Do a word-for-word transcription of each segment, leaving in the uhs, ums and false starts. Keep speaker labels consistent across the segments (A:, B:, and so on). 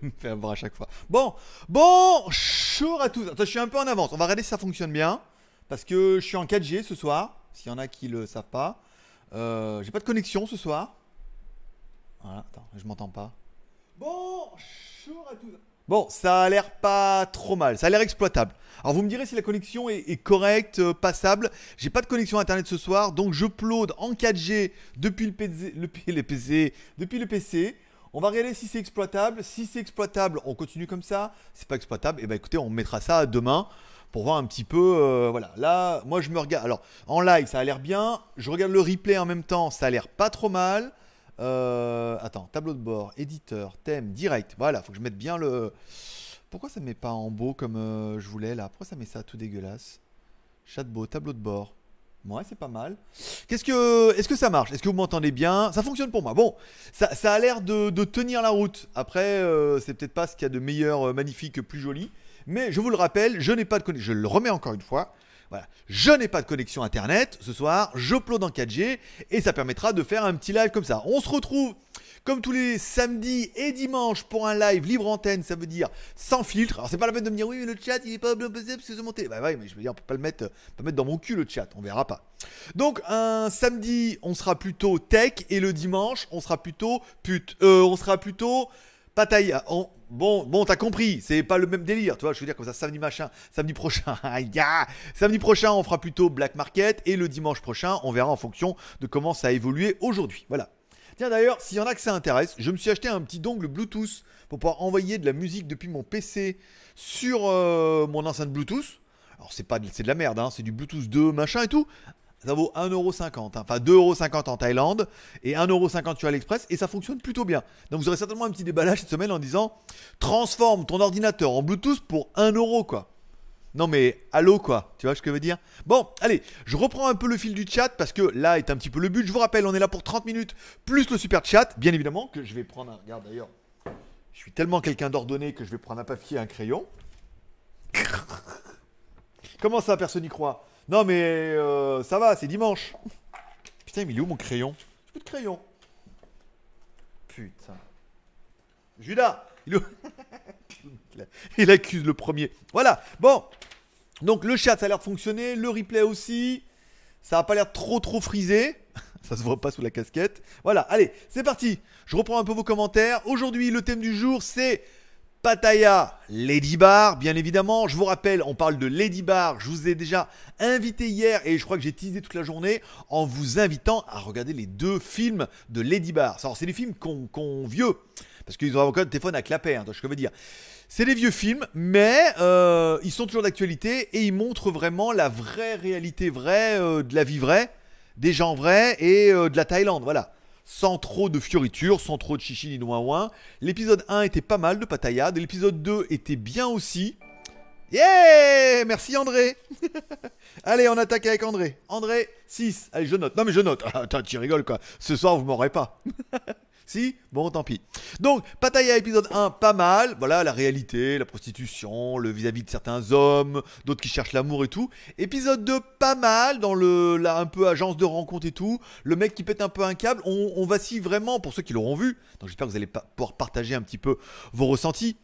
A: me fais avoir à chaque fois. Bon, bonjour à tous. Attends, je suis un peu en avance. On va regarder si ça fonctionne bien. Parce que je suis en quatre G ce soir. S'il y en a qui le savent pas. Euh, J'ai pas de connexion ce soir. Voilà, attends, je m'entends pas. Bonjour à tous. Bon, ça a l'air pas trop mal. Ça a l'air exploitable. Alors vous me direz si la connexion est, est correcte, euh, passable. J'ai pas de connexion internet ce soir. Donc je upload en quatre G depuis le P C, le, les P C, depuis le P C. On va regarder si c'est exploitable. Si c'est exploitable, on continue comme ça. Si c'est pas exploitable, et eh ben écoutez, on mettra ça demain pour voir un petit peu. Euh, voilà, là, moi je me regarde. Alors en live, ça a l'air bien. Je regarde le replay en même temps. Ça a l'air pas trop mal. Euh, attends, tableau de bord, éditeur, thème, direct. Voilà, faut que je mette bien le. Pourquoi ça me met pas en beau comme euh, je voulais là? Pourquoi ça met ça tout dégueulasse? Chatbot, tableau de bord. Ouais, c'est pas mal. Qu'est-ce que, est-ce que ça marche? Est-ce que vous m'entendez bien? Ça fonctionne pour moi. Bon, ça, ça a l'air de, de tenir la route. Après, euh, c'est peut-être pas ce qu'il y a de meilleur, euh, magnifique, plus joli. Mais je vous le rappelle, je n'ai pas de connexion. Je le remets encore une fois. Voilà, je n'ai pas de connexion internet ce soir. J'upload en quatre G et ça permettra de faire un petit live comme ça. On se retrouve comme tous les samedis et dimanches pour un live libre antenne, ça veut dire sans filtre. Alors c'est pas la peine de me dire oui mais le chat il est pas possible parce que c'est monté. Bah ouais mais je veux dire on peut pas le mettre, pas mettre dans mon cul le chat, on verra pas. Donc un samedi on sera plutôt tech et le dimanche on sera plutôt pute. Euh, on sera plutôt Pattaya. On... Bon, bon, t'as compris, c'est pas le même délire, tu vois, je veux dire comme ça, samedi machin, samedi prochain, yeah samedi prochain, on fera plutôt Black Market, et le dimanche prochain, on verra en fonction de comment ça a évolué aujourd'hui, voilà. Tiens d'ailleurs, s'il y en a que ça intéresse, je me suis acheté un petit dongle Bluetooth pour pouvoir envoyer de la musique depuis mon P C sur euh, mon enceinte Bluetooth. Alors c'est pas, c'est de la merde, hein, c'est du Bluetooth deux machin et tout. Ça vaut un euro cinquante, hein. Enfin deux euros cinquante en Thaïlande et un euro cinquante sur AliExpress et ça fonctionne plutôt bien. Donc vous aurez certainement un petit déballage cette semaine en disant transforme ton ordinateur en Bluetooth pour un euro quoi. Non mais allô quoi, tu vois ce que je veux dire? Bon, allez, je reprends un peu le fil du chat parce que là est un petit peu le but. Je vous rappelle, on est là pour trente minutes plus le super chat, bien évidemment, que je vais prendre un... Regarde d'ailleurs, je suis tellement quelqu'un d'ordonné que je vais prendre un papier et un crayon. Comment ça, personne n'y croit? Non mais euh, ça va, c'est dimanche. Putain, mais il est où mon crayon? J'ai plus de crayon. Putain. Judas, il est où? Il accuse le premier. Voilà, bon. Donc le chat ça a l'air de fonctionner, le replay aussi. Ça a pas l'air trop trop frisé. Ça se voit pas sous la casquette. Voilà, allez, c'est parti. Je reprends un peu vos commentaires. Aujourd'hui, le thème du jour, c'est Pattaya Lady Bar, bien évidemment. Je vous rappelle, on parle de Lady Bar. Je vous ai déjà invité hier et je crois que j'ai teasé toute la journée en vous invitant à regarder les deux films de Lady Bar. Alors, c'est des films qu'on qu'on vieux, parce qu'ils ont encore de téléphone à clapper, hein, ce que je veux dire. C'est des vieux films, mais euh, ils sont toujours d'actualité et ils montrent vraiment la vraie réalité vraie euh, de la vie vraie, des gens vrais et euh, de la Thaïlande, voilà. Sans trop de fioritures, sans trop de chichi ni de ouin. L'épisode un était pas mal de Pattaya, l'épisode deux était bien aussi. Yeah! Merci André. Allez, on attaque avec André. André, six. Allez, je note. Non mais je note. Ah, attends, tu rigoles quoi. Ce soir, vous m'aurez pas. Si? Bon, tant pis. Donc, Pattaya épisode un, pas mal. Voilà, la réalité, la prostitution, le vis-à-vis de certains hommes, d'autres qui cherchent l'amour et tout. Épisode deux, pas mal, dans le, là, un peu agence de rencontre et tout. Le mec qui pète un peu un câble. On, on vacille vraiment, pour ceux qui l'auront vu. Donc, j'espère que vous allez pa- pouvoir partager un petit peu vos ressentis.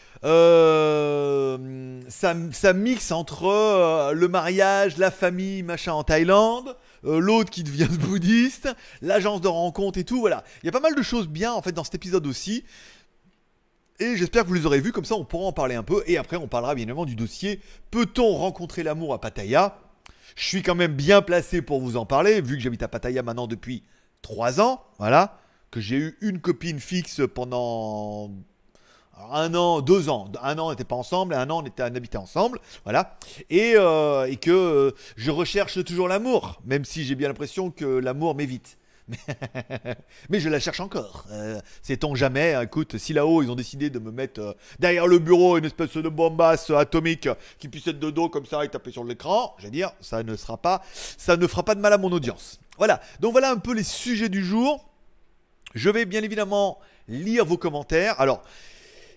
A: Euh, ça, ça mixe entre euh, le mariage, la famille, machin en Thaïlande, euh, l'autre qui devient bouddhiste, l'agence de rencontre et tout, voilà. Il y a pas mal de choses bien en fait dans cet épisode aussi. Et j'espère que vous les aurez vus, comme ça on pourra en parler un peu. Et après on parlera bien évidemment du dossier Peut-on rencontrer l'amour à Pattaya? Je suis quand même bien placé pour vous en parler, vu que j'habite à Pattaya maintenant depuis trois ans, voilà. Que j'ai eu une copine fixe pendant... Alors un an, deux ans, un an on n'était pas ensemble, et un an on était on habitait ensemble, voilà. Et, euh, et que euh, je recherche toujours l'amour, même si j'ai bien l'impression que l'amour m'évite. Mais je la cherche encore. Euh, Sait-on jamais, écoute, si là-haut ils ont décidé de me mettre euh, derrière le bureau une espèce de bombasse atomique qui puisse être de dos comme ça et taper sur l'écran, je vais dire, ça ne sera pas, ça ne fera pas de mal à mon audience. Voilà, donc voilà un peu les sujets du jour. Je vais bien évidemment lire vos commentaires. Alors,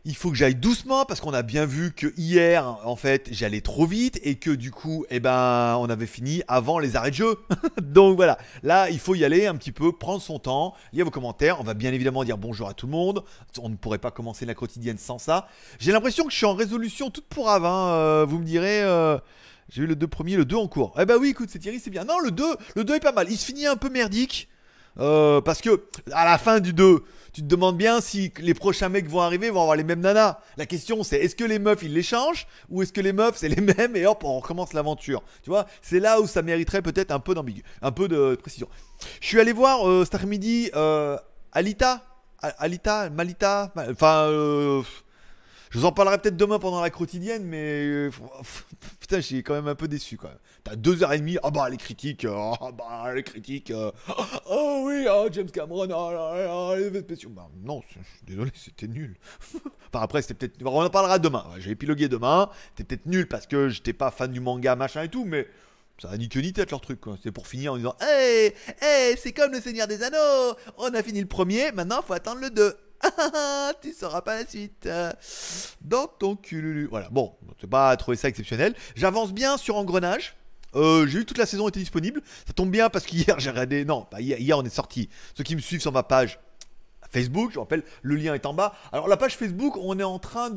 A: il faut que j'aille doucement parce qu'on a bien vu que hier, en fait, j'allais trop vite et que du coup, eh ben, on avait fini avant les arrêts de jeu. Donc voilà, là, il faut y aller un petit peu, prendre son temps, lire vos commentaires. On va bien évidemment dire bonjour à tout le monde. On ne pourrait pas commencer la quotidienne sans ça. J'ai l'impression que je suis en résolution toute pourrave. Hein. Euh, vous me direz, euh, j'ai eu le deux premier, le deux en cours. Eh ben oui, écoute, c'est Thierry, c'est bien. Non, le deux, le deux est pas mal. Il se finit un peu merdique. Euh, parce que à la fin du deux, tu te demandes bien si les prochains mecs vont arriver, vont avoir les mêmes nanas. La question c'est est-ce que les meufs ils les changent ou est-ce que les meufs c'est les mêmes et hop on recommence l'aventure. Tu vois, c'est là où ça mériterait peut-être un peu d'ambigu, un peu de précision. Je suis allé voir euh, cet après-midi euh, Alita, Alita, Malita, enfin. Euh, Je vous en parlerai peut-être demain pendant la quotidienne, mais euh, putain, je suis quand même un peu déçu quand même. T'as deux heures et demie, ah bah les critiques, euh, ah bah les critiques, euh, oh oui, oh, James Cameron, oh, oh, oh, les effets spéciaux. Bah non, je suis désolé, c'était nul. Enfin après, c'était peut-être, on en parlera demain. Ouais, j'ai épilogué demain. C'était peut-être nul parce que j'étais pas fan du manga machin et tout, mais ça a ni queue ni tête leur truc quoi. C'est pour finir en disant, hey, hey, c'est comme le Seigneur des Anneaux. On a fini le premier, maintenant faut attendre le deux. Tu sauras pas la suite dans ton cululu. Voilà, bon, c'est pas trouvé ça exceptionnel. J'avance bien sur Engrenage. Euh, j'ai vu que toute la saison était disponible. Ça tombe bien parce qu'hier j'ai regardé. Non, pas hier, hier on est sorti. Ceux qui me suivent sur ma page Facebook, je vous rappelle, le lien est en bas. Alors la page Facebook, on est en train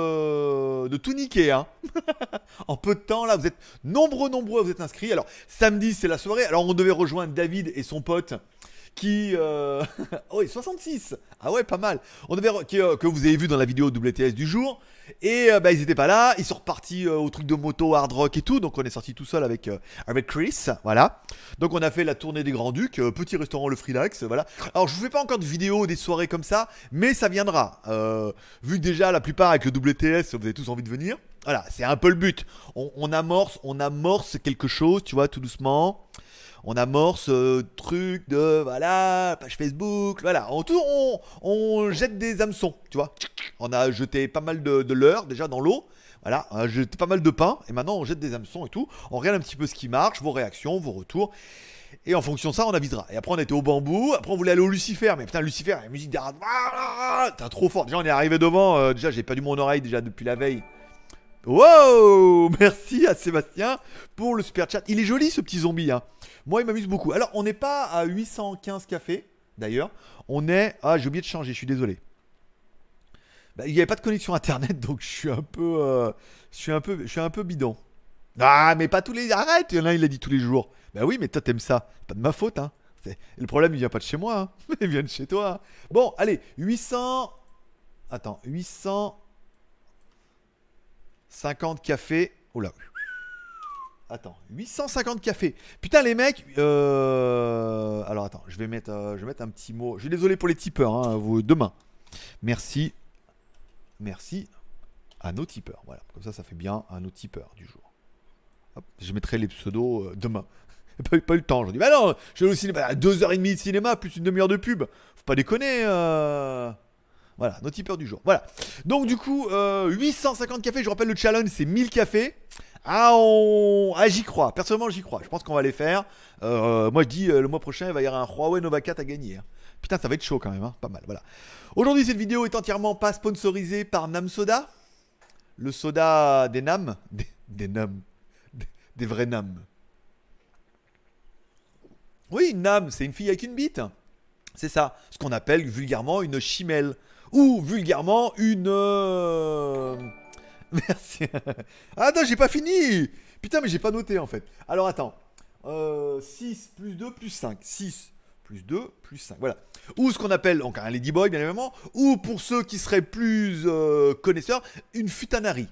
A: de, de tout niquer. Hein. En peu de temps, là, vous êtes nombreux, nombreux à vous êtes inscrits. Alors samedi, c'est la soirée. Alors on devait rejoindre David et son pote. Qui euh... oh oui, soixante-six. Ah ouais, pas mal. On devait qui, euh, que vous avez vu dans la vidéo W T S du jour. Et euh, bah ils étaient pas là. Ils sont repartis euh, au truc de moto, hard rock et tout. Donc on est sorti tout seul avec euh, avec Chris. Voilà. Donc on a fait la tournée des Grands Ducs, euh, petit restaurant le Freelax. Voilà. Alors je vous fais pas encore de vidéos des soirées comme ça, mais ça viendra. Euh, vu que déjà la plupart avec le W T S, vous avez tous envie de venir. Voilà, c'est un peu le but. On, on amorce, on amorce quelque chose, tu vois, tout doucement. On amorce euh, truc de voilà page Facebook, voilà. En tout, on, on jette des hameçons, tu vois. On a jeté pas mal de, de leurres déjà dans l'eau, voilà. On a jeté pas mal de pain et maintenant on jette des hameçons et tout. On regarde un petit peu ce qui marche, vos réactions, vos retours. Et en fonction de ça, on avisera. Et après, on était au bambou. Après, on voulait aller au Lucifer. Mais putain, Lucifer, la musique derrière. T'es trop fort. Déjà, on est arrivé devant. Euh, déjà, j'ai perdu mon oreille déjà depuis la veille. Wow, merci à Sébastien pour le super chat. Il est joli ce petit zombie. Hein. Moi, il m'amuse beaucoup. Alors, on n'est pas à huit cent quinze cafés, d'ailleurs. On est... Ah, j'ai oublié de changer, je suis désolé. Bah, il n'y avait pas de connexion internet, donc je suis un peu... Euh, je suis un peu, je suis un peu bidon. Ah, mais pas tous les... Arrête, il y en a, il l'a dit tous les jours. Bah oui, mais toi, t'aimes ça. C'est pas de ma faute, hein. C'est... Le problème, il vient pas de chez moi, hein. Il vient de chez toi. Bon, allez, huit cents... Attends, huit cent... cinquante cafés. Oh là. Attends, huit cent cinquante cafés. Putain les mecs. Euh... Alors attends, je vais mettre, euh, je vais mettre un petit mot. Je suis désolé pour les tipeurs. Hein, vous demain. Merci, merci à nos tipeurs. Voilà, comme ça, ça fait bien à nos tipeurs du jour. Hop, je mettrai les pseudos euh, demain. Pas, pas eu le temps. Je dis bah non, je vais au cinéma. deux heures trente de cinéma plus une demi-heure de pub. Faut pas déconner. Euh... Voilà, nos tipeurs du jour. Voilà. Donc du coup, euh, huit cent cinquante cafés. Je vous rappelle le challenge, c'est mille cafés. Ah, on... ah j'y crois. Personnellement, j'y crois. Je pense qu'on va les faire. Euh, moi, je dis euh, le mois prochain, il va y avoir un Huawei Nova quatre à gagner. Hein. Putain, ça va être chaud quand même. Hein. Pas mal. Voilà. Aujourd'hui, cette vidéo est entièrement pas sponsorisée par Nam Soda, le soda des Nam, des, des Nam, des, des vrais Nam. Oui, une Nam, c'est une fille avec une bite. C'est ça. Ce qu'on appelle vulgairement une chimelle. Ou vulgairement une... Euh... Merci. Ah non, j'ai pas fini. Putain, mais j'ai pas noté en fait. Alors attends. Euh, six plus deux plus cinq. six plus deux plus cinq. Voilà. Ou ce qu'on appelle donc un ladyboy, bien évidemment. Ou pour ceux qui seraient plus euh, connaisseurs, une futanari.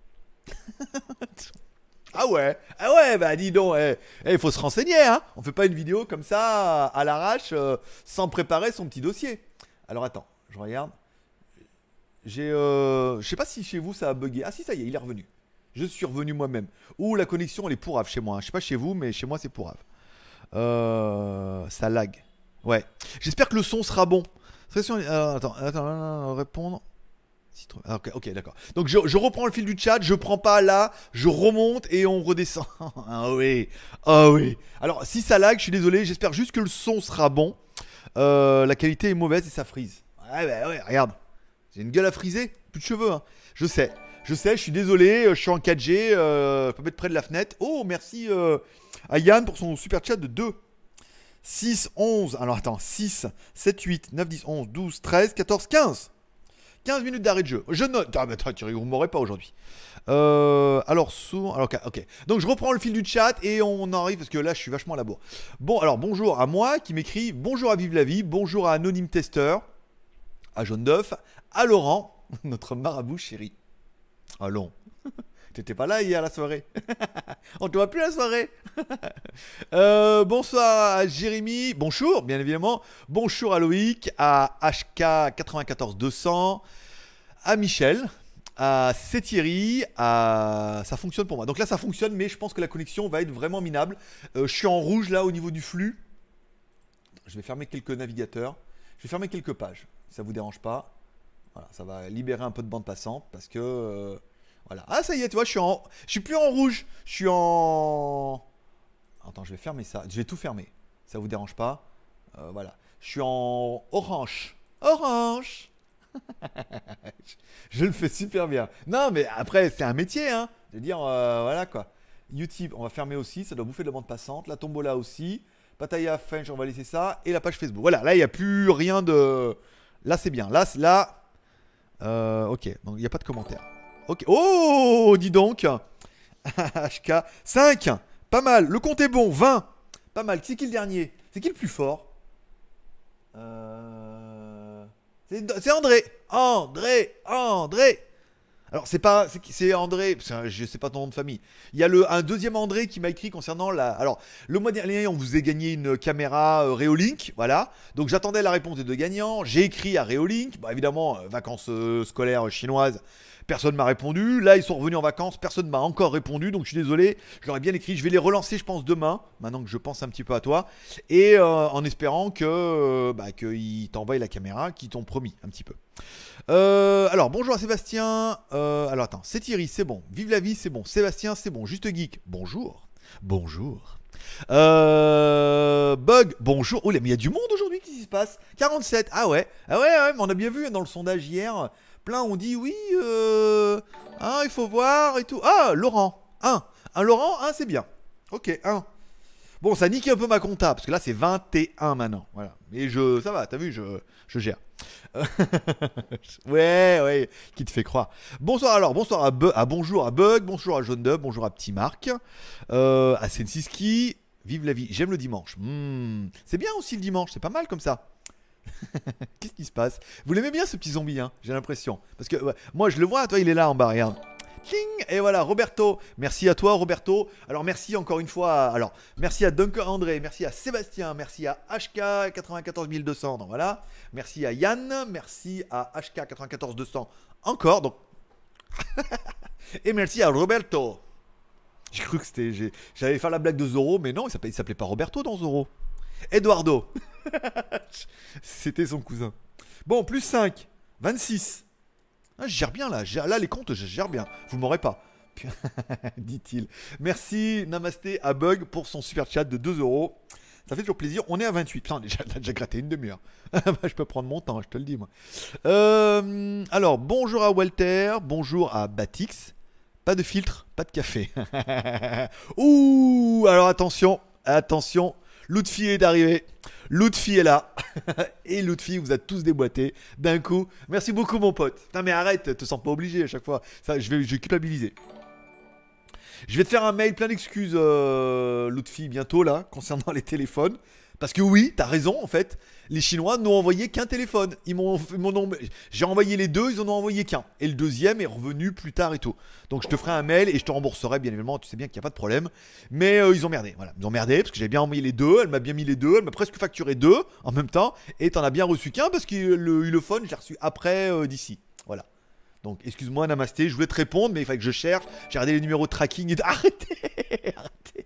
A: Ah ouais, ah ouais, bah dis donc, il eh, eh, faut se renseigner, hein. On fait pas une vidéo comme ça à l'arrache euh, sans préparer son petit dossier. Alors attends, je regarde. J'ai, euh, je sais pas si chez vous ça a bugué. Ah si, ça y est, il est revenu. Je suis revenu moi-même. Ouh, la connexion elle est pourrave chez moi. Hein. Je sais pas chez vous, mais chez moi c'est pourrave. Euh, ça lag. Ouais. J'espère que le son sera bon. Euh, attends, attends, répondre. Ok, ok, d'accord. Donc je, je reprends le fil du chat, je prends pas là, je remonte et on redescend. Ah oui, ah oui. Alors si ça lag, je suis désolé, j'espère juste que le son sera bon. Euh, la qualité est mauvaise et ça frise. Ouais, bah ouais, regarde. J'ai une gueule à friser. Plus de cheveux, hein. Je sais. Je sais, je suis désolé, euh, je suis en quatre G, euh, je peux mettre près de la fenêtre. Oh, merci euh, à Yann pour son super chat de deux. six, onze, alors attends, six, sept, huit, neuf, dix, onze, douze, treize, quatorze, quinze. quinze minutes d'arrêt de jeu. Je note. Ah, mais attends, tu vous m'aurez pas aujourd'hui. Euh, alors, sourd. Alors, ok. Donc, je reprends le fil du chat et on en arrive parce que là, je suis vachement à la bourre. Bon, alors, bonjour à moi qui m'écrit. Bonjour à Vive la Vie. Bonjour à Anonyme Testeur. À Jaune d'œuf. À Laurent, notre marabout chéri. Allons. T'étais pas là hier la soirée. On te voit plus la soirée. euh, bonsoir à Jérémy. Bonjour, bien évidemment. Bonjour à Loïc, à H K quatre-vingt-quatorze deux cents, à Michel, à Thierry, à... Ça fonctionne pour moi. Donc là, ça fonctionne, mais je pense que la connexion va être vraiment minable. Euh, je suis en rouge là au niveau du flux. Je vais fermer quelques navigateurs. Je vais fermer quelques pages. Si ça vous dérange pas. Voilà, ça va libérer un peu de bande passante parce que... Euh... Voilà. Ah, ça y est, tu vois, je suis en... Je suis plus en rouge. Je suis en... Attends, je vais fermer ça. Je vais tout fermer. Ça vous dérange pas. euh, Voilà. Je suis en orange. Orange. Je le fais super bien. Non, mais après, c'est un métier, hein. De dire, euh, voilà quoi. YouTube, on va fermer aussi. Ça doit bouffer de la bande passante. La tombola aussi. Pataya French, on va laisser ça. Et la page Facebook. Voilà, là, il n'y a plus rien de... Là, c'est bien. Là, là... Euh, ok, donc il n'y a pas de commentaire. Ok. Oh, dis donc. H K cinq. Pas mal. Le compte est bon. vingt. Pas mal. C'est qui le dernier? C'est qui le plus fort? euh... C'est André. André. André. Alors, c'est pas. C'est André. Je sais pas ton nom de famille. Il y a le, un deuxième André qui m'a écrit concernant la. Alors, le mois dernier, on vous a gagné une caméra euh, Reolink. Voilà. Donc, j'attendais la réponse des deux gagnants. J'ai écrit à Reolink. Bon, évidemment, euh, vacances euh, scolaires chinoises. Personne m'a répondu. Là, ils sont revenus en vacances. Personne ne m'a encore répondu. Donc, je suis désolé. Je leur ai bien écrit. Je vais les relancer, je pense, demain. Maintenant que je pense un petit peu à toi. Et euh, en espérant que euh, bah, qu'ils t'envoient la caméra qu'ils t'ont promis un petit peu. Euh, alors, bonjour à Sébastien. Euh, alors, attends. C'est Thierry, c'est bon. Vive la vie, c'est bon. Sébastien, c'est bon. Juste Geek, bonjour. Bonjour. Euh, Bug, bonjour. Oh, mais il y a du monde aujourd'hui. Qu'est-ce qui se passe? quarante-sept. Ah ouais. Ah ouais, ouais, mais on a bien vu dans le sondage hier. Plein ont dit oui, euh, hein, il faut voir et tout. Ah, Laurent, un. Un Laurent, un, c'est bien. Ok, un. Bon, ça nique un peu ma compta, parce que là, c'est vingt et un maintenant. Voilà. Mais je, ça va, t'as vu, je, je gère. ouais, ouais, qui te fait croire. Bonsoir alors, bonsoir à, Bug, à bonjour à Bug, bonjour à Jaune Dub, bonjour à Petit Marc, euh, à Sensiski. Vive la vie, j'aime le dimanche. Mmh. C'est bien aussi le dimanche, c'est pas mal comme ça. Qu'est-ce qui se passe? Vous l'aimez bien ce petit zombie, hein? J'ai l'impression. Parce que ouais, moi je le vois, toi il est là en bas, regarde. Ting. Et voilà, Roberto. Merci à toi, Roberto. Alors merci encore une fois. À, alors merci à Duncan André, merci à Sébastien, merci à H K quatre-vingt-quatorze mille deux cents. Donc voilà. Merci à Yann, merci à H K quatre-vingt-quatorze deux cents encore. Donc et merci à Roberto. J'ai cru que c'était, j'allais faire la blague de Zorro, mais non, il s'appelait, il s'appelait pas Roberto dans Zorro. Eduardo. C'était son cousin. Bon, plus cinq. vingt-six. Ah, je gère bien là. Là, les comptes, je gère bien. Vous m'aurez pas. Dit-il. Merci, Namasté à Bug pour son super chat de deux euros. Ça fait toujours plaisir. On est à vingt-huit. Putain, déjà, déjà gratté une demi-heure. Je peux prendre mon temps, je te le dis, moi. Euh, alors, bonjour à Walter. Bonjour à Batix. Pas de filtre, pas de café. Ouh, alors attention. Attention. Lutfi est arrivé. Lutfi est là. Et Lutfi vous a tous déboîté d'un coup. Merci beaucoup, mon pote. Putain, mais arrête, te sens pas obligé à chaque fois. Ça, je vais, je vais culpabiliser. Je vais te faire un mail plein d'excuses, euh, Lutfi, bientôt là, concernant les téléphones. Parce que oui, t'as raison en fait. Les Chinois n'ont envoyé qu'un téléphone. Ils m'ont, ils m'ont, j'ai envoyé les deux, ils en ont envoyé qu'un. Et le deuxième est revenu plus tard et tout. Donc je te ferai un mail et je te rembourserai bien évidemment. Tu sais bien qu'il n'y a pas de problème. Mais euh, ils ont merdé. Voilà, ils ont merdé parce que j'avais bien envoyé les deux. Elle m'a bien mis les deux. Elle m'a presque facturé deux en même temps. Et t'en as bien reçu qu'un parce que le Ulefone, je l'ai reçu après euh, d'ici. Voilà. Donc excuse-moi Namasté, je voulais te répondre, mais il fallait que je cherche. J'ai regardé les numéros de tracking et de... Arrêtez. Arrêtez.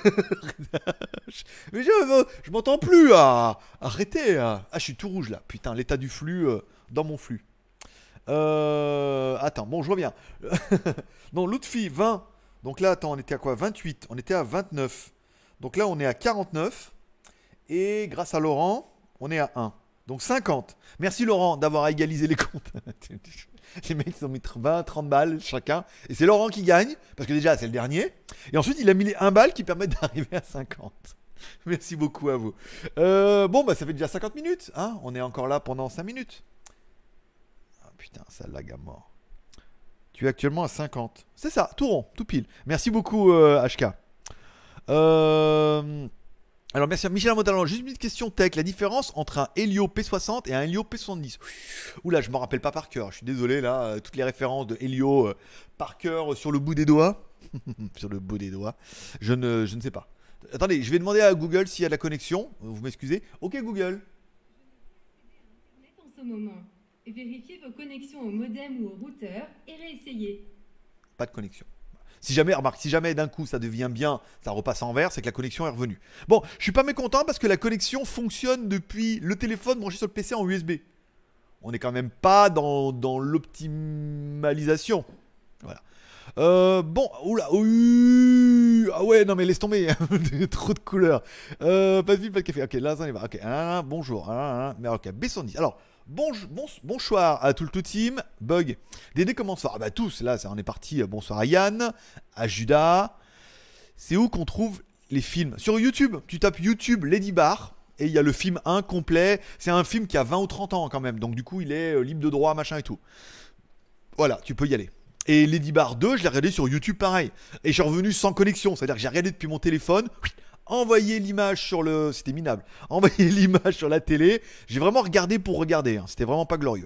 A: Mais je, je m'entends plus. Ah. Arrêtez. Ah, je suis tout rouge là. Putain, l'état du flux euh, dans mon flux. Euh, attends, bon, je reviens. Non, Lutfi, vingt. Donc là, attends, on était à quoi? vingt-huit. On était à vingt-neuf. Donc là, on est à quarante-neuf. Et grâce à Laurent, on est à un. Donc cinquante. Merci Laurent d'avoir égalisé les comptes. Les mecs, ils ont mis vingt, trente balles chacun. Et c'est Laurent qui gagne, parce que déjà, c'est le dernier. Et ensuite, il a mis les un balle qui permettent d'arriver à cinquante. Merci beaucoup à vous. Euh, bon, bah, ça fait déjà cinquante minutes. Hein, on est encore là pendant cinq minutes. Ah, putain, ça lag à mort. Tu es actuellement à cinquante. C'est ça, tout rond, tout pile. Merci beaucoup, euh, H K. Euh... Alors merci à Michel Amotalan. Juste une petite question tech. La différence entre un Helio P soixante et un Helio P soixante-dix. Oula, je m'en rappelle pas par cœur. Je suis désolé là. euh, Toutes les références de Helio euh, par cœur euh, sur le bout des doigts. Sur le bout des doigts. Je ne, je ne sais pas. Attendez, je vais demander à Google s'il y a de la connexion. Vous m'excusez. Ok Google.
B: Internet en ce moment. Vérifiez vos connexions au modem ou au routeur et réessayez.
A: Pas de connexion. Si jamais, remarque, si jamais d'un coup ça devient bien, ça repasse en vert, c'est que la connexion est revenue. Bon, je suis pas mécontent parce que la connexion fonctionne depuis le téléphone branché sur le P C en U S B. On n'est quand même pas dans, dans l'optimalisation. Voilà. Euh, bon, oula, ouh, ah ouais, non mais laisse tomber, trop de couleurs. Euh, pas de ville, pas de café. Ok, là, ça y va. Ok, ah, bonjour. Ah, ah, mais ok, B cent dix. Alors, bon, bon, bonsoir à tout le tout team. Bug. Dédé, comment ça va? Ah bah tous, là, ça, on est parti. Bonsoir à Yann, à Judas. C'est où qu'on trouve les films? Sur YouTube. Tu tapes YouTube Lady Bar. Et il y a le film un complet. C'est un film qui a vingt ou trente ans quand même. Donc du coup, il est euh, libre de droit, machin et tout. Voilà, tu peux y aller. Et Lady Bar deux, je l'ai regardé sur YouTube pareil. Et je suis revenu sans connexion. C'est-à-dire que j'ai regardé depuis mon téléphone. Envoyé l'image sur le... C'était minable. Envoyé l'image sur la télé. J'ai vraiment regardé pour regarder. Hein. C'était vraiment pas glorieux.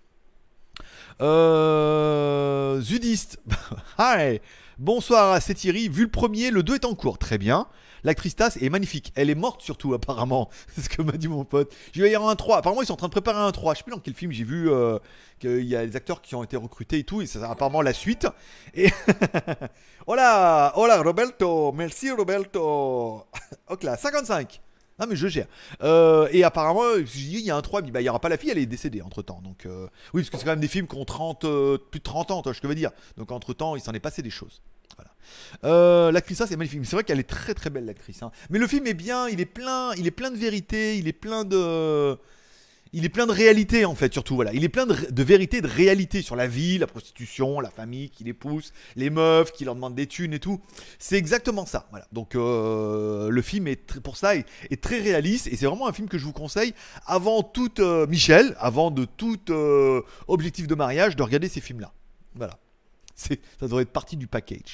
A: Euh... Zudiste. Hi. Bonsoir à Thierry. Vu le premier, le deux est en cours. Très bien. L'actrice Tass est magnifique. Elle est morte surtout apparemment. C'est ce que m'a dit mon pote. Je vais y avoir un trois. Apparemment ils sont en train de préparer un trois. Je sais plus dans quel film j'ai vu euh, qu'il y a des acteurs qui ont été recrutés et tout. Et c'est apparemment la suite. Et hola, hola Roberto. Merci Roberto. Ok là, cinquante-cinq. Non mais je gère. Euh, et apparemment, je dis, il y a un trois, il bah, n'y aura pas la fille, elle est décédée entre temps. Donc euh, oui, parce que c'est quand même des films qui ont trente, euh, plus de trente ans, toi, je te veux dire. Donc entre temps, il s'en est passé des choses. Voilà. Euh, l'actrice, ça c'est magnifique. C'est vrai qu'elle est très très belle l'actrice. Hein. Mais le film est bien, il est plein, il est plein de vérité, il est plein de, il est plein de réalité en fait surtout. Voilà, il est plein de, de vérité, de réalité sur la vie, la prostitution, la famille qui les pousse, les meufs qui leur demandent des thunes et tout. C'est exactement ça. Voilà. Donc euh, le film est très, pour ça est, est très réaliste et c'est vraiment un film que je vous conseille avant toute euh, Michel, avant de tout euh, objectif de mariage, de regarder ces films-là. Voilà. C'est, ça devrait être partie du package.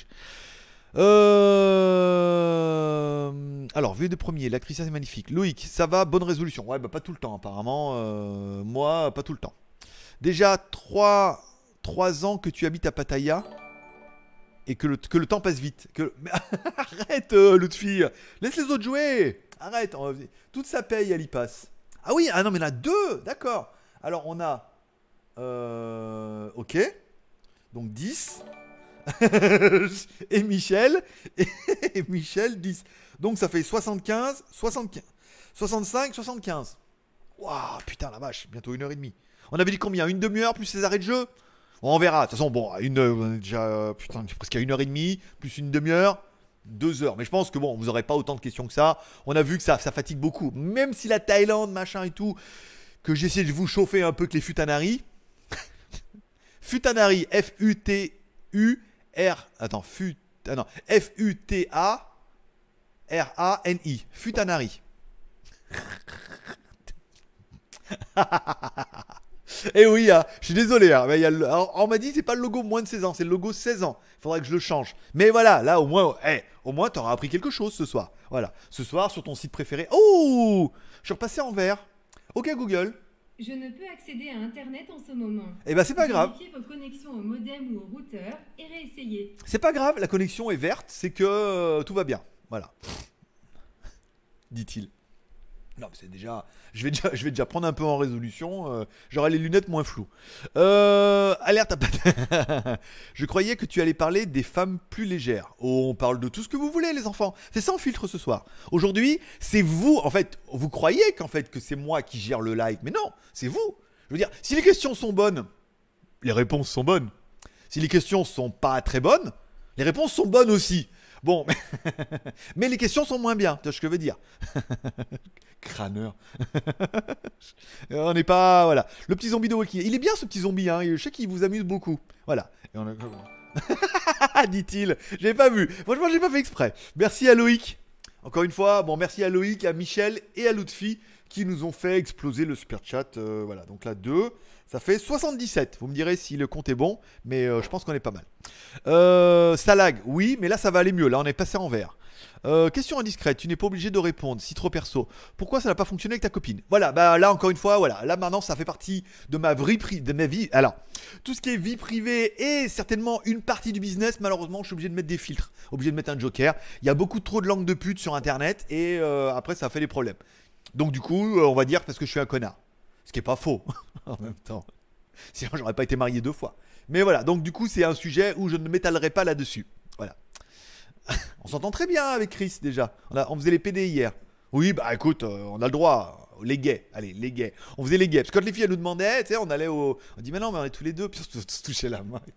A: Euh... Alors, vu de premier, l'actrice est magnifique. Loïc, ça va, bonne résolution. Ouais, bah pas tout le temps, apparemment. Euh... Moi, pas tout le temps. Déjà, trois ans que tu habites à Pattaya et que le, que le temps passe vite. Que... Mais arrête, euh, l'autre fille. Laisse les autres jouer. Arrête. On... Toute sa paye, elle y passe. Ah oui, ah non, mais il y en a deux. D'accord. Alors, on a... Euh... Ok. Donc dix. Et Michel. Et Michel dix. Donc ça fait soixante-quinze, soixante-quinze, soixante-cinq, soixante-quinze. Waouh, putain la vache, bientôt une heure et demie. On avait dit combien? Une demi-heure plus ses arrêts de jeu? Bon, on verra. De toute façon, bon, une, on est déjà euh, putain, presque à une heure et demie, plus une demi-heure, deux heures. Mais je pense que bon, vous n'aurez pas autant de questions que ça. On a vu que ça, ça fatigue beaucoup. Même si la Thaïlande, machin et tout, que j'essaie de vous chauffer un peu que les futanari. Futanari, F U T U R. Attends, fut, ah non, F U T A R A N I. Futanari. Eh oui, hein, je suis désolé. Hein, mais il y a le, alors, on m'a dit c'est pas le logo moins de seize ans, c'est le logo seize ans. Il faudrait que je le change. Mais voilà, là au moins, hey, au moins t'auras appris quelque chose ce soir. Voilà, ce soir sur ton site préféré. Oh, je suis repassé en vert. Ok Google.
B: Je ne peux accéder à Internet en ce moment.
A: Eh ben c'est pas grave.
B: Vérifiez vos connexions au modem ou au routeur et réessayez.
A: C'est pas grave, la connexion est verte, c'est que euh, tout va bien. Voilà. Dit-il. Non, mais c'est déjà... Je vais déjà, je vais déjà prendre un peu en résolution. Euh, J'aurai les lunettes moins floues. Euh, alerte à pas... Je croyais que tu allais parler des femmes plus légères. Oh, on parle de tout ce que vous voulez, les enfants. C'est sans filtre ce soir. Aujourd'hui, c'est vous. En fait, vous croyez qu'en fait que c'est moi qui gère le live, mais non, c'est vous. Je veux dire, si les questions sont bonnes, les réponses sont bonnes. Si les questions sont pas très bonnes, les réponses sont bonnes aussi. Bon, mais, mais les questions sont moins bien, tu vois ce que je veux dire. Crâneur. On n'est pas... Voilà. Le petit zombie de Walkie. Il est bien ce petit zombie, hein. Je sais qu'il vous amuse beaucoup. Voilà. Et on a... dit-il. J'avais pas vu. Franchement, j'ai pas fait exprès. Merci à Loïc. Encore une fois, bon, merci à Loïc, à Michel et à Lutfi qui nous ont fait exploser le super chat. Euh, voilà, donc là, deux. Ça fait soixante-dix-sept. Vous me direz si le compte est bon, mais euh, je pense qu'on est pas mal. Euh, ça lag, oui, mais là, ça va aller mieux. Là, on est passé en vert. Euh, question indiscrète, tu n'es pas obligé de répondre, si trop perso. Pourquoi ça n'a pas fonctionné avec ta copine? Voilà, bah là encore une fois, voilà, là maintenant ça fait partie de ma vie, de ma vie. Alors, tout ce qui est vie privée et certainement une partie du business, malheureusement, je suis obligé de mettre des filtres, obligé de mettre un joker. Il y a beaucoup trop de langues de pute sur Internet et euh, après ça fait des problèmes. Donc du coup, on va dire parce que je suis un connard, ce qui est pas faux en même temps. Sinon, j'aurais pas été marié deux fois. Mais voilà, donc du coup, c'est un sujet où je ne m'étalerai pas là-dessus. Voilà. On s'entend très bien avec Chris déjà. On, a, on faisait les P D hier. Oui, bah écoute, euh, on a le droit. Les gays, allez, les gays. On faisait les gays. Parce que quand les filles elles nous demandaient, tu sais, on allait au. On dit, mais non, mais on est tous les deux. Puis on se touchait la main.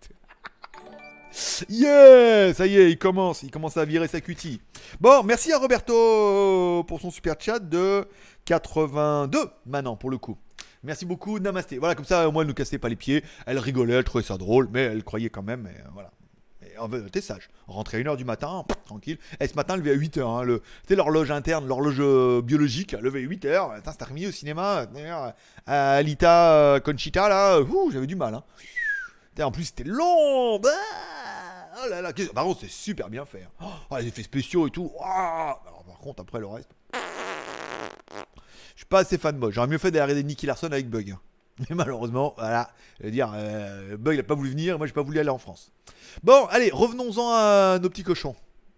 A: Yeah, ça y est, il commence. Il commence à virer sa cutie. Bon, merci à Roberto pour son super chat de quatre-vingt-deux maintenant, pour le coup. Merci beaucoup, namasté. Voilà, comme ça, au moins, elle ne nous cassait pas les pieds. Elle rigolait, elle trouvait ça drôle, mais elle croyait quand même. Mais voilà. T'es sage, rentrer à une heure du matin, pff, tranquille. Et ce matin, levé à huit heures. Hein, le, c'était l'horloge interne, l'horloge euh, biologique, levé à huit heures. Attends, c'était remis au cinéma. À Alita euh, Conchita, là, ouh, j'avais du mal. Hein. En plus, c'était long. Bah, oh là là, par contre, c'est super bien fait. Hein. Oh, les effets spéciaux et tout. Oh, alors, par contre, après le reste. Je suis pas assez fan de moi. J'aurais mieux fait d'aller regarder Nicky Larson avec Bug. Mais malheureusement, voilà, je veux dire, euh, Bug n'a pas voulu venir, moi j'ai pas voulu aller en France. Bon, allez, revenons-en à nos petits cochons.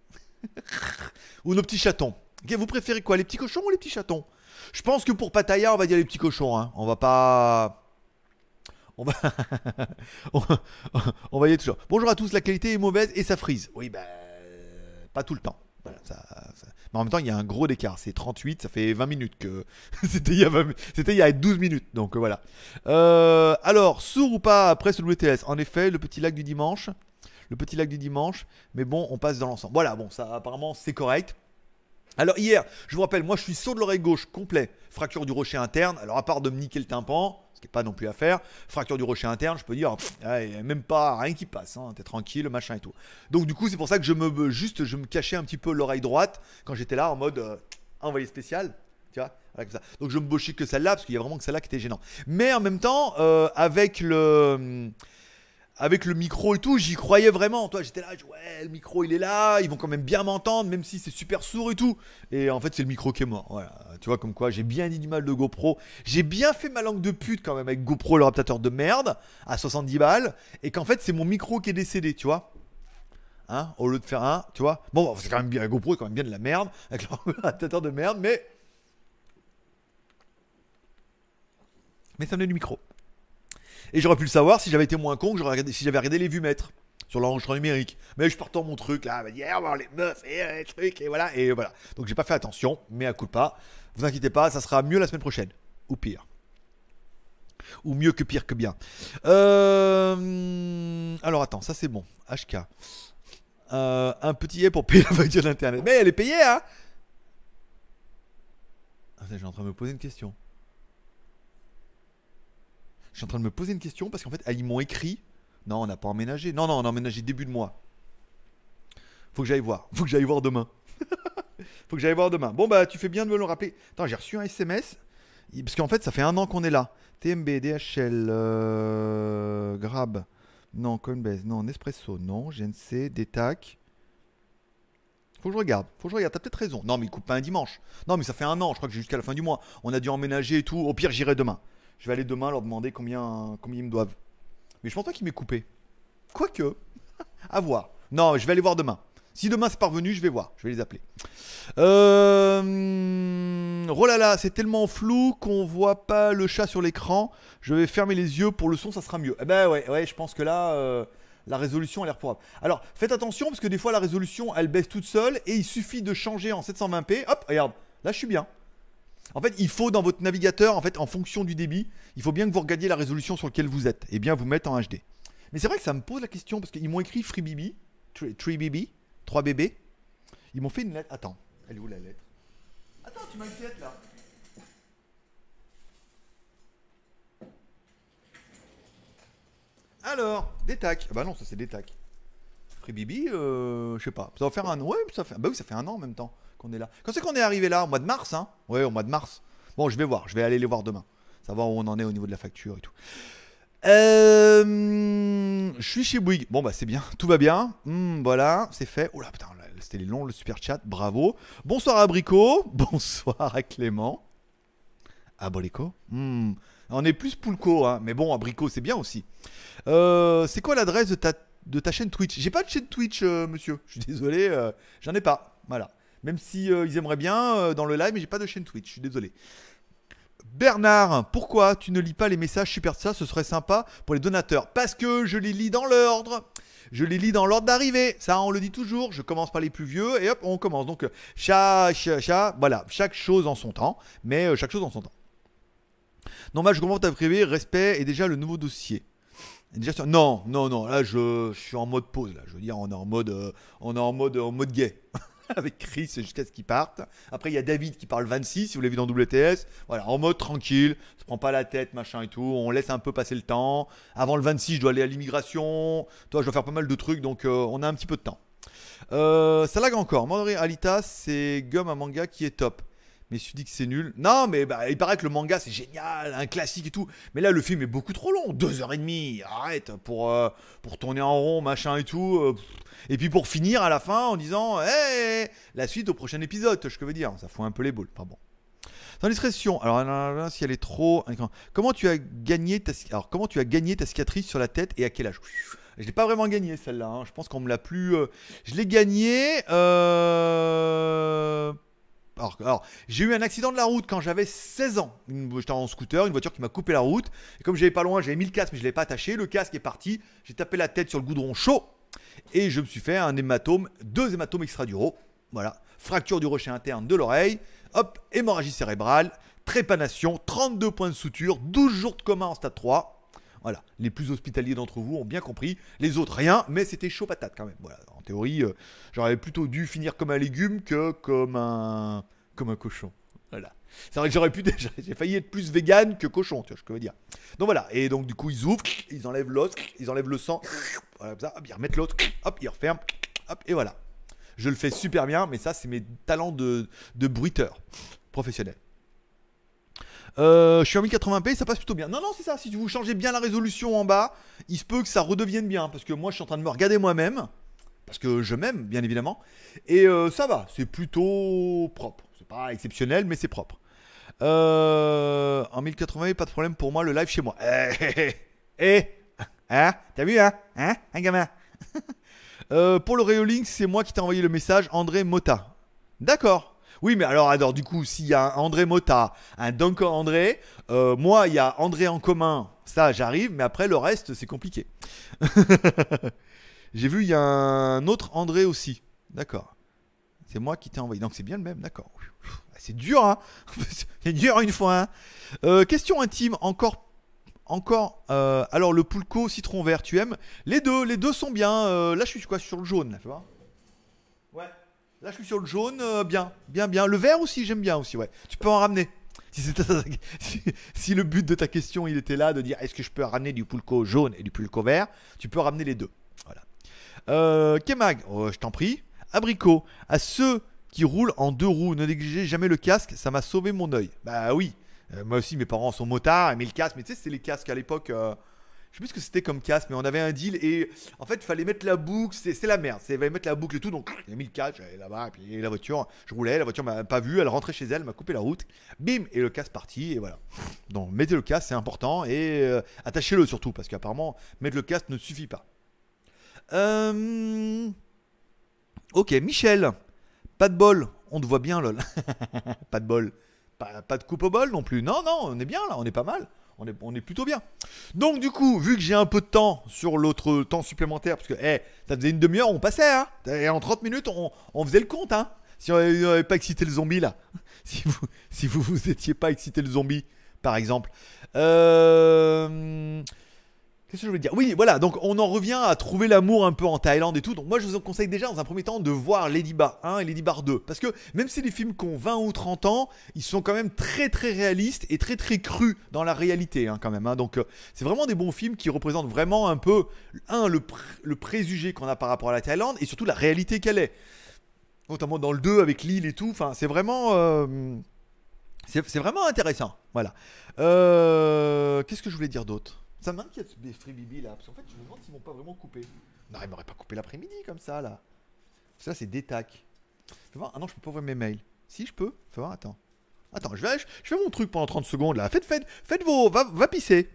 A: Ou nos petits chatons. Okay, vous préférez quoi, les petits cochons ou les petits chatons? Je pense que pour Pattaya, on va dire les petits cochons. Hein. On va pas... On va... on va y aller toujours. Bonjour à tous, la qualité est mauvaise et ça frise. Oui, bah... pas tout le temps. Voilà, ça, ça... Mais en même temps, il y a un gros écart. C'est trente-huit, ça fait vingt minutes que. C'était il, vingt... il y a douze minutes. Donc euh, voilà. Euh, alors, sourd ou pas après ce W T S? En effet, le petit lac du dimanche. Le petit lac du dimanche. Mais bon, on passe dans l'ensemble. Voilà, bon, ça apparemment, c'est correct. Alors, hier, je vous rappelle, moi je suis sourd de l'oreille gauche complet. Fracture du rocher interne. Alors, à part de me niquer le tympan. Ce qui n'est pas non plus à faire. Fracture du rocher interne, je peux dire, pff, ouais, même pas rien qui passe, hein, t'es tranquille, machin et tout. Donc du coup, c'est pour ça que je me juste, je me cachais un petit peu l'oreille droite quand j'étais là en mode euh, envoyé spécial, tu vois, voilà, comme ça. Donc je me bochais que celle-là parce qu'il y a vraiment que celle-là qui était gênant. Mais en même temps, euh, avec le avec le micro et tout, j'y croyais vraiment. Toi, j'étais là, je, ouais, le micro il est là, ils vont quand même bien m'entendre, même si c'est super sourd et tout. Et en fait, c'est le micro qui est mort. Voilà. Tu vois, comme quoi, j'ai bien dit du mal de GoPro. J'ai bien fait ma langue de pute quand même avec GoPro, le adaptateur de merde, à soixante-dix balles. Et qu'en fait, c'est mon micro qui est décédé, tu vois. Hein, au lieu de faire un, tu vois. Bon, c'est quand même bien, GoPro est quand même bien de la merde, avec l'adaptateur de merde, mais. Mais ça venait du micro. Et j'aurais pu le savoir si j'avais été moins con que j'aurais regardé, si j'avais regardé les vues-mètres sur l'enregistrement numérique. Mais je partais dans mon truc là, il va voir les meufs et les trucs et voilà et voilà. Donc j'ai pas fait attention, mais à coup de pas. Vous inquiétez pas, ça sera mieux la semaine prochaine ou pire. Ou mieux que pire que bien. Euh... Alors attends, ça c'est bon. H K. Euh, un petit est pour payer la facture d'internet. Mais elle est payée, hein. Attends, j'ai en train de me poser une question. Je suis en train de me poser une question parce qu'en fait, ils m'ont écrit. Non, on n'a pas emménagé. Non, non, on a emménagé début de mois. Faut que j'aille voir. Faut que j'aille voir demain. Faut que j'aille voir demain. Bon, bah, tu fais bien de me le rappeler. Attends, j'ai reçu un S M S. Parce qu'en fait, ça fait un an qu'on est là. T M B, D H L, euh, Grab. Non, Coinbase. Non, Nespresso. Non, G N C, Détac. Faut que je regarde. Faut que je regarde. T'as peut-être raison. Non, mais il coupe pas un dimanche. Non, mais ça fait un an. Je crois que j'ai jusqu'à la fin du mois. On a dû emménager et tout. Au pire, j'irai demain. Je vais aller demain leur demander combien, combien ils me doivent. Mais je pense pas qu'ils m'aient coupé. Quoique. À voir. Non, je vais aller voir demain. Si demain c'est parvenu, je vais voir. Je vais les appeler. Euh... Oh là là, c'est tellement flou qu'on voit pas le chat sur l'écran. Je vais fermer les yeux. Pour le son, ça sera mieux. Eh ben ouais, ouais, je pense que là, euh, la résolution a l'air probable. Alors, faites attention parce que des fois, la résolution, elle baisse toute seule. Et il suffit de changer en sept cent vingt p. Hop, regarde. Là, je suis bien. En fait, il faut dans votre navigateur, en fait, en fonction du débit, il faut bien que vous regardiez la résolution sur laquelle vous êtes et bien vous mettre en H D. Mais c'est vrai que ça me pose la question parce qu'ils m'ont écrit FreeBB, trois B B, trois B B. Ils m'ont fait une lettre. Attends, elle est où la lettre? Attends, tu m'inquiètes là. Alors, des tacs. Ah bah non, ça c'est des tacs. Free Bibi, euh, je sais pas. Ça va faire un an. Ouais, ça fait. Bah oui, ça fait un an en même temps qu'on est là. Quand c'est qu'on est arrivé là? Au mois de mars, hein? Ouais, au mois de mars. Bon, je vais voir. Je vais aller les voir demain. Savoir où on en est au niveau de la facture et tout. Euh, je suis chez Bouygues. Bon, bah c'est bien. Tout va bien. Hmm, voilà, c'est fait. Oh là, putain, c'était long le super chat. Bravo. Bonsoir à Abricot. Bonsoir à Clément. Abricot. Hmm. On est plus Poulco, hein. Mais bon, Abricot, c'est bien aussi. Euh, c'est quoi l'adresse de ta, de ta chaîne Twitch? J'ai pas de chaîne Twitch, euh, monsieur. Je suis désolé, euh, j'en ai pas. Voilà. Même si euh, ils aimeraient bien euh, dans le live, mais j'ai pas de chaîne Twitch. Je suis désolé. Bernard, pourquoi tu ne lis pas les messages super ça? Ce serait sympa pour les donateurs. Parce que je les lis dans l'ordre. Je les lis dans l'ordre d'arrivée. Ça, on le dit toujours. Je commence par les plus vieux et hop, on commence. Donc, chat, chat, chat. Voilà, chaque chose en son temps. Mais euh, chaque chose en son temps. Normal, je comprends ta privée. Respect et déjà le nouveau dossier. Déjà sur... Non, non, non, là je, je suis en mode pause. Là. Je veux dire, on est en mode, euh, on est en mode, en mode gay. Avec Chris jusqu'à ce qu'il parte. Après, il y a David qui parle vingt-six, si vous l'avez vu dans W T S. Voilà, en mode tranquille, se prend pas la tête, machin et tout. On laisse un peu passer le temps. Avant le vingt-six, je dois aller à l'immigration. Toi, je dois faire pas mal de trucs, donc euh, on a un petit peu de temps. Euh, ça lag encore. Mandori Alita, c'est Gum, un manga qui est top. Mais je me suis dit que c'est nul. Non, mais bah, il paraît que le manga c'est génial, un classique et tout. Mais là, le film est beaucoup trop long, deux heures et demie. Arrête, pour, euh, pour tourner en rond, machin et tout. Euh, et puis pour finir à la fin en disant, hey, la suite au prochain épisode, ce que je veux dire. Ça fout un peu les boules. Enfin bon. Sans discrétion. Alors, là, là, si elle est trop. Comment tu as gagné ta, alors, comment tu as gagné ta cicatrice sur la tête et à quel âge? Je l'ai pas vraiment gagné celle-là. Hein. Je pense qu'on me l'a plus. Euh... Je l'ai gagné. Euh... Alors, alors j'ai eu un accident de la route quand j'avais seize ans. J'étais en scooter, une voiture qui m'a coupé la route. Et comme j'avais pas loin, j'avais mis le casque, mais je l'avais pas attaché. Le casque est parti. J'ai tapé la tête sur le goudron chaud. Et je me suis fait un hématome, deux hématomes extraduraux. Voilà. Fracture du rocher interne de l'oreille. Hop, hémorragie cérébrale. Trépanation, trente-deux points de suture, douze jours de coma en stade trois. Voilà, les plus hospitaliers d'entre vous ont bien compris. Les autres, rien, mais c'était chaud patate quand même. Voilà, en théorie, euh, j'aurais plutôt dû finir comme un légume que comme un, comme un cochon. Voilà. C'est vrai que j'aurais pu déjà, j'ai failli être plus vegan que cochon, tu vois ce que je veux dire. Donc voilà, et donc du coup, ils ouvrent, ils enlèvent l'os, ils enlèvent le sang, voilà, ça, hop, ils remettent l'autre, hop, ils referment, hop, et voilà. Je le fais super bien, mais ça, c'est mes talents de, de bruiteur professionnel. Euh, je suis en mille quatre-vingts p, ça passe plutôt bien. Non, non, c'est ça. Si vous changez bien la résolution en bas, il se peut que ça redevienne bien. Parce que moi, je suis en train de me regarder moi-même. Parce que je m'aime, bien évidemment. Et euh, ça va. C'est plutôt propre. C'est pas exceptionnel, mais c'est propre. Euh, en mille quatre-vingts p, pas de problème pour moi, le live chez moi. Eh, eh, eh, hein, t'as vu, hein, hein, un gamin. euh, Pour le Reolink, c'est moi qui t'ai envoyé le message, André Mota. D'accord. Oui, mais alors, alors du coup, s'il y a un André Mota, un Duncan André, euh, moi, il y a André en commun, ça, j'arrive, mais après, le reste, c'est compliqué. J'ai vu, il y a un autre André aussi. D'accord. C'est moi qui t'ai envoyé. Donc, c'est bien le même, d'accord. C'est dur, hein. C'est dur une fois, hein. Euh, question intime, encore. Encore. Euh, alors, le Poulco citron vert, tu aimes? Les deux, les deux sont bien. Euh, là, je suis quoi? Sur le jaune, là, tu vois? Ouais. Là, je suis sur le jaune, euh, bien, bien, bien. Le vert aussi, j'aime bien aussi, ouais. Tu peux en ramener. Si, si, si le but de ta question, il était là, de dire est-ce que je peux ramener du Poulco jaune et du Poulco vert, tu peux ramener les deux. Voilà. Euh, Kemag, oh, je t'en prie. Abricot, à ceux qui roulent en deux roues, ne négligez jamais le casque, ça m'a sauvé mon œil. Bah oui. Euh, moi aussi, mes parents sont motards, aimaient le casque, mais tu sais, c'est les casques à l'époque. Euh, Je sais plus ce que c'était comme casque, mais on avait un deal et en fait, il fallait mettre la boucle. C'est la merde. Il fallait mettre la boucle et tout. Donc, j'ai mis le casque, j'allais là-bas. Et puis, la voiture, je roulais. La voiture m'a pas vu. Elle rentrait chez elle, m'a coupé la route. Bim. Et le casque parti. Et voilà. Donc, mettez le casque, c'est important. Et euh, attachez-le surtout. Parce qu'apparemment, mettre le casque ne suffit pas. Euh... Ok, Michel. Pas de bol. On te voit bien, lol. Pas de bol. Pas, pas de coupe au bol non plus. Non, non, on est bien là. On est pas mal. On est, on est plutôt bien. Donc du coup, vu que j'ai un peu de temps sur l'autre temps supplémentaire, parce que hey, ça faisait une demi-heure, on passait, hein. Et en trente minutes, on, on faisait le compte, hein. Si on n'avait pas excité le zombie, là. Si vous si vous, vous étiez pas excité le zombie, par exemple. Euh... Qu'est-ce que je voulais dire? Oui, voilà, donc on en revient à trouver l'amour un peu en Thaïlande et tout. Donc moi je vous conseille déjà dans un premier temps de voir Lady Bar un et Lady Bar deux. Parce que même si les films qui ont vingt ou trente ans, ils sont quand même très très réalistes et très très crus dans la réalité hein, quand même. Hein. Donc euh, c'est vraiment des bons films qui représentent vraiment un peu, un, le, pr le préjugé qu'on a par rapport à la Thaïlande et surtout la réalité qu'elle est. Notamment dans le deux avec l'île et tout. Enfin c'est vraiment... Euh, c'est vraiment intéressant. Voilà. Euh, Qu'est-ce que je voulais dire d'autre? Ça m'inquiète des Free Bibi là, parce qu'en fait je me demande s'ils vont pas vraiment couper. Non, ils m'auraient pas coupé l'après-midi comme ça là. Ça c'est des tacs. Fais voir. Ah non, je peux pas ouvrir mes mails. Si je peux. Fais voir, attends. Attends, je vais, je, je fais mon truc pendant trente secondes là. Faites, faites, faites vos. Va, va pisser.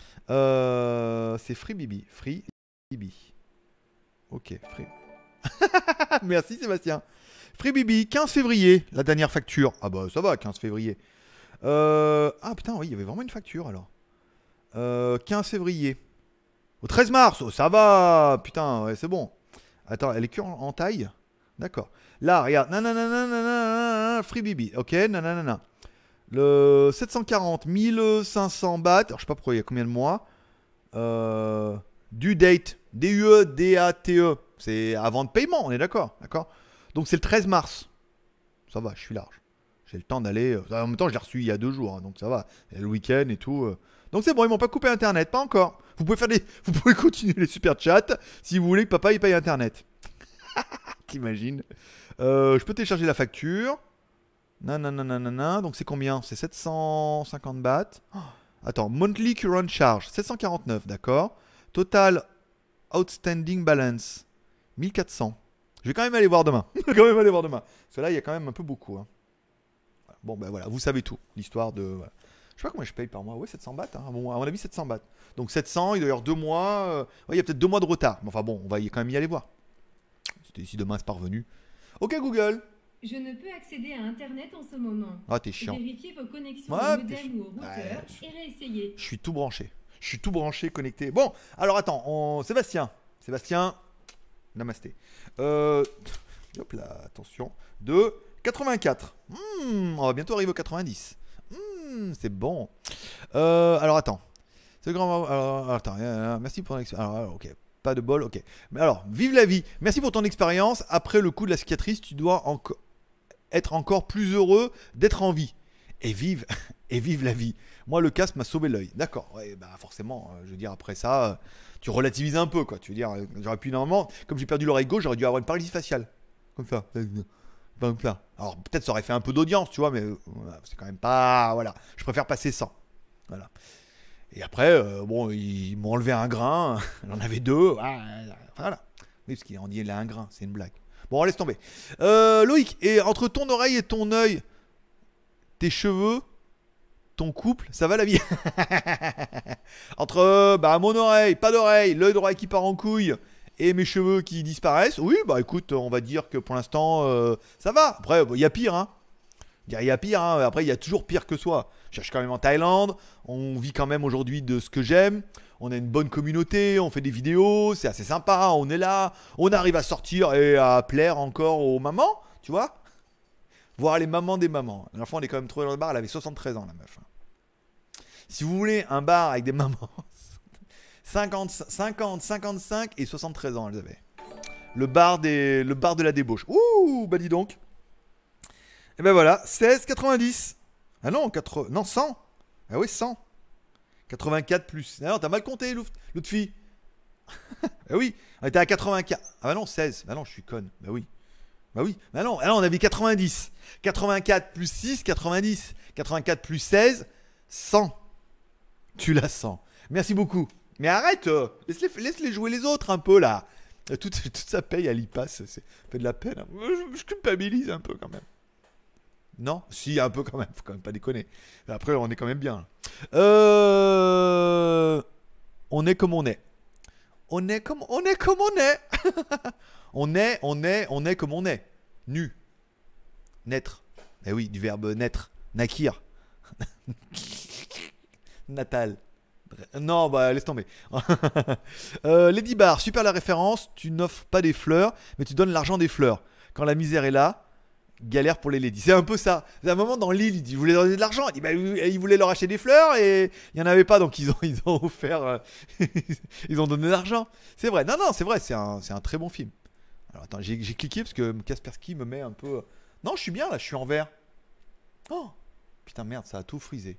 A: Euh, c'est Free Bibi. Free Bibi. Ok, Free. Merci Sébastien. Free Bibi, quinze février, la dernière facture. Ah bah ça va, quinze février. Euh... Ah putain, oui, il y avait vraiment une facture alors. Euh, quinze février. Au treize mars, oh, ça va. Putain, ouais, c'est bon. Attends, elle est que en, en taille. D'accord. Là, regarde. Nanana, Free Bibi. Ok, nanana. Le sept cent quarante, mille cinq cents bahts. Alors, je sais pas pourquoi il y a combien de mois. Euh, du date. D U E D A T E. C'est avant de paiement, on est d'accord. D'accord. Donc, c'est le treize mars. Ça va, je suis large. J'ai le temps d'aller. En même temps, je l'ai reçu il y a deux jours. Hein, donc, ça va. Et le week-end et tout. Euh. Donc c'est bon, ils m'ont pas coupé internet, pas encore. Vous pouvez faire des, vous pouvez continuer les super chats si vous voulez que papa il paye internet. T'imagines? euh, Je peux télécharger la facture. Nanana, donc c'est combien? C'est sept cent cinquante bahts. Oh, attends, monthly current charge, sept cent quarante-neuf, d'accord. Total outstanding balance, mille quatre cents. Je vais quand même aller voir demain. Je vais quand même aller voir demain. Parce que là, il y a quand même un peu beaucoup. Hein. Bon, ben voilà, vous savez tout. L'histoire de... Voilà. Je sais pas combien je paye par mois. Ouais, sept cents bahts. Hein. Bon, à mon avis, sept cents bahts. Donc sept cents, il doit y avoir deux mois. Euh... Ouais, il y a peut-être deux mois de retard. Mais enfin bon, on va y quand même y aller voir. C'était si demain c'est parvenu. Ok, Google.
B: Je ne peux accéder à Internet en ce moment.
A: Ah, t'es chiant.
B: Vérifiez vos connexions
A: ouais,
B: au modem ou au routeur ouais, je... et réessayez.
A: Je suis tout branché. Je suis tout branché, connecté. Bon, alors attends. On... Sébastien. Sébastien. Namasté. Euh... Hop là, attention. De quatre-vingt-quatre. Mmh, on va bientôt arriver au quatre-vingt-dix. Mmh, c'est bon. Euh, alors attends. C'est grand. Alors, attends. Euh, merci pour ton expérience. Alors, ok. Pas de bol. Ok. Mais alors, vive la vie. Merci pour ton expérience. Après le coup de la cicatrice, tu dois enco être encore plus heureux d'être en vie. Et vive, et vive la vie. Moi, le casque m'a sauvé l'œil. D'accord. Ouais, bah forcément. Euh, je veux dire, après ça, euh, tu relativises un peu, quoi. Tu veux dire, euh, j'aurais pu normalement, comme j'ai perdu l'oreille gauche, j'aurais dû avoir une paralysie faciale, comme ça. Donc là. Alors peut-être ça aurait fait un peu d'audience, tu vois, mais euh, c'est quand même pas... Voilà, je préfère passer sans. Voilà. Et après, euh, bon, ils m'ont enlevé un grain, j'en avais deux, voilà. Oui, parce qu'il en dit il a un grain, c'est une blague. Bon, laisse tomber. Euh, Loïc, et entre ton oreille et ton œil, tes cheveux, ton couple, ça va la vie? Entre bah, mon oreille, pas d'oreille, l'œil droit qui part en couille, et mes cheveux qui disparaissent, oui, bah écoute, on va dire que pour l'instant, euh, ça va. Après, il bah, y a pire, hein. Il y a pire, hein. Après, il y a toujours pire que soi. Je cherche quand même en Thaïlande, on vit quand même aujourd'hui de ce que j'aime, on a une bonne communauté, on fait des vidéos, c'est assez sympa, on est là, on arrive à sortir et à plaire encore aux mamans, tu vois. Voir les mamans des mamans. La dernière fois, on est quand même trouvé dans le bar, elle avait soixante-treize ans, la meuf. Si vous voulez un bar avec des mamans... cinquante, cinquante, cinquante-cinq et soixante-treize ans, elles avaient. Le bar, des, le bar de la débauche. Ouh, bah dis donc. Et ben voilà, seize quatre-vingt-dix. Ah non, quatre, non, cent. Ah oui, cent. quatre-vingt-quatre plus. Ah non, t'as mal compté, l'autre fille. Ah oui, on était à quatre-vingt-quatre. Ah bah non, seize. Bah non, je suis conne. Bah oui. Bah oui. Bah non, ah non on avait quatre-vingt-dix. quatre-vingt-quatre plus six, quatre-vingt-dix. quatre-vingt-quatre plus seize, cent. Tu la sens. Merci beaucoup. Mais arrête, euh, laisse-les, laisse-les jouer les autres un peu là. Toute, toute sa paye, elle y passe. C'est fait de la peine. Hein. Je, je culpabilise un peu quand même. Non, si, un peu quand même. Faut quand même pas déconner. Après, on est quand même bien. Euh... On est comme on est. On est comme on est comme on est. On est, on est, on est comme on est. Nu. Naître. Eh oui, du verbe naître. Naquir. Natal. Non, bah laisse tomber. euh, Lady Bar, super la référence. Tu n'offres pas des fleurs, mais tu donnes l'argent des fleurs. Quand la misère est là, Galère pour les ladies. C'est un peu ça. C'est un moment dans l'île, il dit, il voulait donner de l'argent. Il dit, bah, il voulait leur acheter des fleurs et il n'y en avait pas, donc ils ont, ils ont offert, euh, ils ont donné de l'argent. C'est vrai. Non, non, c'est vrai. C'est un, c'est un très bon film. Alors attends, j'ai, j'ai cliqué parce que Kaspersky me met un peu. Non, je suis bien là. Je suis en vert. Oh, putain merde, ça a tout frisé.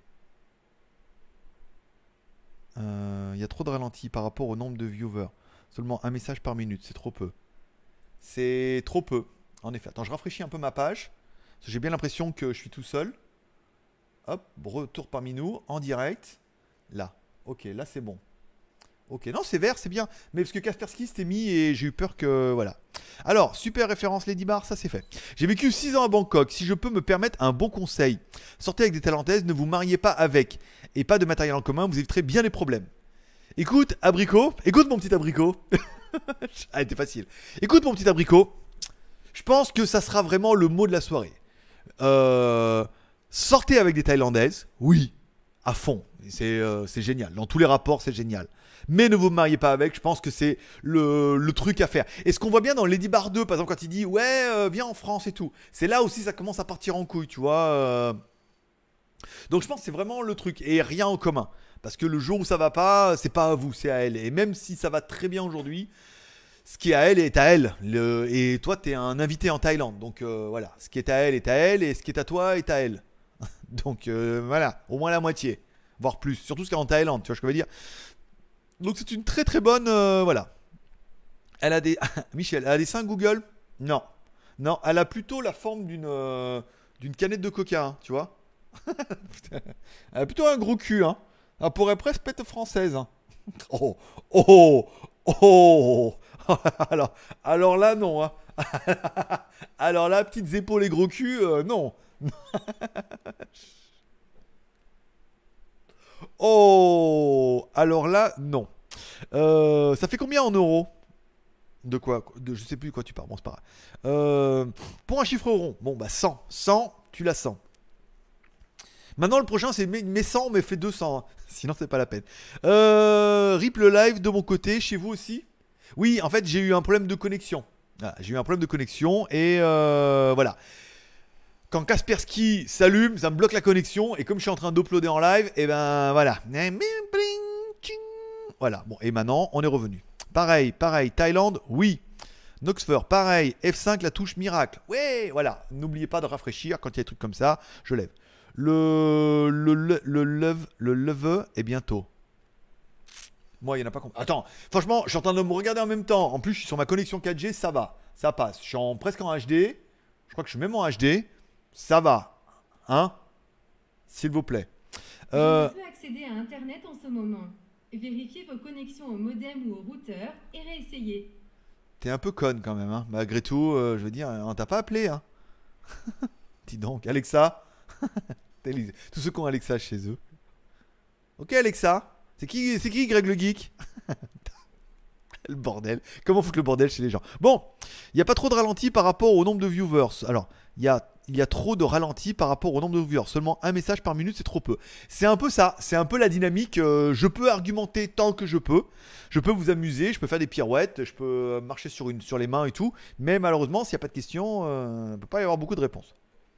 A: Il euh, y a trop de ralenti par rapport au nombre de viewers. Seulement un message par minute, c'est trop peu. C'est trop peu. En effet, attends, je rafraîchis un peu ma page. Parce que j'ai bien l'impression que je suis tout seul. Hop, retour parmi nous, en direct. Là, ok, là c'est bon. Ok, non, c'est vert, c'est bien. Mais parce que Kaspersky s'était mis et j'ai eu peur que... Voilà. Alors, super référence Lady Bar, ça c'est fait. J'ai vécu six ans à Bangkok. Si je peux me permettre un bon conseil. Sortez avec des Thaïlandaises, ne vous mariez pas avec. Et pas de matériel en commun, vous éviterez bien les problèmes. Écoute, abricot. Écoute mon petit abricot. Ah, c'était facile. Écoute mon petit abricot. Je pense que ça sera vraiment le mot de la soirée. Euh, sortez avec des Thaïlandaises, oui, à fond. C'est, euh, c'est génial. Dans tous les rapports, c'est génial. Mais ne vous mariez pas avec, je pense que c'est le, le truc à faire. Et ce qu'on voit bien dans Lady Bar deux, par exemple, quand il dit ouais, euh, viens en France et tout, c'est là aussi ça commence à partir en couille, tu vois. Euh... Donc je pense que c'est vraiment le truc. Et rien en commun. Parce que le jour où ça va pas, c'est pas à vous, c'est à elle. Et même si ça va très bien aujourd'hui, ce qui est à elle est à elle. Le, et toi, tu es un invité en Thaïlande. Donc euh, voilà, ce qui est à elle est à elle. Et ce qui est à toi est à elle. Donc euh, voilà, au moins la moitié. Voire plus. Surtout ce qui est en Thaïlande, tu vois ce que je veux dire. Donc c'est une très très bonne... Euh, voilà. Elle a des... Michel, elle a des seins Google? Non. Non, elle a plutôt la forme d'une euh, d'une canette de coca, hein, tu vois. Elle a plutôt un gros cul, hein. Elle pourrait presque être française, hein. Oh, oh, oh. alors, alors là, non. Hein. Alors là, petites épaules et gros cul, euh, non. Oh, alors là, non. Euh, ça fait combien en euros? De quoi de, Je sais plus de quoi tu parles. Bon, c'est pas grave. Euh, pour un chiffre rond, bon, bah cent. cent, tu l'as cent. Maintenant, le prochain, c'est mes cent, mais fais deux cents. Hein. Sinon, c'est pas la peine. Euh, rip le live de mon côté, chez vous aussi? Oui, en fait, j'ai eu un problème de connexion. Voilà, j'ai eu un problème de connexion et euh, voilà. Quand Kaspersky s'allume, ça me bloque la connexion et comme je suis en train d'uploader en live, et ben voilà. Voilà. Bon, et maintenant, on est revenu. Pareil, pareil. Thaïlande, oui. Noxfer, pareil. F cinq, la touche miracle. Ouais, voilà. N'oubliez pas de rafraîchir quand il y a des trucs comme ça. Je lève. Le le le le leve le leve est bientôt. Moi, il n'y en a pas compris. Attends, franchement, je suis en train de me regarder en même temps. En plus, je suis sur ma connexion quatre G, ça va. Ça passe. Je suis en, presque en H D. Je crois que je suis même en H D. Ça va. Hein? S'il vous plaît.
B: Euh... Je ne peux accéder à Internet en ce moment. Vérifiez vos connexions au modem ou au routeur et réessayez.
A: T'es un peu conne quand même, hein. Malgré tout, euh, je veux dire, on t'a pas appelé, hein. Dis donc, Alexa. Tous ceux qui ont Alexa chez eux. Ok, Alexa. C'est qui, c'est qui Greg le Geek? Le bordel. Comment foutre le bordel chez les gens? Bon, il n'y a pas trop de ralenti par rapport au nombre de viewers. Alors, il y a, il y a trop de ralenti par rapport au nombre de viewers. Seulement un message par minute, c'est trop peu. C'est un peu ça. C'est un peu la dynamique. Euh, je peux argumenter tant que je peux. Je peux vous amuser. Je peux faire des pirouettes. Je peux marcher sur, une, sur les mains et tout. Mais malheureusement, s'il n'y a pas de questions, euh, il ne peut pas y avoir beaucoup de réponses.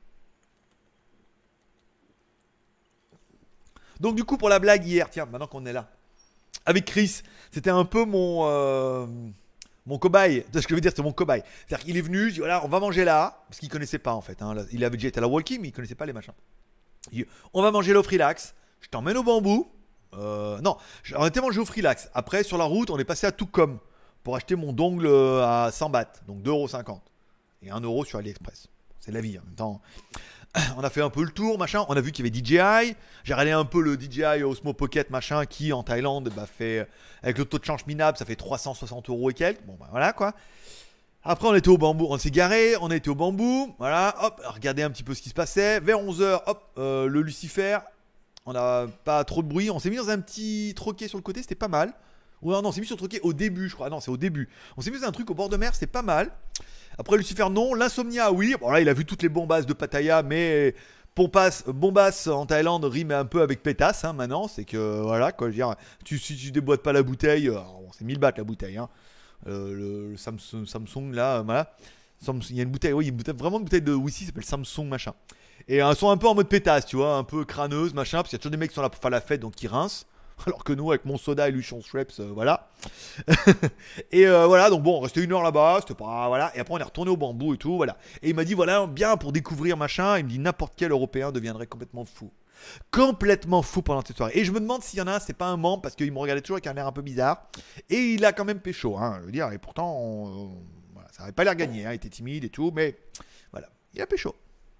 A: Donc du coup, pour la blague hier, tiens, maintenant qu'on est là, avec Chris, c'était un peu mon euh, mon cobaye. C'est ce que je veux dire, c'est mon cobaye. C'est-à-dire qu'il est venu, je dis voilà, on va manger là, parce qu'il connaissait pas en fait. Hein, il avait déjà été à la Walking, mais il connaissait pas les machins. Il dit, on va manger l'eau Freelax. Je t'emmène au bambou. Euh, non, on était mangé au Freelax. Après, sur la route, on est passé à Toucom pour acheter mon dongle à cent bahts, donc deux euros cinquante et un euro sur AliExpress. C'est la vie en même temps. On a fait un peu le tour, machin. On a vu qu'il y avait D J I. J'ai regardé un peu le D J I Osmo Pocket, machin, qui en Thaïlande, bah, fait, avec le taux de change minable, ça fait trois cent soixante euros et quelques. Bon, bah voilà quoi. Après, on était au bambou. On s'est garé. On a été au bambou. Voilà, hop, regardez un petit peu ce qui se passait. Vers onze heures, hop, euh, le Lucifer. On n'a pas trop de bruit. On s'est mis dans un petit troquet sur le côté. C'était pas mal. Ou non, non, on s'est mis sur le troquet au début, je crois. Non, c'est au début. On s'est mis dans un truc au bord de mer. C'était pas mal. Après Lucifer, non. L'insomnia, oui. Bon, là, il a vu toutes les bombasses de Pattaya, mais Pompas, bombasse en Thaïlande rime un peu avec pétasse, hein, maintenant. C'est que, voilà, quoi, je veux dire, tu, si tu déboîtes pas la bouteille, bon, c'est mille bahts la bouteille, hein. Euh, le, le Samsung, Samsung, là, voilà. Samsung, il y a une bouteille, oui, une bouteille, vraiment une bouteille de whisky qui s'appelle Samsung machin. Et elles sont un peu en mode pétasse, tu vois, un peu crâneuse, machin, parce qu'il y a toujours des mecs qui sont là pour faire la fête, donc qui rincent. Alors que nous, avec mon soda et Luchon Schweppes, euh, voilà. Et euh, voilà, donc bon, on restait une heure là-bas, c'était pas. Voilà. Et après, on est retourné au bambou et tout, voilà. Et il m'a dit, voilà, bien pour découvrir machin. Il me dit, n'importe quel Européen deviendrait complètement fou. Complètement fou pendant cette soirée. Et je me demande s'il y en a un, c'est pas un membre, parce qu'il me regardait toujours avec un air un peu bizarre. Et il a quand même pécho, hein, je veux dire, et pourtant, on, on, voilà, ça avait pas l'air gagné, hein, il était timide et tout, mais voilà, il a pécho.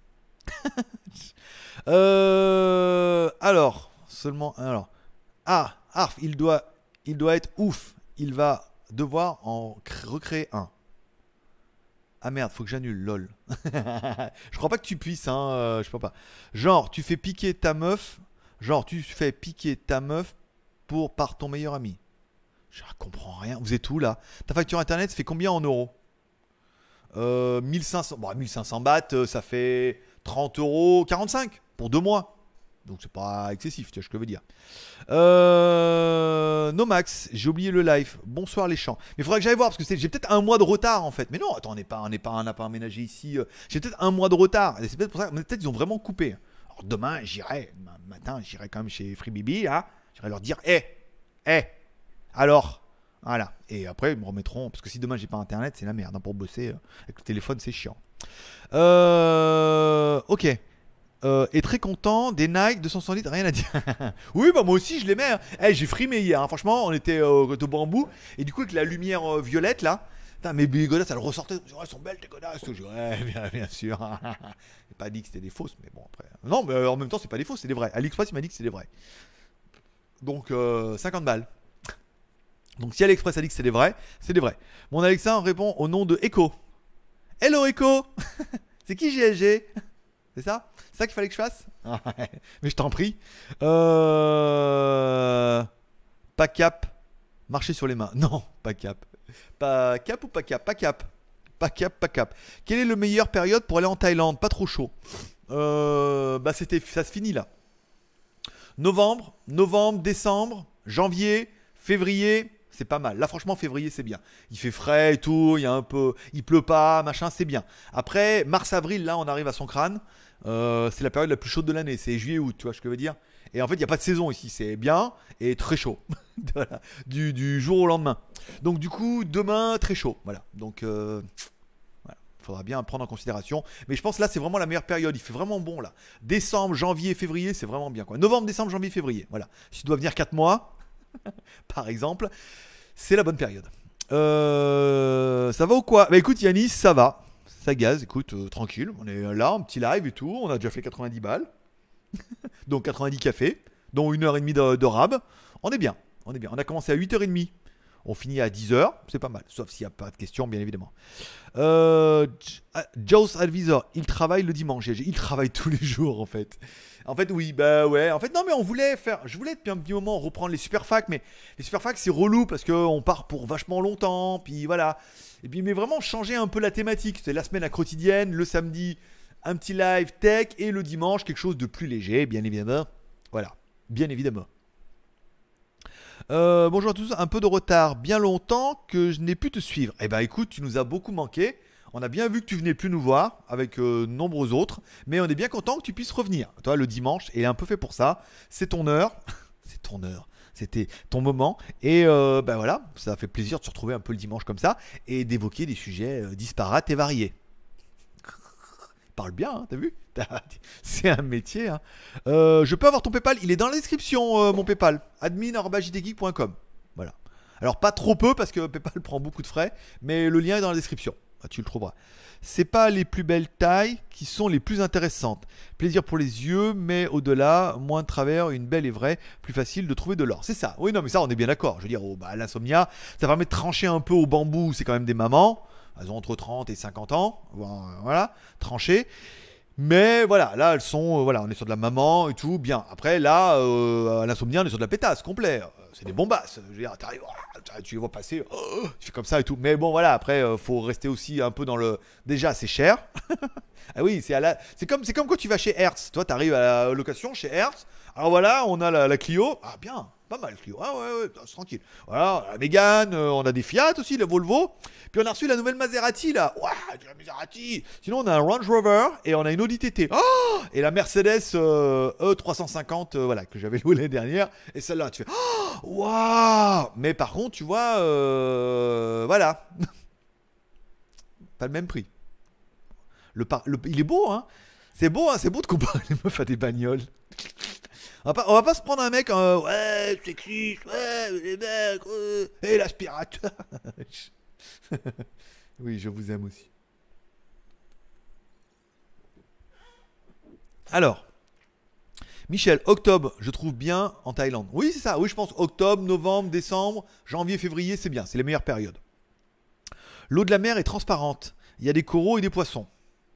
A: euh, alors, seulement. Alors. Ah, Arf, il doit, il doit être ouf. Il va devoir en recréer un. Ah merde, faut que j'annule, lol. Je crois pas que tu puisses, hein, euh, je sais pas. Genre, tu fais piquer ta meuf. Genre, tu fais piquer ta meuf pour par ton meilleur ami. Je comprends rien. Vous êtes où là? Ta facture internet, ça fait combien en euros? euh, mille cinq cents. Bon, mille cinq cents bahts, ça fait trente euros quarante-cinq pour deux mois. Donc c'est pas excessif, tu vois ce que je veux dire. Euh... Nomax, j'ai oublié le live. Bonsoir les champs. Mais il faudrait que j'aille voir parce que j'ai peut-être un mois de retard en fait. Mais non, attends, on n'est pas, on n'est pas, on n'a pas emménagé ici. J'ai peut-être un mois de retard. Et c'est peut-être pour ça. Peut-être ils ont vraiment coupé. Alors demain, j'irai, matin, j'irai quand même chez Free Bibi. Hein, j'irai leur dire, hé, hey, hé, hey, alors, voilà. Et après ils me remettront parce que si demain j'ai pas internet, c'est la merde. Hein, pour bosser avec le téléphone, c'est chiant. Euh... Ok. Euh, est très content des Nike deux cent soixante litres, rien à dire. Oui, bah moi aussi je les mets. Hein. Hey, j'ai frimé hier, hein. Franchement, on était euh, au bambou et du coup avec la lumière euh, violette là, putain, mes godasses elles ressortaient. Elles sont belles tes godasses. Je dis, ouais, bien, bien sûr. J'ai pas dit que c'était des fausses, mais bon après. Non, mais euh, en même temps c'est pas des fausses, c'est des vraies. AliExpress il m'a dit que c'était des vraies. Donc euh, cinquante balles. Donc si AliExpress a dit que c'est des vrais, c'est des vrais. Mon Alexa répond au nom de Echo. Hello Echo. C'est qui G L G? C'est ça? C'est ça qu'il fallait que je fasse? Mais je t'en prie. Euh... Pas cap. Marcher sur les mains. Non, pas cap. Pas cap ou pas cap? Pas cap. Pas cap, pas cap. Quelle est la meilleure période pour aller en Thaïlande? Pas trop chaud. Euh... Bah c'était, ça se finit là. Novembre, novembre, décembre, janvier, février. C'est pas mal. Là, franchement, février, c'est bien. Il fait frais et tout. Il y a un peu, il pleut pas, machin, c'est bien. Après, mars-avril, là, on arrive à son crâne. Euh, c'est la période la plus chaude de l'année. C'est juillet-août, tu vois ce que je veux dire. Et en fait, il n'y a pas de saison ici. C'est bien et très chaud. Voilà. du, du jour au lendemain. Donc, du coup, demain, très chaud. Voilà. Donc, euh, voilà. Faudra bien prendre en considération. Mais je pense là, c'est vraiment la meilleure période. Il fait vraiment bon là. Décembre, janvier, février, c'est vraiment bien quoi. Novembre, décembre, janvier, février. Voilà. Si tu dois venir quatre mois, par exemple, c'est la bonne période. Euh, ça va ou quoi? Bah écoute Yanis, ça va. Ça gaz, écoute, euh, tranquille. On est là, un petit live et tout. On a déjà fait quatre-vingt-dix balles. Donc quatre-vingt-dix cafés, dont une heure trente de, de rab. On est bien, on est bien. On a commencé à huit heures trente. On finit à dix heures, c'est pas mal. Sauf s'il n'y a pas de questions, bien évidemment. Euh, Joe's Advisor, il travaille le dimanche. Il travaille tous les jours, en fait. En fait, oui, bah ouais. En fait, non, mais on voulait faire. Je voulais depuis un petit moment reprendre les super facs, mais les super facs, c'est relou parce qu'on part pour vachement longtemps. Puis voilà. Et puis, mais vraiment changer un peu la thématique. C'est la semaine à quotidienne, le samedi, un petit live tech et le dimanche, quelque chose de plus léger, bien évidemment. Voilà, bien évidemment. Euh, bonjour à tous, un peu de retard, bien longtemps que je n'ai pu te suivre. Eh ben écoute, tu nous as beaucoup manqué. On a bien vu que tu venais plus nous voir avec euh, nombreux autres, mais on est bien content que tu puisses revenir. Toi, le dimanche, il est un peu fait pour ça. C'est ton heure. C'est ton heure. C'était ton moment. Et euh, ben voilà, ça fait plaisir de se retrouver un peu le dimanche comme ça et d'évoquer des sujets euh, disparates et variés. Parle bien, hein, t'as vu? C'est un métier. Hein. Euh, je peux avoir ton PayPal? Il est dans la description, euh, mon PayPal. admin arobase j t geek point com. Voilà. Alors pas trop peu parce que PayPal prend beaucoup de frais, mais le lien est dans la description. Ah, tu le trouveras. C'est pas les plus belles tailles qui sont les plus intéressantes. Plaisir pour les yeux, mais au-delà, moins de travers, une belle et vraie, plus facile de trouver de l'or. C'est ça. Oui, non, mais ça, on est bien d'accord. Je veux dire, oh, bah, l'insomnia, ça permet de trancher un peu au bambou. C'est quand même des mamans. Elles ont entre trente et cinquante ans, voilà, tranchées. Mais voilà, là elles sont, euh, voilà, on est sur de la maman et tout, bien. Après là, euh, à l'insomnie, on est sur de la pétasse, complet. C'est des bombasses. Je veux dire, t'arrives, tu les vois passer, oh, tu fais comme ça et tout. Mais bon, voilà, après, euh, faut rester aussi un peu dans le. Déjà, c'est cher. Ah oui, c'est à la, c'est comme, c'est comme quand tu vas chez Hertz. Toi, t'arrives à la location chez Hertz. Alors voilà, on a la, la Clio. Ah bien. Pas mal, Clio. Ah ouais, ouais, c'est tranquille. Voilà, la Mégane, euh, on a des Fiat aussi, la Volvo. Puis on a reçu la nouvelle Maserati, là. Ouah, la Maserati. Sinon, on a un Range Rover et on a une Audi T T. Oh, et la Mercedes euh, E trois cent cinquante, euh, voilà, que j'avais louée l'année dernière. Et celle-là, tu fais, oh, waouh. Mais par contre, tu vois, euh, voilà. Pas le même prix. Le par... le... Il est beau, hein. C'est beau, hein, c'est beau de comparer les meufs à des bagnoles. On va pas, on va pas se prendre un mec en euh, ouais, sexiste, ouais, les mecs, ouais, et l'aspirateur. Oui, je vous aime aussi. Alors, Michel, octobre, je trouve bien en Thaïlande. Oui, c'est ça. Oui, je pense octobre, novembre, décembre, janvier, février, c'est bien. C'est les meilleures périodes. L'eau de la mer est transparente. Il y a des coraux et des poissons.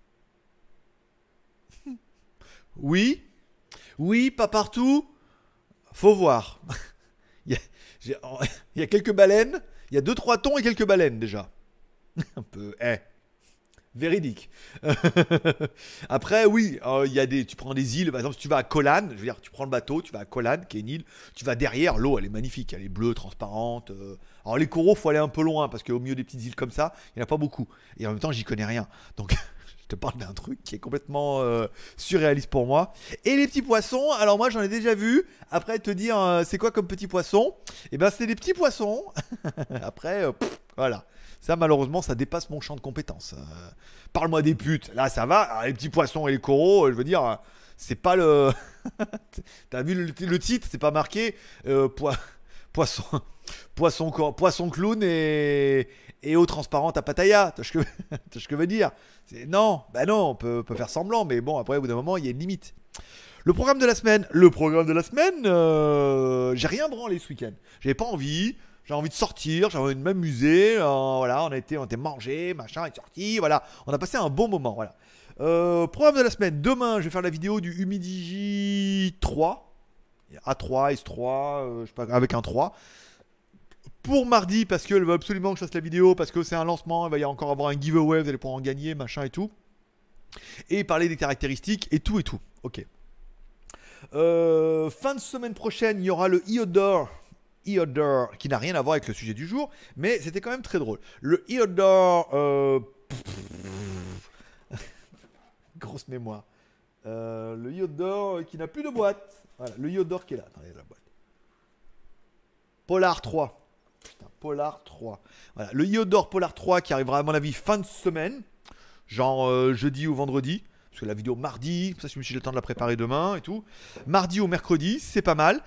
A: Oui, oui, pas partout. Faut voir. il, y a, j'ai- il y a quelques baleines. Il y a deux trois thons et quelques baleines déjà. Un peu. Eh. Véridique. Après, oui, euh, il y a des. Tu prends des îles. Par exemple, si tu vas à Koh Lan, je veux dire, tu prends le bateau, tu vas à Koh Lan, qui est une île. Tu vas derrière, l'eau, elle est magnifique. Elle est bleue, transparente. euh. Alors les coraux, faut aller un peu loin parce qu'au milieu des petites îles comme ça, il n'y en a pas beaucoup. Et en même temps, j'y connais rien. Donc, je te parle d'un truc qui est complètement euh, surréaliste pour moi. Et les petits poissons, alors moi, j'en ai déjà vu. Après, te dire, euh, c'est quoi comme petits poissons? Eh ben, c'est des petits poissons. Après, euh, pff, voilà. Ça, malheureusement, ça dépasse mon champ de compétences. Euh, Parle-moi des putes. Là, ça va. Alors, les petits poissons et les coraux, euh, je veux dire, euh, c'est pas le. T'as vu le, le titre, c'est pas marqué euh, poi- poisson, poisson, cor- poisson clown et, et eau transparente à Pattaya. Tu vois ce que, tu vois ce que je veux dire? C'est- Non, bah non, on peut, on peut faire semblant, mais bon, après, au bout d'un moment, il y a une limite. Le programme de la semaine. Le programme de la semaine, euh, j'ai rien branlé ce week-end. J'avais pas envie. J'ai envie de sortir, j'ai envie de m'amuser. euh, voilà, on a été, on a été mangé, machin, est sorti. Voilà, on a passé un bon moment. Voilà. Euh, programme de la semaine. Demain, je vais faire la vidéo du Humidigi trois. A trois, S trois, euh, je sais pas, avec un trois. Pour mardi, parce qu'elle veut absolument que je fasse la vidéo, parce que c'est un lancement, il va y encore avoir un giveaway, vous allez pouvoir en gagner, machin et tout. Et parler des caractéristiques et tout et tout. Ok. Euh, fin de semaine prochaine, il y aura le Iodor. Iodor, qui n'a rien à voir avec le sujet du jour, mais c'était quand même très drôle. Le Iodor. Euh... Grosse mémoire. Euh, le Iodor qui n'a plus de boîte. Voilà, le Iodor qui est là. Attendez, la boîte. Polar trois. Putain, Polar trois. Voilà, le Iodor Polar trois qui arrivera à mon avis fin de semaine, genre euh, jeudi ou vendredi. Parce que la vidéo mardi, ça je me suis le temps de la préparer demain et tout. Mardi ou mercredi, c'est pas mal.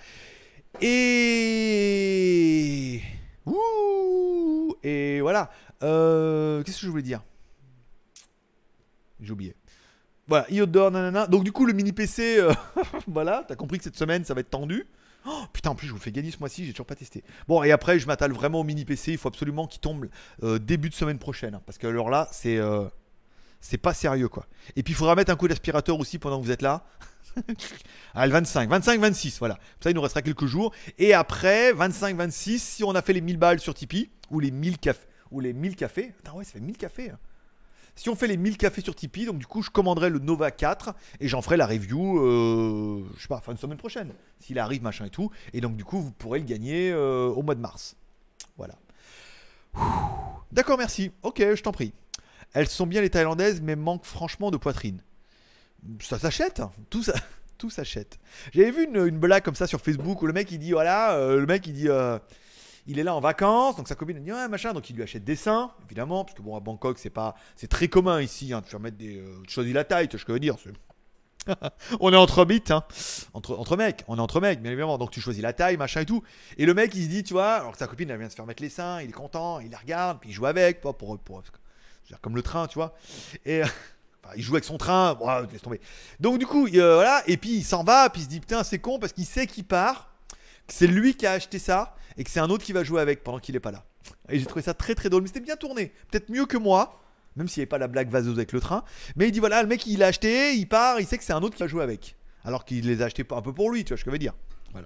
A: Et. Ouh. Et voilà. Euh, Qu'est-ce que je voulais dire? J'ai oublié. Voilà, Iodor, nanana. Donc, du coup, le mini P C, euh, voilà, t'as compris que cette semaine, ça va être tendu. Oh, putain, en plus, je vous le fais gagner ce mois-ci, j'ai toujours pas testé. Bon, et après, je m'attale vraiment au mini P C. Il faut absolument qu'il tombe euh, début de semaine prochaine. Hein, parce que alors là, c'est. Euh, c'est pas sérieux, quoi. Et puis, il faudra mettre un coup d'aspirateur aussi pendant que vous êtes là. Ah, le vingt-cinq, vingt-cinq, vingt-six, voilà. Ça, il nous restera quelques jours. Et après, vingt-cinq, vingt-six, si on a fait les mille balles sur Tipeee, ou les mille cafés, ou les mille cafés, attends, ouais, ça fait mille cafés. Hein. Si on fait les mille cafés sur Tipeee, donc du coup, je commanderai le Nova quatre et j'en ferai la review, euh, je sais pas, fin de semaine prochaine, s'il arrive, machin et tout. Et donc, du coup, vous pourrez le gagner euh, au mois de mars. Voilà. D'accord, merci. Ok, je t'en prie. Elles sont bien les Thaïlandaises, mais manquent franchement de poitrine. Ça s'achète, hein. tout ça, tout s'achète. J'avais vu une, une blague comme ça sur Facebook où le mec il dit voilà, euh, le mec il dit euh, il est là en vacances, donc sa copine elle dit ouais machin, donc il lui achète des seins, évidemment, parce que bon à Bangkok c'est pas, c'est très commun ici hein, de faire mettre des, euh, tu choisis la taille, tu vois ce que je veux dire. C'est- on est entre bites, hein, entre entre mecs, on est entre mecs, bien évidemment, donc tu choisis la taille, machin et tout. Et le mec il se dit tu vois, alors que sa copine elle vient de se faire mettre les seins, il est content, il la regarde, puis il joue avec, pour, pour, pour, je veux dire, comme le train, tu vois. Et Enfin, il joue avec son train, bon, laisse tomber. Donc du coup, euh, voilà, et puis il s'en va, puis il se dit putain c'est con parce qu'il sait qu'il part, que c'est lui qui a acheté ça et que c'est un autre qui va jouer avec pendant qu'il est pas là. Et j'ai trouvé ça très très drôle, mais c'était bien tourné, peut-être mieux que moi, même s'il n'y avait pas la blague vaseuse avec le train. Mais il dit voilà, le mec il l'a acheté, il part, il sait que c'est un autre qui va jouer avec, alors qu'il les a achetés un peu pour lui, tu vois ce que je veux dire. Voilà.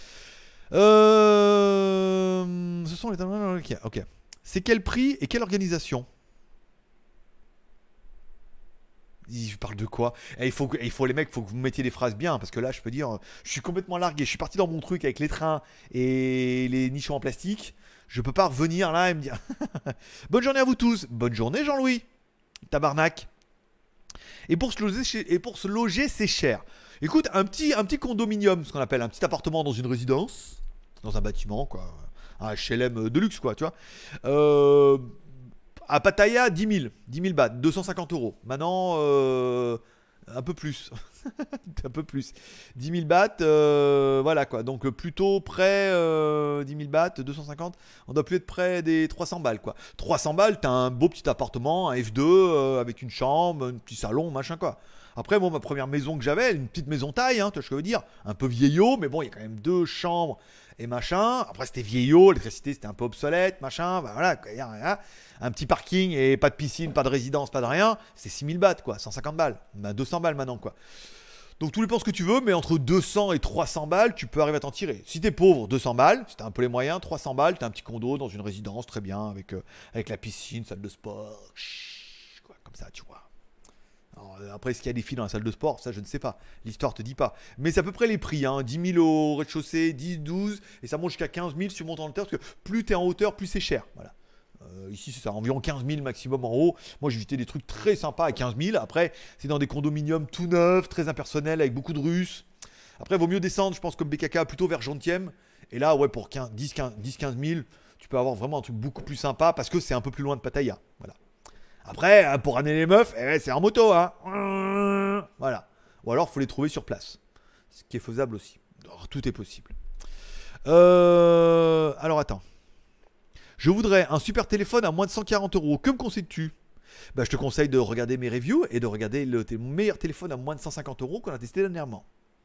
A: Euh... Ce sont les. Ok. ok. C'est quel prix et quelle organisation? Je parle de quoi? Et il faut, que- il faut les mecs, il faut que vous mettiez des phrases bien, parce que là, je peux dire, je suis complètement largué. Je suis parti dans mon truc avec les trains et les nichons en plastique. Je peux pas revenir là et me dire. Bonne journée à vous tous. Bonne journée, Jean-Louis. Tabarnak. Et pour se loger, chez- et pour se loger, c'est cher. Écoute, un petit, un petit condominium, ce qu'on appelle un petit appartement dans une résidence, dans un bâtiment, quoi. Un H L M de luxe, quoi, tu vois. Euh, à Pattaya, dix mille. dix mille bahts, deux cent cinquante euros. Maintenant, euh, un peu plus. Un peu plus. dix mille bahts, euh, voilà quoi. Donc euh, plutôt près, euh, dix mille bahts, deux cent cinquante, on doit plus être près des trois cents balles quoi. trois cents balles, t'as un beau petit appartement, un F deux, euh, avec une chambre, un petit salon, machin quoi. Après, bon, ma première maison que j'avais, une petite maison taille, hein, tu vois ce que je veux dire, un peu vieillot, mais bon, il y a quand même deux chambres et machin. Après, c'était vieillot, l'électricité c'était un peu obsolète, machin, bah voilà, quoi, y a rien. Un petit parking et pas de piscine, pas de résidence, pas de rien, c'est six mille bahts quoi, cent cinquante balles, bah, deux cents balles maintenant quoi. Donc tout dépend ce que tu veux, mais entre deux cents et trois cents balles, tu peux arriver à t'en tirer. Si t'es pauvre, deux cents balles, si t'as un peu les moyens, trois cents balles, t'as un petit condo dans une résidence, très bien, avec, euh, avec la piscine, salle de sport, chut, quoi, comme ça, tu vois. Alors, euh, après, est-ce qu'il y a des filles dans la salle de sport? Ça, je ne sais pas. L'histoire te dit pas. Mais c'est à peu près les prix, hein. dix mille au rez-de-chaussée, dix, douze, et ça monte jusqu'à quinze mille sur montant en hauteur, parce que plus t'es en hauteur, plus c'est cher. Voilà. Euh, ici, c'est ça, environ quinze mille maximum en haut. Moi, j'ai visité des trucs très sympas à quinze mille. Après, c'est dans des condominiums tout neufs, très impersonnels, avec beaucoup de Russes. Après, il vaut mieux descendre, je pense, comme B K K, plutôt vers Gentième. Et là, ouais, pour quinze, dix, quinze mille, tu peux avoir vraiment un truc beaucoup plus sympa parce que c'est un peu plus loin de Pattaya. Voilà. Après, hein, pour ramener les meufs, eh, c'est en moto, hein. Voilà. Ou alors, il faut les trouver sur place. Ce qui est faisable aussi. Alors, tout est possible. Euh... Alors, attends. Je voudrais un super téléphone à moins de cent quarante euros. Que me conseilles-tu? Bah, je te conseille de regarder mes reviews et de regarder le t- meilleur téléphone à moins de cent cinquante euros qu'on a testé dernièrement.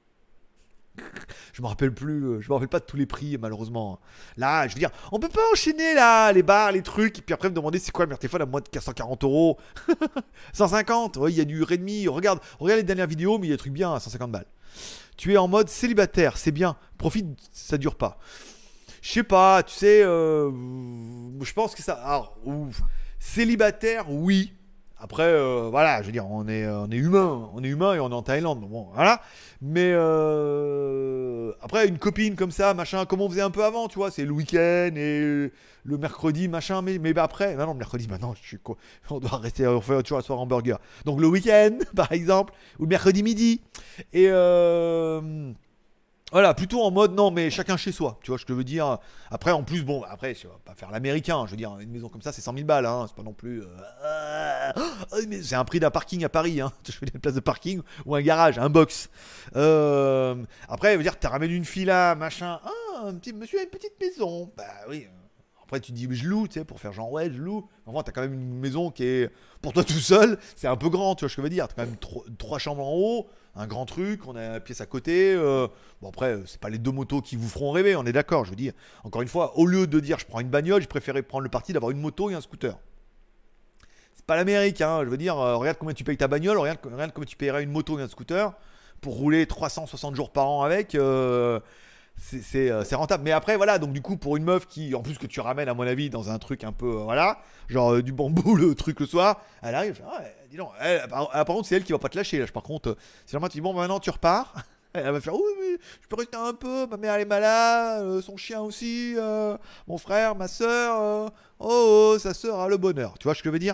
A: Je me rappelle plus, euh, je me rappelle pas de tous les prix malheureusement. Là, je veux dire, on peut pas enchaîner là les bars, les trucs, et puis après me demander c'est quoi le meilleur téléphone à moins de cent quarante euros. cent cinquante, oui, il y a du Redmi. Regarde, regarde les dernières vidéos, mais il y a des trucs bien à cent cinquante balles. Tu es en mode célibataire, c'est bien. Profite, ça dure pas. Je sais pas, tu sais, euh, je pense que ça. Alors, ouf, célibataire, oui. Après, euh, voilà, je veux dire, on est, euh, on est humain, on est humain et on est en Thaïlande, bon, voilà. Mais euh, après, une copine comme ça, machin, comme on faisait un peu avant, tu vois, c'est le week-end et le mercredi, machin, mais, mais bah après, non, non, le mercredi, maintenant, je suis quoi, on doit rester, on fait toujours la soirée hamburger. Donc le week-end, par exemple, ou le mercredi midi. Et euh, voilà, plutôt en mode non, mais chacun chez soi. Tu vois, ce que je veux dire. Après, en plus, bon, après, je vais pas faire l'américain. Je veux dire, une maison comme ça, c'est cent mille balles. Hein, c'est pas non plus. euh, euh, mais c'est un prix d'un parking à Paris. Hein. Je veux dire, une place de parking ou un garage, un box. Euh, après, je veux dire, t'as ramené une fille là, machin. Ah, un petit monsieur a une petite maison. Bah oui. Après, tu dis, je loue, tu sais, pour faire genre, ouais, je loue. Enfin, t'as quand même une maison qui est, pour toi tout seul, c'est un peu grand, tu vois ce que je veux dire. T'as quand même trois, trois chambres en haut, un grand truc, on a une pièce à côté. euh, Bon, après, c'est pas les deux motos qui vous feront rêver, on est d'accord, je veux dire. Encore une fois, au lieu de dire, je prends une bagnole, je préférais prendre le parti d'avoir une moto et un scooter. C'est pas l'Amérique, hein, je veux dire, euh, regarde combien tu payes ta bagnole, regarde, regarde combien tu payerais une moto et un scooter pour rouler trois cent soixante jours par an avec. euh, c'est c'est, euh, c'est rentable. Mais après, voilà, donc du coup, pour une meuf qui, en plus que tu ramènes, à mon avis, dans un truc un peu, euh, voilà, genre euh, du bambou, le truc le soir, elle arrive, elle fait, ah, ouais, dis donc, elle, par, par contre, c'est elle qui va pas te lâcher. Là. Par contre, euh, si vraiment tu dis, bon, bah, maintenant tu repars, elle va faire, oui, oui, je peux rester un peu, ma mère elle est malade, euh, son chien aussi, euh, mon frère, ma soeur, euh, oh, oh, sa soeur a le bonheur. Tu vois ce que je veux dire?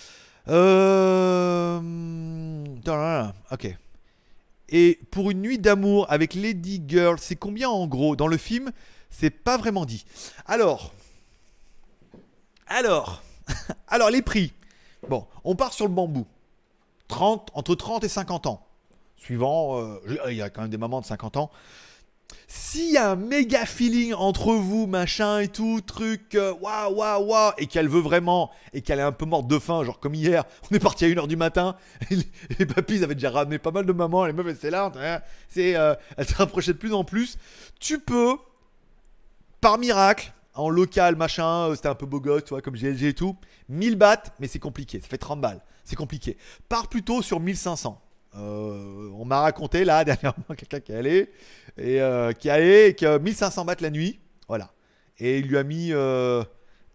A: Euh. Ok. Et pour une nuit d'amour avec Lady Girl, c'est combien en gros? Dans le film, c'est pas vraiment dit. Alors, alors, alors les prix. Bon, on part sur le bambou. trente, entre trente et cinquante ans. Suivant, euh, il y a quand même des mamans de cinquante ans. S'il y a un méga feeling entre vous, machin et tout, truc, euh, waouh, waouh, waouh, et qu'elle veut vraiment, et qu'elle est un peu morte de faim, genre comme hier, on est parti à une heure du matin, et les, les papis ils avaient déjà ramené pas mal de mamans, les meufs elles étaient là, hein, c'est, euh, elles se rapprochaient de plus en plus. Tu peux, par miracle, en local, machin, euh, c'était un peu beau gosse, tu vois, comme G L G et tout, mille bahts, mais c'est compliqué, ça fait trente balles, c'est compliqué. Pars plutôt sur mille cinq cents. Euh, on m'a raconté là dernièrement quelqu'un qui est allé et euh, qui est allé et qui a mille cinq cents bahts la nuit, voilà. Et il lui a mis euh,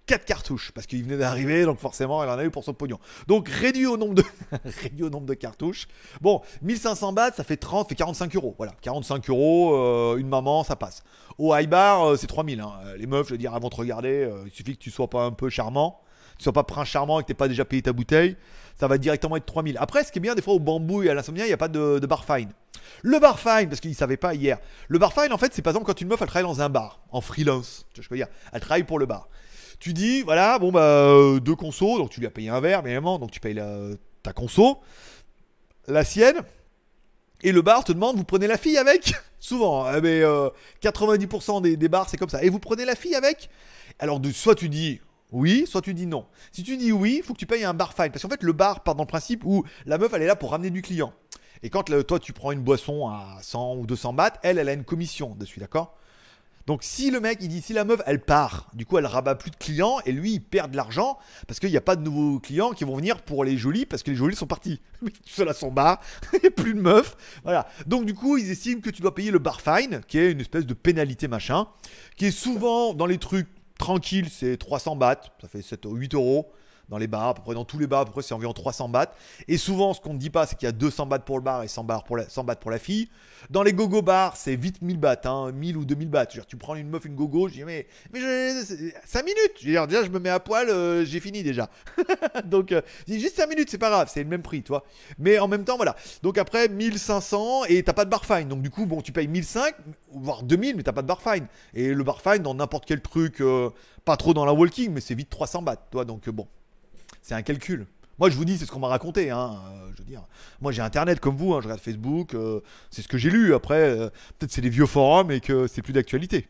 A: quatre cartouches parce qu'il venait d'arriver, donc forcément elle en a eu pour son pognon. Donc réduit au nombre de réduit au nombre de cartouches. Bon, mille cinq cents bahts, ça fait trente, ça fait quarante-cinq euros. Voilà, quarante-cinq euros, euh, une maman, ça passe. Au high bar, euh, c'est trois mille. Hein. Les meufs, je veux dire, avant de te regarder, euh, il suffit que tu sois pas un peu charmant, que tu sois pas prince charmant et que t'aies pas déjà payé ta bouteille, ça va directement être trois mille. Après, ce qui est bien, des fois au Bambou et à l'Insomnia, il n'y a pas de, de bar fine. Le bar fine, parce qu'ils ne savaient pas hier. Le bar fine, en fait, c'est par exemple quand une meuf, elle travaille dans un bar, en freelance. Tu vois ce que je veux dire, elle travaille pour le bar. Tu dis, voilà, bon, bah, euh, deux consos, donc tu lui as payé un verre, bien évidemment, donc tu payes la, ta conso, la sienne, et le bar te demande, vous prenez la fille avec? Souvent, hein, mais euh, quatre-vingt-dix pour cent des, des bars, c'est comme ça. Et vous prenez la fille avec? Alors, de, soit tu dis oui, soit tu dis non. Si tu dis oui, il faut que tu payes un bar fine. Parce qu'en fait, le bar part dans le principe où la meuf, elle est là pour ramener du client. Et quand le, toi, tu prends une boisson à cent ou deux cents bahts, elle, elle a une commission dessus, d'accord? Donc si le mec il dit, si la meuf elle part, du coup elle rabat plus de clients et lui il perd de l'argent parce qu'il n'y a pas de nouveaux clients qui vont venir pour les jolis parce que les jolis sont partis. Tout seul à son bar, il n'y a plus de meufs. Voilà. Donc du coup ils estiment que tu dois payer le bar fine qui est une espèce de pénalité machin, qui est souvent dans les trucs tranquilles, c'est trois cents bahts, ça fait sept, huit euros. Dans les bars, à peu près dans tous les bars, à peu près c'est environ trois cents bahts. Et souvent, ce qu'on ne dit pas, c'est qu'il y a deux cents bahts pour le bar et cent bahts pour la, cent bahts pour la fille. Dans les gogo bars, c'est vite mille bahts, hein, mille ou deux mille bahts. Genre, tu prends une meuf, une gogo, je dis, mais, mais je, cinq minutes. Je veux dire, déjà, je me mets à poil, euh, j'ai fini déjà. Donc, euh, je dis juste cinq minutes, c'est pas grave, c'est le même prix, tu vois. Mais en même temps, voilà. Donc après, mille cinq cents et t'as pas de bar fine. Donc, du coup, bon, tu payes mille cinq, voire deux mille, mais t'as pas de bar fine. Et le bar fine, dans n'importe quel truc, euh, pas trop dans la walking, mais c'est vite trois cents bahts, toi. Donc, euh, bon. C'est un calcul. Moi, je vous dis, c'est ce qu'on m'a raconté. Hein. Euh, je veux dire, moi, j'ai Internet comme vous. Hein. Je regarde Facebook. Euh, c'est ce que j'ai lu. Après, euh, peut-être c'est des vieux forums et que c'est plus d'actualité.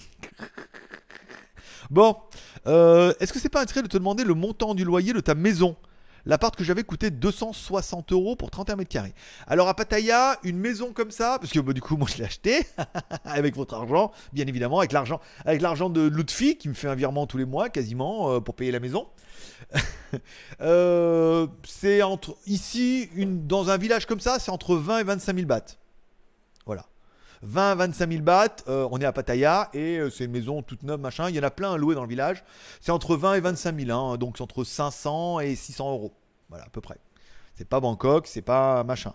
A: Bon, euh, est-ce que c'est pas intéressant de te demander le montant du loyer de ta maison? L'appart que j'avais coûté deux cent soixante euros pour trente et un mètres carrés. Alors à Pattaya, une maison comme ça, parce que bah, du coup moi je l'ai acheté avec votre argent, bien évidemment, avec l'argent, avec l'argent de Lutfi qui me fait un virement tous les mois quasiment euh, pour payer la maison. euh, c'est entre ici une, dans un village comme ça, c'est entre vingt et vingt-cinq mille bahts. Voilà. vingt à vingt-cinq mille bahts, euh, on est à Pattaya et euh, c'est une maison toute neuve, machin. Il y en a plein à louer dans le village. C'est entre vingt et vingt-cinq mille, hein, donc c'est entre cinq cents et six cents euros. Voilà, à peu près. C'est pas Bangkok, c'est pas machin.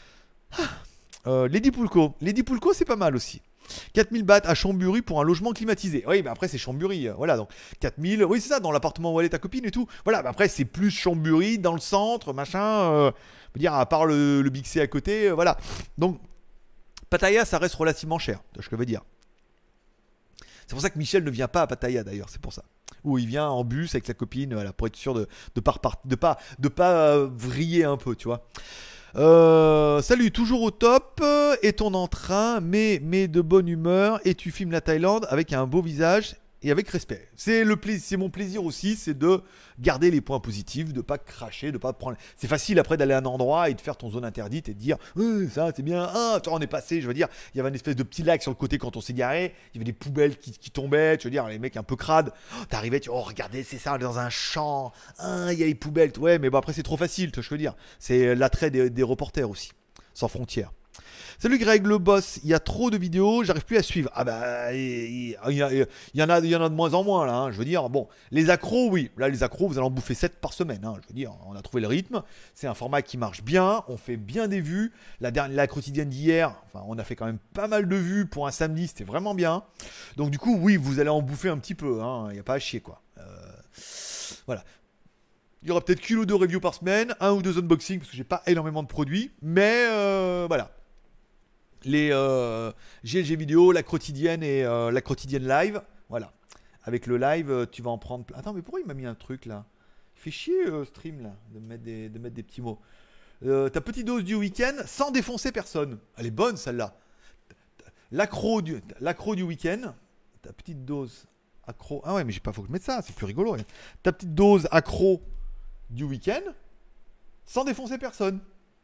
A: Euh, Lady Pulko. Lady Pulko, c'est pas mal aussi. quatre mille bahts à Chamburi pour un logement climatisé. Oui, mais après, c'est Chamburi. Euh, voilà, donc quatre mille. Oui, c'est ça, dans l'appartement où elle est ta copine et tout. Voilà, mais après, c'est plus Chamburi, dans le centre, machin. Euh, je veux dire, à part le, le Big C à côté, euh, voilà. Donc, Pattaya, ça reste relativement cher, ce que je veux dire. C'est pour ça que Michel ne vient pas à Pattaya d'ailleurs, c'est pour ça. Ou il vient en bus avec sa copine, voilà, pour être sûr de ne pas, de pas, de pas euh, vriller un peu, tu vois. Euh, salut, toujours au top, et ton entrain, mais, mais de bonne humeur, et tu filmes la Thaïlande avec un beau visage et avec respect. C'est le plaisir, c'est mon plaisir aussi, c'est de garder les points positifs, de pas cracher, de pas prendre. C'est facile après d'aller à un endroit et de faire ton zone interdite et de dire euh, ça c'est bien, ah toi on est passé, je veux dire, il y avait une espèce de petit lac sur le côté quand on s'est garé, il y avait des poubelles qui, qui tombaient, tu veux dire, les mecs un peu crades, oh, t'arrivais, tu oh regardez c'est ça, on est dans un champ, ah il y a les poubelles, ouais mais bon après c'est trop facile, tu vois, je veux dire, c'est l'attrait des, des reporters aussi, sans frontières. Salut Greg le boss, il y a trop de vidéos, j'arrive plus à suivre. Ah bah il y, il y, a, il y en a, il y en a de moins en moins là. Hein, je veux dire, bon, les accros, oui, là les accros, vous allez en bouffer sept par semaine. Hein, je veux dire, on a trouvé le rythme. C'est un format qui marche bien, on fait bien des vues. La dernière, la quotidienne d'hier, enfin, on a fait quand même pas mal de vues pour un samedi, c'était vraiment bien. Donc du coup, oui, vous allez en bouffer un petit peu. Hein, il n'y a pas à chier quoi. Euh, voilà. Il y aura peut-être qu'une ou deux reviews par semaine, un ou deux unboxings parce que j'ai pas énormément de produits, mais euh, voilà. Les euh, G L G vidéo, la quotidienne et euh, la quotidienne live. Voilà. Avec le live, euh, tu vas en prendre plein. Attends, mais pourquoi il m'a mis un truc là? Il fait chier euh, stream là, de mettre des, de mettre des petits mots. Euh, ta petite dose du week-end sans défoncer personne. Elle est bonne celle-là. L'accro du, l'accro du week-end. Ta petite dose accro. Ah ouais, mais j'ai pas faut que je mette ça, c'est plus rigolo. Ta petite dose accro du week-end sans défoncer personne.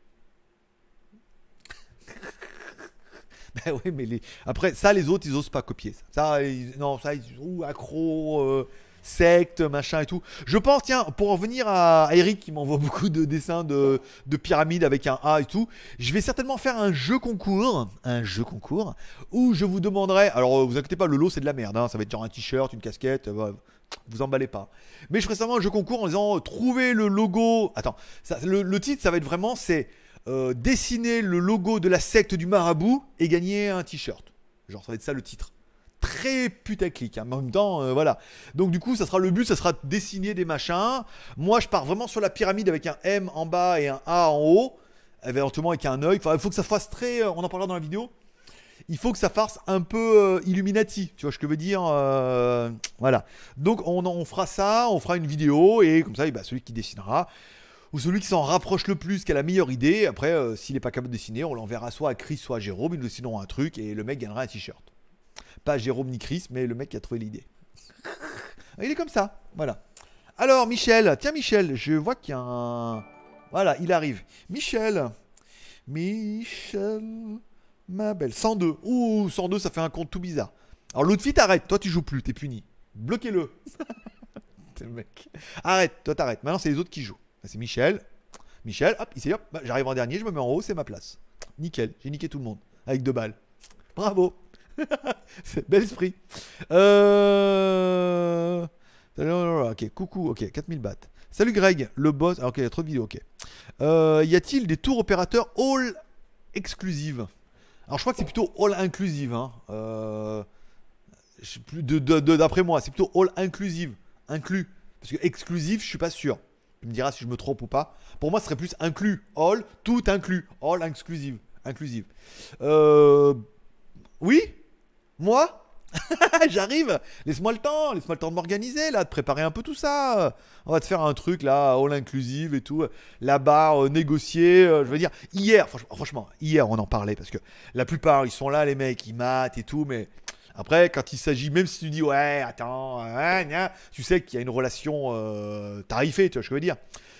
A: Ben oui, mais les... après, ça, les autres, ils osent pas copier ça. Ça, ils... non, ça, ils ouh, accro, euh, secte, machin et tout. Je pense, tiens, pour en revenir à, à Eric qui m'envoie beaucoup de dessins de, de pyramides avec un A et tout, je vais certainement faire un jeu concours, un jeu concours, où je vous demanderai. Alors, vous inquiétez pas, le lot c'est de la merde, hein, ça va être genre un t-shirt, une casquette, euh, Vous emballez pas. Mais je ferai ça un jeu concours en disant, trouver le logo. Attends, ça, le, le titre, ça va être vraiment, c'est euh, dessiner le logo de la secte du marabout et gagner un t-shirt. Genre, ça va être ça le titre. Très putaclic, hein, mais en même temps, euh, voilà. Donc du coup, ça sera le but, ça sera de dessiner des machins. Moi, je pars vraiment sur la pyramide avec un M en bas et un A en haut, éventuellement avec un œil. Enfin, il faut que ça fasse très, euh, on en parlera dans la vidéo. Il faut que ça fasse un peu euh, Illuminati, tu vois ce que je veux dire, euh, voilà. Donc on, on fera ça, on fera une vidéo et comme ça, et bah, celui qui dessinera ou celui qui s'en rapproche le plus, qui a la meilleure idée. Après, euh, s'il n'est pas capable de dessiner, on l'enverra soit à Chris, soit à Jérôme. Ils nous dessineront un truc et le mec gagnera un t-shirt. Pas Jérôme ni Chris, mais le mec qui a trouvé l'idée. Il est comme ça, voilà. Alors Michel, tiens Michel, je vois qu'il y a un... Voilà, il arrive. Michel, Michel, ma belle. cent deux, ouh, cent deux, ça fait un compte tout bizarre. Alors l'outfit, arrête, toi tu joues plus, t'es puni. Bloquez-le. T'es le mec. Arrête, toi t'arrêtes. Maintenant c'est les autres qui jouent. C'est Michel. Michel, hop, il s'est dit, hop, bah, j'arrive en dernier, je me mets en haut, c'est ma place. Nickel, j'ai niqué tout le monde. Avec deux balles. Bravo. C'est bel esprit. Euh... Ok, coucou, ok, quatre mille bahts. Salut Greg, le boss. Ah, ok, il y a trop de vidéos, ok. Euh, y a-t-il des tours opérateurs all exclusive? Alors je crois que c'est plutôt all inclusive. Hein. Euh... Je sais plus de, de, de, d'après moi, c'est plutôt all inclusive. Inclus. Parce que exclusive, je suis pas sûr. Tu me diras si je me trompe ou pas. Pour moi, ce serait plus inclus. All, tout inclus. All inclusive. Inclusive. Euh... Oui? Moi? J'arrive. Laisse-moi le temps. Laisse-moi le temps de m'organiser, là, de préparer un peu tout ça. On va te faire un truc, là, all inclusive et tout. La barre euh, négociée. Euh, je veux dire, hier, franchement, franchement, hier, on en parlait parce que la plupart, ils sont là, les mecs, ils matent et tout, mais après, quand il s'agit, même si tu dis, ouais, attends, ouais, nia, tu sais qu'il y a une relation euh, tarifée, tu vois ce que je veux dire.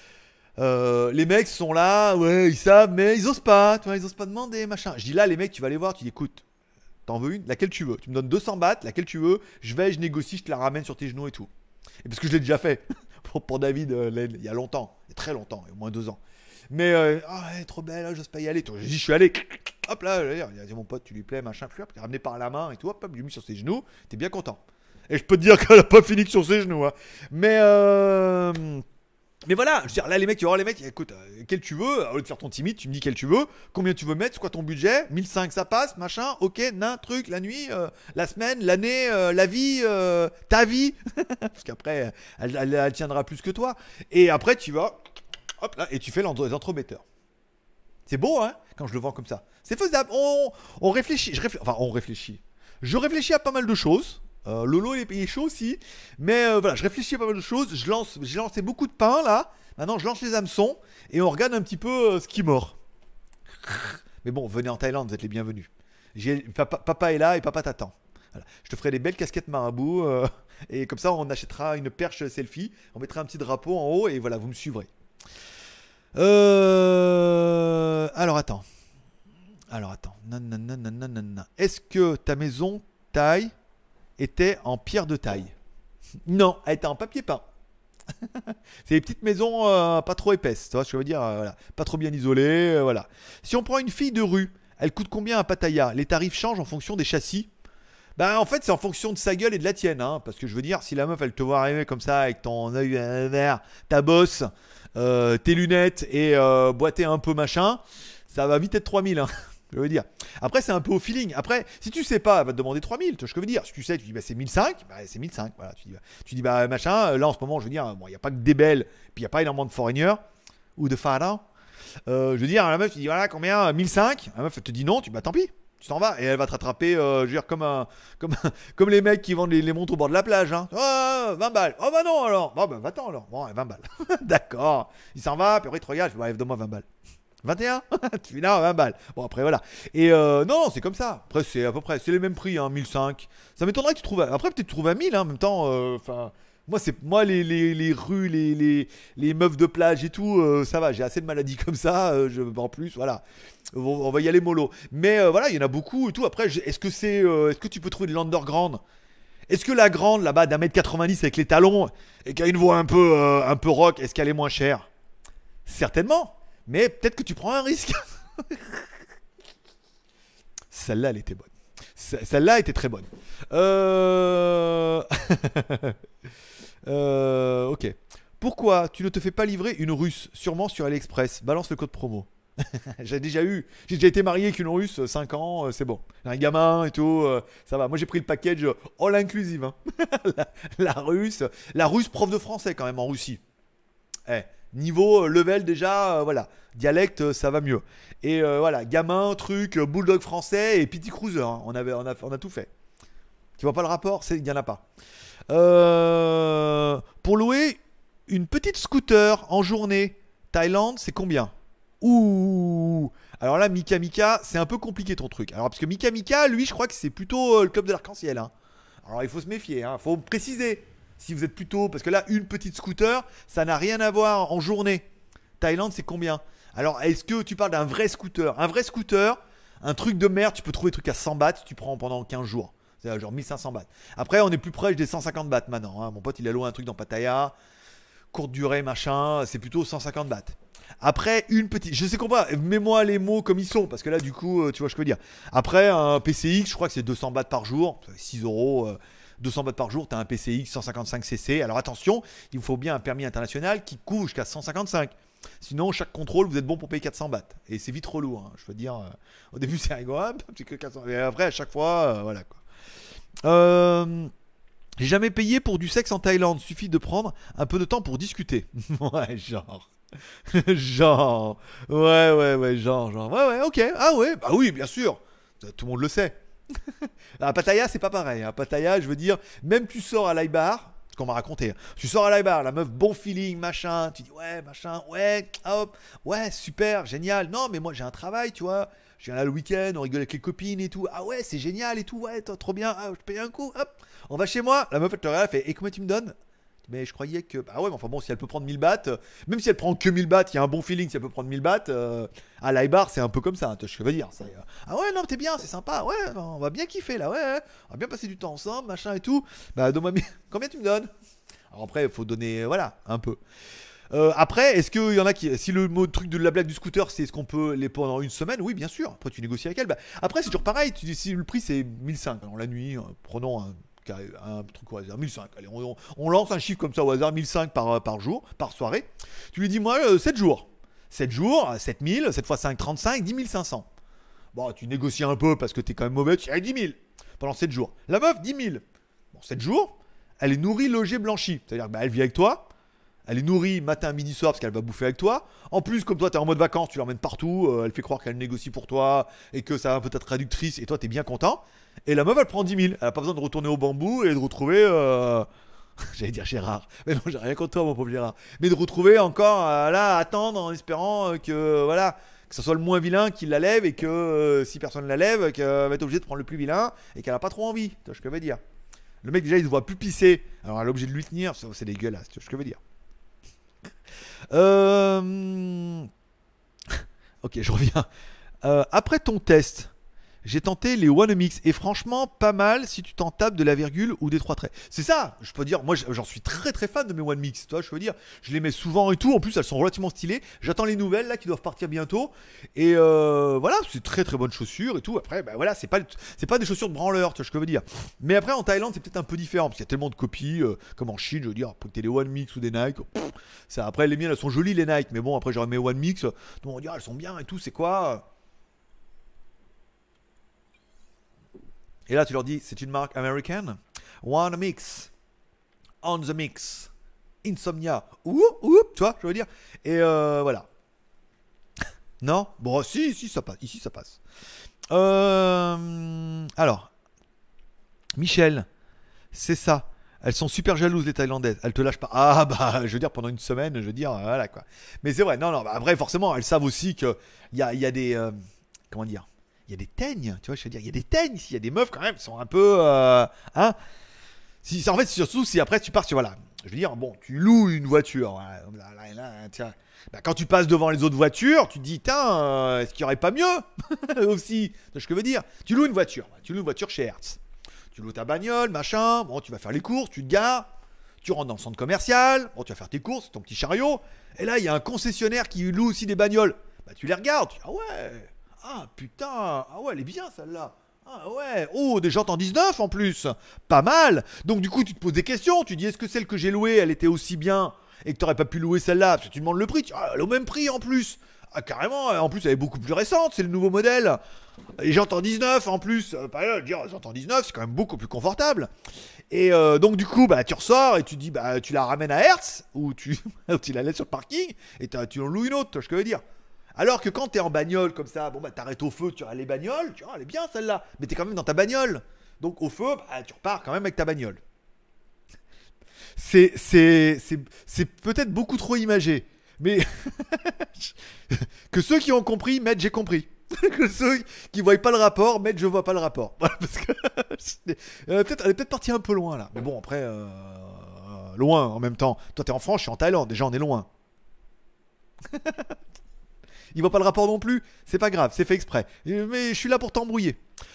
A: Euh, les mecs sont là, ouais, ils savent, mais ils osent pas, tu vois, ils osent pas demander, machin. Je dis là, les mecs, tu vas les voir, tu dis, écoute, t'en veux une? Laquelle tu veux? Tu me donnes deux cents bahts, laquelle tu veux? Je vais, je négocie, je te la ramène sur tes genoux et tout. Et parce que je l'ai déjà fait pour, pour David euh, il y a longtemps, il y a très longtemps, il y a au moins deux ans. Mais, euh, oh, elle est trop belle, j'ose pas y aller. Je dis, je suis allé, hop là, il a dit, mon pote, tu lui plais, machin, puis hop, il est ramené par la main et tout, hop, hop, je l'ai mis sur ses genoux, t'es bien content. Et je peux te dire qu'elle a pas fini que sur ses genoux, hein. Mais, euh. Mais voilà, je veux dire, là les mecs, tu vois, les mecs, écoute, euh, quel tu veux, au lieu de faire ton timide, tu me dis quel tu veux, combien tu veux mettre, c'est quoi ton budget, mille cinq ça passe, machin, ok, nain, truc, la nuit, euh, la semaine, l'année, euh, la vie, euh, ta vie, parce qu'après, elle, elle, elle tiendra plus que toi, et après tu vas, hop là, et tu fais l'entremetteur. C'est beau, hein, quand je le vends comme ça. C'est faisable, on, on réfléchit, je réfléchis, enfin on réfléchit, je réfléchis à pas mal de choses. Euh, Lolo il est chaud aussi, mais euh, voilà, je réfléchis à pas mal de choses. Je lance, j'ai lancé beaucoup de pain là. Maintenant, je lance les hameçons et on regarde un petit peu euh, ce qui mord. Mais bon, venez en Thaïlande, vous êtes les bienvenus. J'ai, papa, papa est là et papa t'attend. Voilà. Je te ferai des belles casquettes marabout euh, et comme ça, on achètera une perche selfie. On mettra un petit drapeau en haut et voilà, vous me suivrez. Euh... Alors attends, alors attends. Nanana. Est-ce que ta maison taille était en pierre de taille? Non, elle était en papier peint. C'est des petites maisons euh, pas trop épaisses, tu vois ce que je veux dire, euh, voilà. Pas trop bien isolées, euh, voilà. Si on prend une fille de rue, elle coûte combien à Pattaya? Les tarifs changent en fonction des châssis. Bah en fait c'est en fonction de sa gueule et de la tienne, hein, parce que je veux dire, si la meuf elle te voit arriver comme ça avec ton œil vert, ta bosse, euh, tes lunettes et euh, boiter un peu machin, ça va vite être trois mille, hein. Je veux dire. Après, c'est un peu au feeling. Après, si tu sais pas, elle va te demander trois mille. Tu vois ce que je veux dire? Si tu sais, tu dis bah, c'est mille cinq, bah, c'est mille cinq. Voilà, tu dis, bah, tu dis bah machin. Là, en ce moment, je veux dire, bon, il n'y a pas que des belles, puis il n'y a pas énormément de foreigners ou de fada. Euh, je veux dire, la meuf, tu dis voilà, combien? mille cinq. La meuf, elle te dit non, tu dis bah tant pis. Tu t'en vas et elle va te rattraper, euh, je veux dire, comme, un, comme, un, comme les mecs qui vendent les, les montres au bord de la plage. Hein. Oh, vingt balles. Oh bah non alors. Bon, bah va-t'en alors. Bon, vingt balles. D'accord. Il s'en va, puis après, il te regarde. Je dis, bah, donne-moi vingt balles. vingt et un. Tu fais là, vingt balles. Bon, après, voilà. Et euh, non, c'est comme ça. Après, c'est à peu près, c'est les mêmes prix, hein, mille cinq. Ça m'étonnerait que tu trouves. À... Après, peut-être tu trouves à mille, hein, en même temps. Enfin. Euh, moi, c'est moi les, les, les rues, les, les, les meufs de plage et tout, euh, ça va, j'ai assez de maladies comme ça, euh, je, en plus, voilà, on, on va y aller mollo. Mais euh, voilà, il y en a beaucoup et tout. Après, est-ce que c'est, euh, est-ce que tu peux trouver de l'underground? Est-ce que la grande là-bas d'un mètre quatre-vingt-dix avec les talons et qui a une voix un peu, euh, un peu rock, est-ce qu'elle est moins chère? Certainement, mais peut-être que tu prends un risque. Celle-là, elle était bonne. Celle-là était très bonne. Euh... Euh, ok. Pourquoi tu ne te fais pas livrer une russe, sûrement sur AliExpress? Balance le code promo. J'ai déjà eu, j'ai déjà été marié avec une russe, cinq ans, euh, c'est bon. J'ai un gamin et tout, euh, ça va. Moi j'ai pris le package euh, all inclusive. Hein. la, la russe, la russe prof de français quand même en Russie. Eh, niveau euh, level déjà, euh, voilà. Dialecte, euh, ça va mieux. Et euh, voilà, gamin, truc, euh, bulldog français et petit cruiser. Hein. On, avait, on, a, on a tout fait. Tu vois pas le rapport? Il n'y en a pas. Euh, pour louer une petite scooter en journée, Thaïlande, c'est combien? Ouh. Alors là, Mika Mika, c'est un peu compliqué ton truc. Alors parce que Mika Mika, lui, je crois que c'est plutôt euh, le club de l'arc-en-ciel. Hein. Alors il faut se méfier, hein. Faut préciser si vous êtes plutôt, parce que là, une petite scooter, ça n'a rien à voir en journée. Thaïlande, c'est combien? Alors est-ce que tu parles d'un vrai scooter? Un vrai scooter, un truc de merde, tu peux trouver des trucs à cent bahts, tu prends pendant quinze jours. C'est genre mille cinq cents bahts. Après, on est plus proche des cent cinquante bahts maintenant. Hein. Mon pote, il a loué un truc dans Pattaya, courte durée, machin, c'est plutôt cent cinquante bahts. Après, une petite. Je sais pas, mets-moi les mots comme ils sont, parce que là, du coup, tu vois, je peux dire. Après, un P C X, je crois que c'est deux cents bahts par jour, six euros, euh, deux cents bahts par jour, t'as un P C X cent cinquante-cinq C C. Alors attention, il vous faut bien un permis international qui couvre jusqu'à cent cinquante-cinq. Sinon, chaque contrôle, vous êtes bon pour payer quatre cents bahts. Et c'est vite relou, hein. Je veux dire, euh, au début, c'est rigolo, c'est que quatre cents. Et après, à chaque fois, euh, voilà quoi. Euh. J'ai jamais payé pour du sexe en Thaïlande. Suffit de prendre un peu de temps pour discuter. Ouais, genre. genre. Ouais, ouais, ouais, genre, genre. Ouais, ouais, ok. Ah ouais, bah oui, bien sûr. Tout le monde le sait. À Pattaya, c'est pas pareil. À Pattaya, je veux dire, même tu sors à l'Aibar, ce qu'on m'a raconté. Tu sors à l'Aibar, la meuf, bon feeling, machin. Tu dis, ouais, machin, ouais, hop, ouais, super, génial. Non, mais moi, j'ai un travail, tu vois. Je viens là le week-end, on rigole avec les copines et tout. Ah ouais, c'est génial et tout, ouais, trop bien. Ah, je paye un coup, hop. On va chez moi. La meuf, elle te regarde, elle fait, et combien tu me donnes? Mais je croyais que. Bah ouais, mais enfin bon, si elle peut prendre mille bahts, euh, même si elle prend que mille bahts, il y a un bon feeling, si elle peut prendre mille bahts, euh, à l'Aibar, c'est un peu comme ça, hein, je veux dire. C'est, euh, ah ouais, non, t'es bien, c'est sympa, ouais, on va bien kiffer là, ouais, ouais, on va bien passer du temps ensemble, machin et tout. Bah, donne-moi, combien tu me donnes? Alors après, il faut donner, voilà, un peu. Euh, après, est-ce qu'il y en a qui. Si le mot truc de la blague du scooter, c'est est-ce qu'on peut les pendant une semaine? Oui, bien sûr. Après, tu négocies avec elle. Bah, après, c'est toujours pareil. Tu dis si le prix c'est mille cinq. Alors la nuit, euh, prenons un, un truc au hasard, mille cinq. Allez, on, on lance un chiffre comme ça au hasard, mille cinq par, par jour, par soirée. Tu lui dis, moi, euh, sept jours. sept jours, sept mille, sept fois cinq, trente-cinq, dix mille cinq cents. Bon, tu négocies un peu parce que t'es quand même mauvais. Tu dis, dix mille pendant sept jours. La meuf, dix mille. Bon, sept jours, elle est nourrie, logée, blanchie. C'est-à-dire qu'elle vit avec toi. Elle est nourrie matin, midi, soir parce qu'elle va bouffer avec toi. En plus, comme toi, tu es en mode vacances, tu l'emmènes partout. Euh, elle fait croire qu'elle négocie pour toi et que ça va peut-être traductrice et toi, tu es bien content. Et la meuf, elle prend dix mille. Elle n'a pas besoin de retourner au bambou et de retrouver. Euh... J'allais dire Gérard. Mais non, j'ai rien contre toi, mon pauvre Gérard. Mais de retrouver encore euh, là, attendre en espérant euh, que voilà. Que ce soit le moins vilain qui la lève et que euh, si personne la lève, qu'elle va être obligée de prendre le plus vilain et qu'elle n'a pas trop envie. Tu vois ce que je veux dire. Le mec, déjà, il ne voit plus pisser. Alors, elle est obligée de lui tenir. C'est dégueulasse. Tu vois ce que je veux dire. Euh... Ok, je reviens. Euh, après ton test, j'ai tenté les One-Mix et franchement pas mal si tu t'en tapes de la virgule ou des trois traits. C'est ça, je peux dire, moi j'en suis très très fan de mes One-Mix, toi je veux dire, je les mets souvent et tout, en plus elles sont relativement stylées, j'attends les nouvelles là qui doivent partir bientôt et euh, voilà, c'est très très bonnes chaussures et tout, après bah, voilà, c'est pas, c'est pas des chaussures de branleur, tu vois ce que je veux dire. Mais après en Thaïlande c'est peut-être un peu différent, parce qu'il y a tellement de copies, euh, comme en Chine, je veux dire, pour que t'aies les One-Mix ou des Nike, pff, ça, après les miennes elles sont jolies les Nike, mais bon après j'aurais mes One-Mix, on va dire elles sont bien et tout, c'est quoi? Et là, tu leur dis, c'est une marque américaine. One Mix. On the Mix. Insomnia. Ouh, ouh, tu vois, je veux dire. Et euh, voilà. Non? Bon, si, si, ça passe. Ici, ça passe. Euh, alors. Michel. C'est ça. Elles sont super jalouses, les Thaïlandaises. Elles te lâchent pas. Ah, bah, je veux dire, pendant une semaine, je veux dire, voilà, quoi. Mais c'est vrai, non, non, bah, après, forcément, elles savent aussi qu'il y a, y a des. Euh, comment dire? Il y a des teignes, tu vois, je veux dire, il y a des teignes ici, il y a des meufs quand même qui sont un peu. Euh, hein si, en fait, surtout si après tu pars sur. Voilà, je veux dire, bon, tu loues une voiture. Là, là, là, tiens. Bah, quand tu passes devant les autres voitures, tu te dis, tiens, euh, est-ce qu'il n'y aurait pas mieux aussi? Tu vois ce que je veux dire? Tu loues une voiture, tu loues une voiture chez Hertz. Tu loues ta bagnole, machin, bon, tu vas faire les courses, tu te gares, tu rentres dans le centre commercial, bon, tu vas faire tes courses, ton petit chariot, et là, il y a un concessionnaire qui loue aussi des bagnoles. Bah, tu les regardes, tu dis, ah ouais. Ah putain, ah ouais, elle est bien celle-là. Ah ouais, oh, des jantes en dix-neuf en plus. Pas mal. Donc du coup, tu te poses des questions. Tu dis, est-ce que celle que j'ai louée, elle était aussi bien et que tu n'aurais pas pu louer celle-là? Parce que tu demandes le prix. Tu... Ah, elle est au même prix en plus. Ah, carrément. En plus, elle est beaucoup plus récente. C'est le nouveau modèle. Les jantes en dix-neuf en plus. Euh, par exemple, dire, les jantes en dix-neuf, c'est quand même beaucoup plus confortable. Et euh, donc du coup, bah, tu ressors et tu dis, bah, tu la ramènes à Hertz ou tu, ou tu la laisses sur le parking et tu en loues une autre. Tu vois ce que je veux dire? Alors que quand t'es en bagnole comme ça, bon bah t'arrêtes au feu, tu as les bagnoles, tu vois, elle est bien celle-là. Mais t'es quand même dans ta bagnole. Donc au feu, bah, tu repars quand même avec ta bagnole. C'est, c'est, c'est, c'est peut-être beaucoup trop imagé. Mais que ceux qui ont compris mettent j'ai compris. Que ceux qui voient pas le rapport mettent je vois pas le rapport. Voilà, parce que euh, peut-être, elle est peut-être partie un peu loin là. Mais bon après, euh, loin en même temps. Toi t'es en France, je suis en Thaïlande. Déjà on est loin. Il voit pas le rapport non plus, c'est pas grave, c'est fait exprès. Mais je suis là pour t'embrouiller.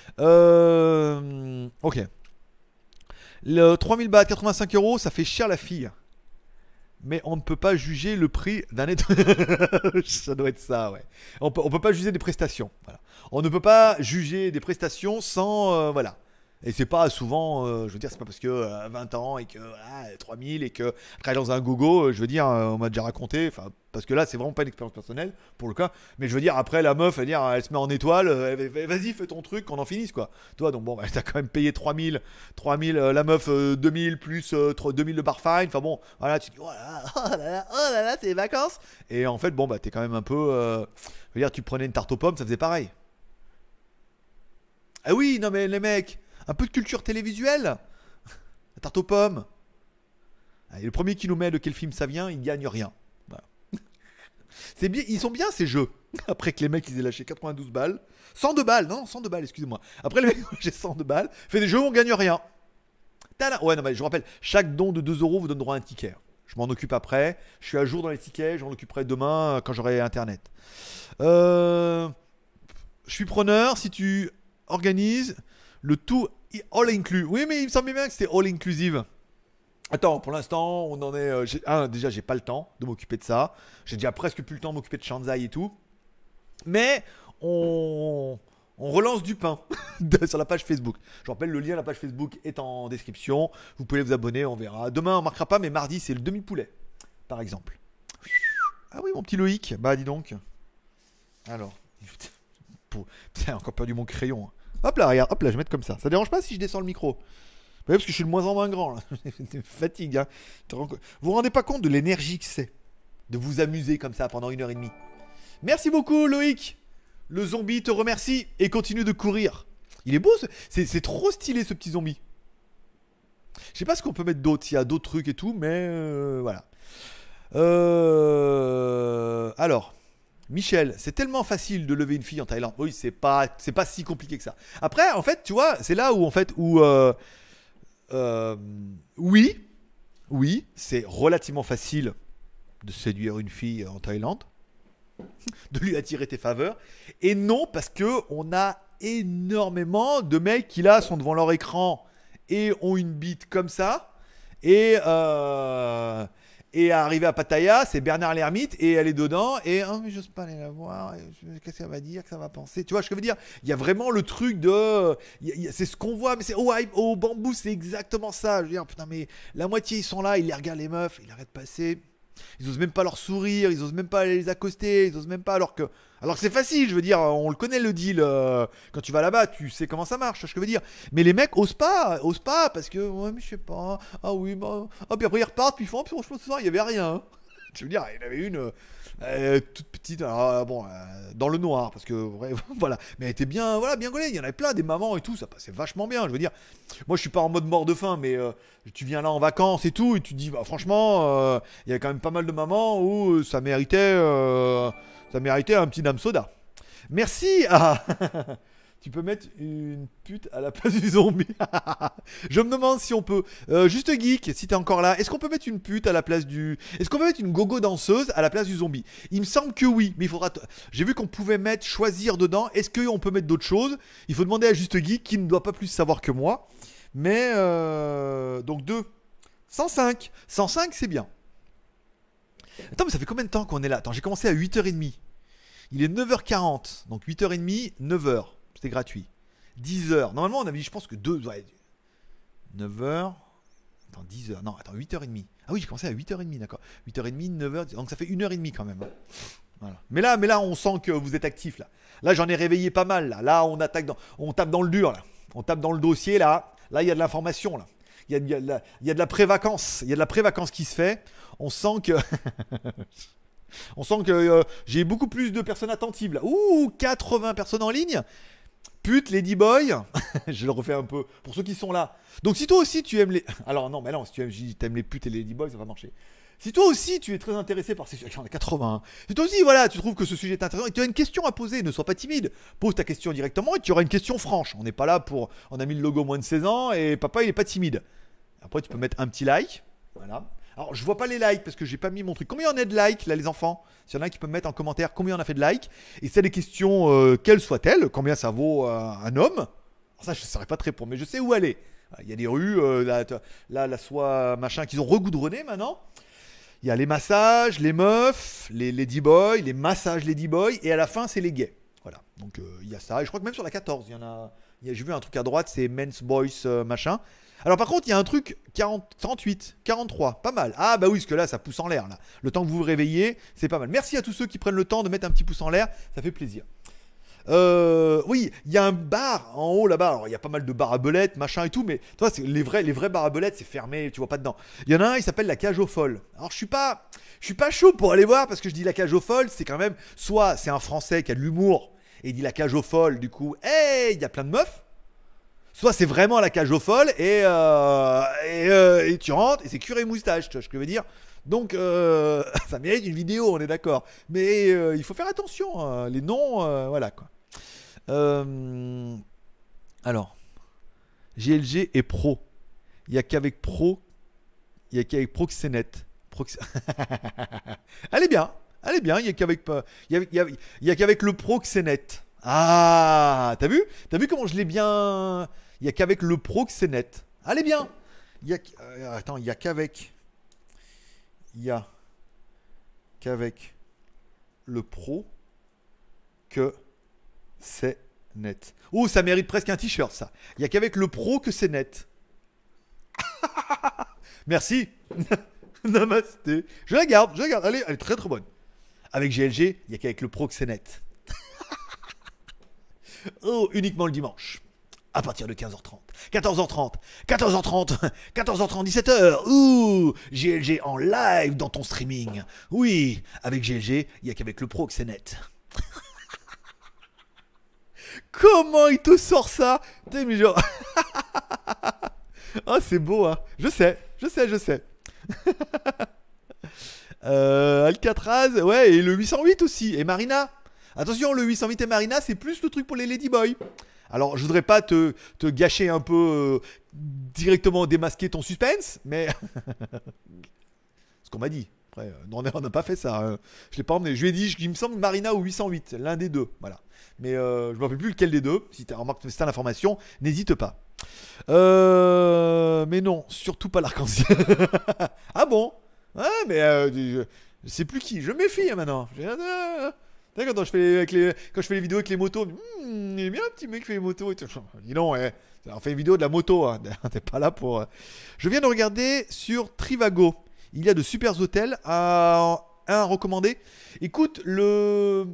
A: Euh, ok. Le trois mille bahts, quatre-vingt-cinq euros, ça fait cher la fille. Mais on ne peut pas juger le prix d'un être. Ça doit être ça, ouais. On peut, on peut pas juger des prestations. Voilà. On ne peut pas juger des prestations sans. Euh, voilà. Et c'est pas souvent, euh, je veux dire, c'est pas parce que euh, vingt ans et que voilà, trois mille et que travaille dans un gogo, euh, je veux dire, euh, on m'a déjà raconté, enfin, parce que là, c'est vraiment pas une expérience personnelle pour le cas, mais je veux dire, après, la meuf, elle, dire, elle se met en étoile, euh, vas-y, fais ton truc, qu'on en finisse, quoi. Toi, donc bon, bah, t'as quand même payé trois mille, trois mille, euh, la meuf, euh, deux mille plus euh, deux mille de bar fine, enfin bon, voilà, tu te dis, oh là là, oh là là, oh là là, c'est les vacances. Et en fait, bon, bah, t'es quand même un peu, euh, je veux dire, tu prenais une tarte aux pommes, ça faisait pareil. Ah oui, non mais les mecs. Un peu de culture télévisuelle. La tarte aux pommes. Allez, le premier qui nous met de quel film ça vient, il gagne rien. Voilà. C'est bien, ils sont bien ces jeux. Après que les mecs ils aient lâché quatre-vingt-douze balles. cent deux balles, non, cent deux balles, excusez-moi. Après les mecs j'ai cent deux balles. Fait des jeux où on gagne rien. Tada. Ouais, non, mais je vous rappelle, chaque don de deux euros vous donne droit à un ticket. Je m'en occupe après. Je suis à jour dans les tickets. J'en occuperai demain quand j'aurai internet. Euh... Je suis preneur si tu organises. Le tout all inclus. Oui, mais il me semblait bien que c'était all inclusive. Attends, pour l'instant, on en est. Euh, j'ai, un, déjà, j'ai pas le temps de m'occuper de ça. J'ai déjà presque plus le temps de m'occuper de Shanzai et tout. Mais on, on relance du pain sur la page Facebook. Je rappelle, le lien de la page Facebook est en description. Vous pouvez vous abonner, on verra. Demain, on marquera pas, mais mardi, c'est le demi-poulet, par exemple. Ah oui, mon petit Loïc. Bah, dis donc. Alors. Putain, encore perdu mon crayon. Hop là, regarde, hop là, je vais mettre comme ça. Ça dérange pas si je descends le micro? Parce que je suis de moins en moins grand là. Fatigue, hein. Vous vous rendez pas compte de l'énergie que c'est de vous amuser comme ça pendant une heure et demie. Merci beaucoup Loïc. Le zombie te remercie et continue de courir. Il est beau, ce... c'est, c'est trop stylé ce petit zombie. Je sais pas ce qu'on peut mettre d'autre, s'il y a d'autres trucs et tout, mais euh, voilà. Euh... Alors... Michel, c'est tellement facile de lever une fille en Thaïlande. Oui, c'est pas, c'est pas si compliqué que ça. Après, en fait, tu vois, c'est là où, en fait, où, euh, euh, oui, oui, c'est relativement facile de séduire une fille en Thaïlande, de lui attirer tes faveurs. Et non, parce que on a énormément de mecs qui là sont devant leur écran et ont une bite comme ça et euh, Et arrivé à Pattaya, c'est Bernard l'ermite et elle est dedans et oh mais j'ose pas aller la voir, qu'est-ce qu'elle va dire, que ça va penser. Tu vois ce que je veux dire? Il y a vraiment le truc de, y a, c'est ce qu'on voit, mais c'est au, au bambou, c'est exactement ça. Je veux dire putain mais la moitié ils sont là, ils les regardent les meufs, ils arrêtent de passer, ils osent même pas leur sourire, ils osent même pas aller les accoster, ils osent même pas alors que, alors que c'est facile, je veux dire, on le connaît le deal. Euh, quand tu vas là-bas, tu sais comment ça marche, ce que je veux dire. Mais les mecs osent pas, osent pas parce que ouais mais je sais pas. Ah oui bah, ah puis après ils repartent puis ils font oh, puis franchement ce soir il y avait rien. Hein. Je veux dire, il y en avait une euh, toute petite, alors, bon, euh, dans le noir parce que ouais, voilà, mais elle était bien, voilà, bien gaulée. Il y en avait plein, des mamans et tout, ça passait vachement bien. Je veux dire, moi je suis pas en mode mort de faim, mais euh, tu viens là en vacances et tout et tu te dis bah franchement, euh, il y a quand même pas mal de mamans où ça méritait. Euh, Ça méritait un petit dame soda. Merci. Ah. Tu peux mettre une pute à la place du zombie. Je me demande si on peut. Euh, juste geek, si t'es encore là, est-ce qu'on peut mettre une pute à la place du. Est-ce qu'on peut mettre une gogo danseuse à la place du zombie? Il me semble que oui, mais il faudra. T... J'ai vu qu'on pouvait mettre choisir dedans. Est-ce qu'on peut mettre d'autres choses? Il faut demander à Juste Geek qui ne doit pas plus savoir que moi. Mais euh... donc deux. cent cinq. cent cinq, c'est bien. Attends, mais ça fait combien de temps qu'on est là? Attends, j'ai commencé à huit heures trente. Il est neuf heures quarante. Donc huit heures trente, neuf heures. C'était gratuit. dix heures. Normalement, on avait dit, je pense que deux. Ouais, neuf heures. Attends, dix heures. Non, attends, huit heures trente. Ah oui, j'ai commencé à huit heures trente, d'accord. huit heures trente, neuf heures. Donc ça fait une heure trente quand même. Voilà. Mais là, mais là, on sent que vous êtes actif là. Là, j'en ai réveillé pas mal là. Là, on attaque dans, on tape dans le dur là. On tape dans le dossier là. Là, il y a de l'information là. Il y a, il y a de la, il y a de la pré-vacances. Il y a de la pré-vacances qui se fait. On sent que, on sent que euh, j'ai beaucoup plus de personnes attentives là. Ouh, quatre-vingts personnes en ligne. Pute, Ladyboy. Je le refais un peu pour ceux qui sont là. Donc si toi aussi tu aimes les, alors non, mais non, si tu aimes, aimes les putes et les Ladyboys, ça va marcher. Si toi aussi tu es très intéressé par ces sujets, j'en ai quatre-vingts. Si toi aussi, voilà, tu trouves que ce sujet est intéressant et tu as une question à poser, ne sois pas timide. Pose ta question directement et tu auras une question franche. On n'est pas là pour, on a mis le logo moins de seize ans et papa il est pas timide. Après tu peux mettre un petit like, voilà. Alors je vois pas les likes parce que j'ai pas mis mon truc. Combien on a de likes là les enfants? S'il y en a qui peuvent mettre en commentaire combien on a fait de likes. Et c'est des questions, euh, quelles soient-elles, combien ça vaut euh, un homme. Alors ça je ne saurais pas te répondre, mais je sais où aller. Il y a des rues, euh, là, là la soie machin qu'ils ont regoudronné maintenant. Il y a les massages, les meufs, les ladyboys, les massages ladyboys, et à la fin, c'est les gays. Voilà. Donc, euh, il y a ça. Et je crois que même sur la quatorze, il y en a. J'ai vu un truc à droite, c'est men's boys euh, machin. Alors, par contre, il y a un truc quarante, trente-huit, quarante-trois, pas mal. Ah, bah oui, parce que là, ça pousse en l'air. Là. Le temps que vous vous réveillez, c'est pas mal. Merci à tous ceux qui prennent le temps de mettre un petit pouce en l'air. Ça fait plaisir. Euh, oui, il y a un bar en haut là-bas. Alors, il y a pas mal de bars à belettes, machin et tout, mais toi, c'est les vrais, les vrais bars à belettes, c'est fermé, tu vois pas dedans. Il y en a un, il s'appelle la Cage aux Folles. Alors, je suis pas, je suis pas chaud pour aller voir parce que je dis la Cage aux Folles, c'est quand même soit c'est un Français qui a de l'humour et il dit la Cage aux Folles, du coup, hey, il y a plein de meufs. Soit c'est vraiment la Cage aux Folles et, euh, et, euh, et tu rentres et c'est cuir et moustache, tu vois ce que je veux dire. Donc, euh, ça mérite une vidéo, on est d'accord. Mais euh, il faut faire attention, hein. Les noms, euh, voilà quoi. Euh, alors, G L G est pro. Il n'y a qu'avec pro, il n'y a qu'avec Proxénet. Prox... Elle est bien, elle est bien. Il n'y a qu'avec, il y a, il y a, il y a qu'avec le Proxénet. Ah, t'as vu? T'as vu comment je l'ai bien? Il n'y a qu'avec le Proxénet. Elle est bien. Il y a, euh, attends, il n'y a qu'avec. Il y a qu'avec le pro que c'est net. Oh, ça mérite presque un t-shirt, ça. Il n'y a qu'avec le pro que c'est net. Merci. Namasté. Je la garde, je la garde. Elle est, elle est très très bonne. Avec G L G, il n'y a qu'avec le pro que c'est net. Oh, uniquement le dimanche. À partir de quinze heures trente. quatorze heures trente. quatorze heures trente. quatorze heures trente, dix-sept heures. Ouh, G L G en live dans ton streaming. Oui, avec G L G, il n'y a qu'avec le pro que c'est net. Comment il te sort ça? T'es mais genre... Ah, c'est beau, hein. Je sais, je sais, je sais. euh, Alcatraz, ouais, et le huit cent huit aussi. Et Marina. Attention, le huit cent huit et Marina, c'est plus le truc pour les ladyboys. Alors, je voudrais pas te, te gâcher un peu, euh, directement démasquer ton suspense, mais... Ce qu'on m'a dit. Après, euh, non, on n'a pas fait ça. Hein. Je l'ai pas emmené. Je lui ai dit, il me semble Marina ou huit cent huit, l'un des deux. Voilà. Mais euh, je ne me rappelle plus lequel des deux. Si tu as remarqué c'est l'information, n'hésite pas. Euh, mais non, surtout pas l'arc-en-ciel. Ah bon? Ouais, mais euh, je, je sais plus qui. Je me méfie hein, maintenant. J'ai, euh, quand je, fais avec les, quand je fais les vidéos avec les motos, hmm, il est bien un petit mec qui fait les motos. Et tout. Dis non, ouais. On fait une vidéo de la moto. Hein. T'es pas là pour. Je viens de regarder sur Trivago. Il y a de super hôtels à, à recommander. Écoute, le.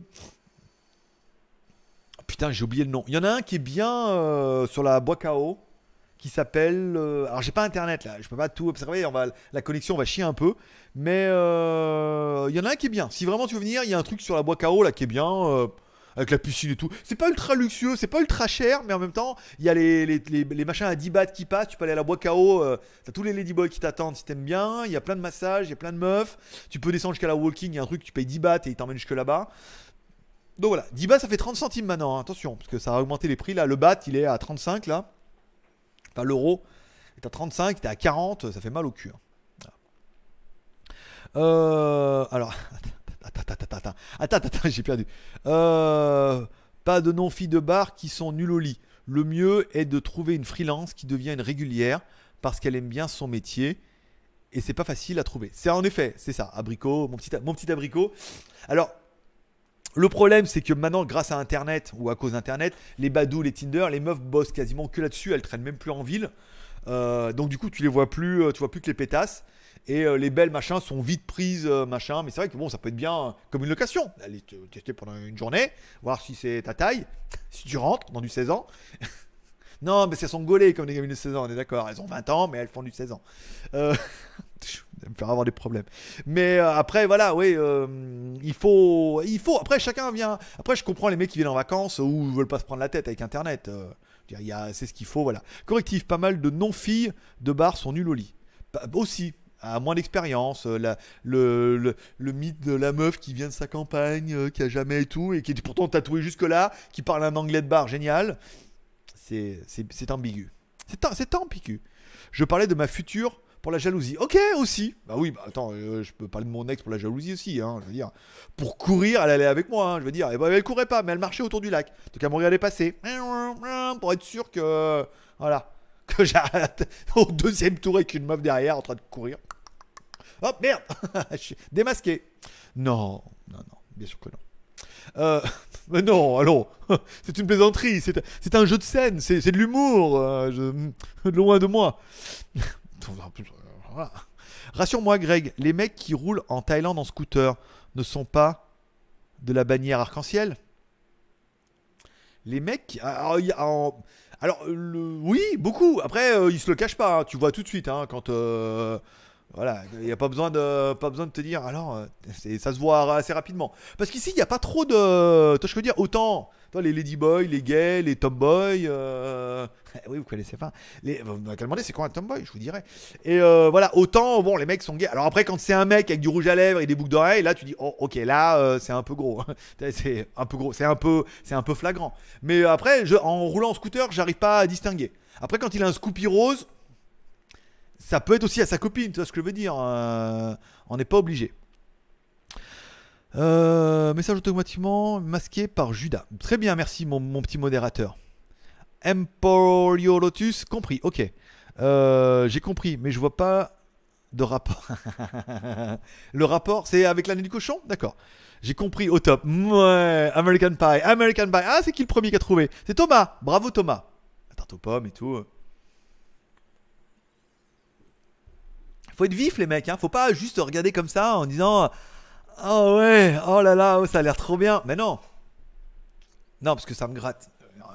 A: Putain, j'ai oublié le nom. Il y en a un qui est bien euh, sur la Bois-Cao, qui s'appelle... Euh, alors, j'ai pas internet, là. Je peux pas tout observer. On va, la connexion va chier un peu. Mais euh, il y en a un qui est bien. Si vraiment tu veux venir, il y a un truc sur la Bois-Cao, là, qui est bien... Euh, avec la piscine et tout. C'est pas ultra luxueux, c'est pas ultra cher, mais en même temps, il y a les, les, les, les machins à dix bahts qui passent. Tu peux aller à la Bois-Cao, euh, t'as tous les ladyboys qui t'attendent si t'aimes bien. Il y a plein de massages, il y a plein de meufs. Tu peux descendre jusqu'à la walking, il y a un truc, tu payes dix bahts et ils t'emmènent jusque là-bas. Donc voilà, dix bahts ça fait trente centimes maintenant, hein. Attention, parce que ça a augmenté les prix là. Le baht il est à trente-cinq là. Enfin, l'euro est à trente-cinq, t'es à quarante, ça fait mal au cul. Hein. Euh, alors, attends, attends, attends, attends, attends, attends, j'ai perdu. Euh, pas de non-filles de bar qui sont nulles au lit. Le mieux est de trouver une freelance qui devient une régulière parce qu'elle aime bien son métier et c'est pas facile à trouver. C'est en effet, c'est ça, abricot, mon petit, mon petit abricot. Alors, Le problème, c'est que maintenant, grâce à Internet ou à cause d'Internet, les Badoo, les Tinder, les meufs bossent quasiment que là-dessus. Elles traînent même plus en ville. Euh, donc du coup, tu les vois plus, euh, tu vois plus que les pétasses. Et euh, les belles machins sont vite prises, euh, machin. Mais c'est vrai que bon, ça peut être bien euh, comme une location. Aller te tester pendant une journée, voir si c'est ta taille, si tu rentres dans du seize ans. Non, mais elles sont gaulées comme des gamines de seize ans, on est d'accord. Elles ont vingt ans, mais elles font du seize ans. Euh... Je vais me faire avoir des problèmes. Mais euh, après, voilà, oui, euh, il faut, il faut. Après, chacun vient. Après, je comprends les mecs qui viennent en vacances ou veulent pas se prendre la tête avec Internet. Euh, je veux dire, il y a- c'est ce qu'il faut, voilà. Correctif, pas mal de non-filles de bar sont nulles au lit. Pas- aussi, à moins d'expérience. euh, la- le, le, le mythe de la meuf qui vient de sa campagne, euh, qui a jamais et tout, et qui est pourtant tatouée jusque-là, qui parle un anglais de bar génial. C'est, c'est, c'est ambigu. C'est, un- c'est ambigu. Je parlais de ma future pour la jalousie. Ok, aussi. Bah oui, bah attends, euh, je peux parler de mon ex pour la jalousie aussi, hein, je veux dire. Pour courir, elle allait avec moi, hein, je veux dire. Et bah, elle courait pas, mais elle marchait autour du lac. Donc elle me regardait passer. Pour être sûr que. Voilà. Que j'arrête au deuxième tour avec une meuf derrière en train de courir. Hop, merde. Je suis démasqué. Non, non, non, bien sûr que non. Euh, mais non, allons, c'est une plaisanterie, c'est, c'est un jeu de scène, c'est, c'est de l'humour, euh, je- loin de moi. Voilà. Rassure-moi, Greg, les mecs qui roulent en Thaïlande en scooter ne sont pas de la bannière arc-en-ciel. Les mecs, alors, y a- en- alors, le- oui, beaucoup. Après, euh, ils se le cachent pas, hein. Tu vois tout de suite, hein, quand. euh, Voilà, il n'y a pas besoin, de, pas besoin de te dire, alors, euh, c'est- ça se voit assez rapidement. Parce qu'ici, il n'y a pas trop de. Toi, je veux dire, autant. Toi, les ladyboys, les gays, les tomboys. euh, Oui, vous connaissez pas. Les... Vous m'avez demandé, c'est quoi un tomboy, je vous dirais. Et euh, voilà, autant, bon, les mecs sont gays. Alors après, quand c'est un mec avec du rouge à lèvres et des boucles d'oreilles, là, tu dis, oh, ok, là, euh, c'est un peu gros. C'est un peu gros, c'est un peu, c'est un peu flagrant. Mais après, je, en roulant en scooter, j'arrive pas à distinguer. Après, quand il a un Scoopy rose. Ça peut être aussi à sa copine, tu vois ce que je veux dire. euh, on n'est pas obligé. Euh, message automatiquement masqué par Judas. Très bien, merci mon, mon petit modérateur. Emporio Lotus, compris, ok. Euh, j'ai compris, mais je vois pas de rapport. Le rapport, c'est avec l'année du cochon. D'accord. J'ai compris, au top. Ouais, American Pie, American Pie. Ah, c'est qui le premier qui a trouvé? C'est Thomas. Bravo Thomas. La tarte aux pommes et tout. Faut être vif les mecs, hein. Faut pas juste regarder comme ça en disant oh ouais, oh là là, oh, ça a l'air trop bien. Mais non, non parce que ça me gratte.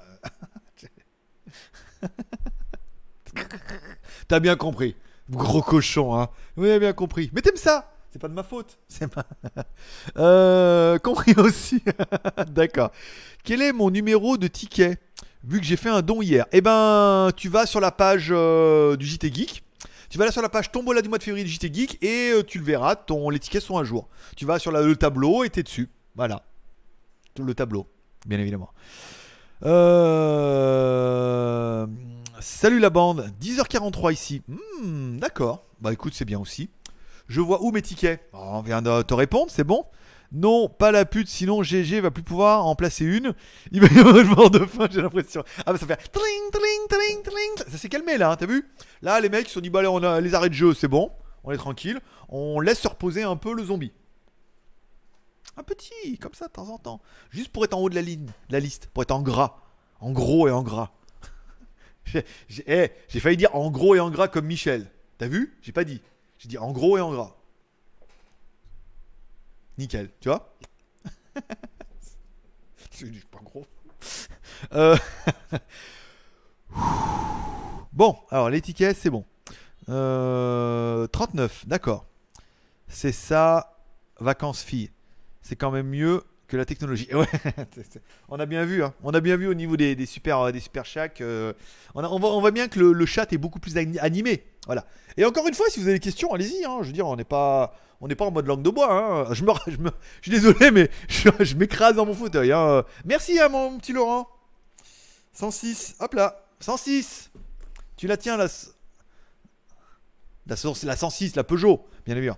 A: T'as bien compris, gros cochon, hein. Oui, bien compris. Mais t'aimes ça? C'est pas de ma faute. C'est pas. Euh, compris aussi. D'accord. Quel est mon numéro de ticket? Vu que j'ai fait un don hier. Eh ben, tu vas sur la page euh, du J T Geek. Tu vas là sur la page Tombola du mois de février du J T Geek et euh, tu le verras, ton, les tickets sont à jour. Tu vas sur la- le tableau et t'es dessus. Voilà. Le tableau, bien évidemment. Euh... Salut la bande. dix heures quarante-trois ici. Hmm, d'accord. Bah écoute, c'est bien aussi. Je vois où mes tickets. Oh, on vient de te répondre, c'est bon? Non, pas la pute, sinon G G va plus pouvoir en placer une. Il va y avoir une mort de faim, j'ai l'impression. Ah bah ça fait tling, tling, tling, tling. Ça s'est calmé là, hein, t'as vu? Là, les mecs ils se sont dit, bah allez, on a les arrêts de jeu, c'est bon. On est tranquille. On laisse se reposer un peu le zombie. Un petit, comme ça, de temps en temps. Juste pour être en haut de la ligne, de la liste. Pour être en gras. En gros et en gras. J'ai j'ai- eh, j'ai failli dire en gros et en gras comme Michel. T'as vu? J'ai pas dit. J'ai dit en gros et en gras. Nickel, tu vois? C'est pas gros. Euh, Bon, alors l'étiquette, c'est bon. Euh, trente-neuf, d'accord. C'est ça, vacances filles. C'est quand même mieux que la technologie. Ouais, c'est- c'est- on a bien vu, hein. On a bien vu au niveau des, des super, euh, des super chats. euh, on, a- on voit, on voit bien que le, le chat est beaucoup plus ani- animé. Voilà. Et encore une fois, si vous avez des questions, allez-y, hein. Je veux dire, on n'est pas, on n'est pas en mode langue de bois, hein. Je me, je me- je suis désolé, mais je, je m'écrase dans mon fauteuil, hein. Merci à mon petit Laurent. cent six, hop là, cent six. Tu la tiens, la, s- la, source- la cent six, la Peugeot, bien évidemment.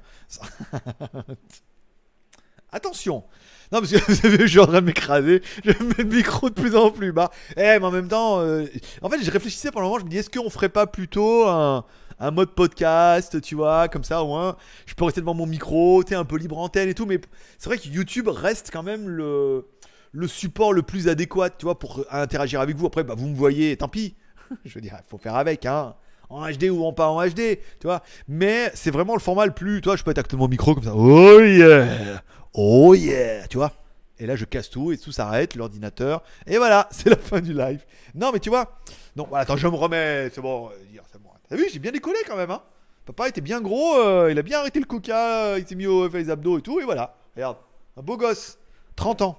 A: Attention. Non, parce que vous avez vu, je suis en train de m'écraser. Je mets le micro de plus en plus bas. Eh, mais en même temps, euh, en fait, je réfléchissais pendant un moment. Je me dis, est-ce qu'on ferait pas plutôt un, un mode podcast, tu vois, comme ça au moins, je peux rester devant mon micro, tu sais, un peu libre antenne et tout, mais c'est vrai que YouTube reste quand même le, le support le plus adéquat, tu vois, pour interagir avec vous. Après, bah, vous me voyez, tant pis. Je veux dire, il faut faire avec, hein. En H D ou en pas en H D, tu vois. Mais c'est vraiment le format le plus, tu vois, je peux être mon micro comme ça. Oh yeah, oh yeah, tu vois. Et là, je casse tout et tout s'arrête, l'ordinateur. Et voilà, c'est la fin du live. Non, mais tu vois. Non, voilà, attends, je me remets. C'est bon. C'est bon. T'as vu, j'ai bien décollé quand même, hein. Papa était bien gros. Euh, il a bien arrêté le coca. Euh, il s'est mis au fait les abdos et tout. Et voilà. Regarde, un beau gosse. trente ans.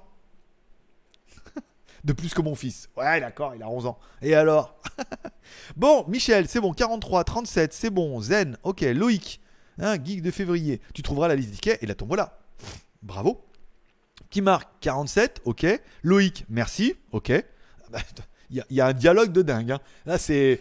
A: De plus que mon fils. Ouais, d'accord, il a onze ans. Et alors? Bon, Michel, c'est bon. quarante-trois, trente-sept, c'est bon. Zen, ok. Loïc, hein, geek de février. Tu trouveras la liste des tickets et la tombola. Bravo. Qui marque quarante-sept, ok. Loïc, merci, ok. Il y, y a un dialogue de dingue. Hein. Là, c'est.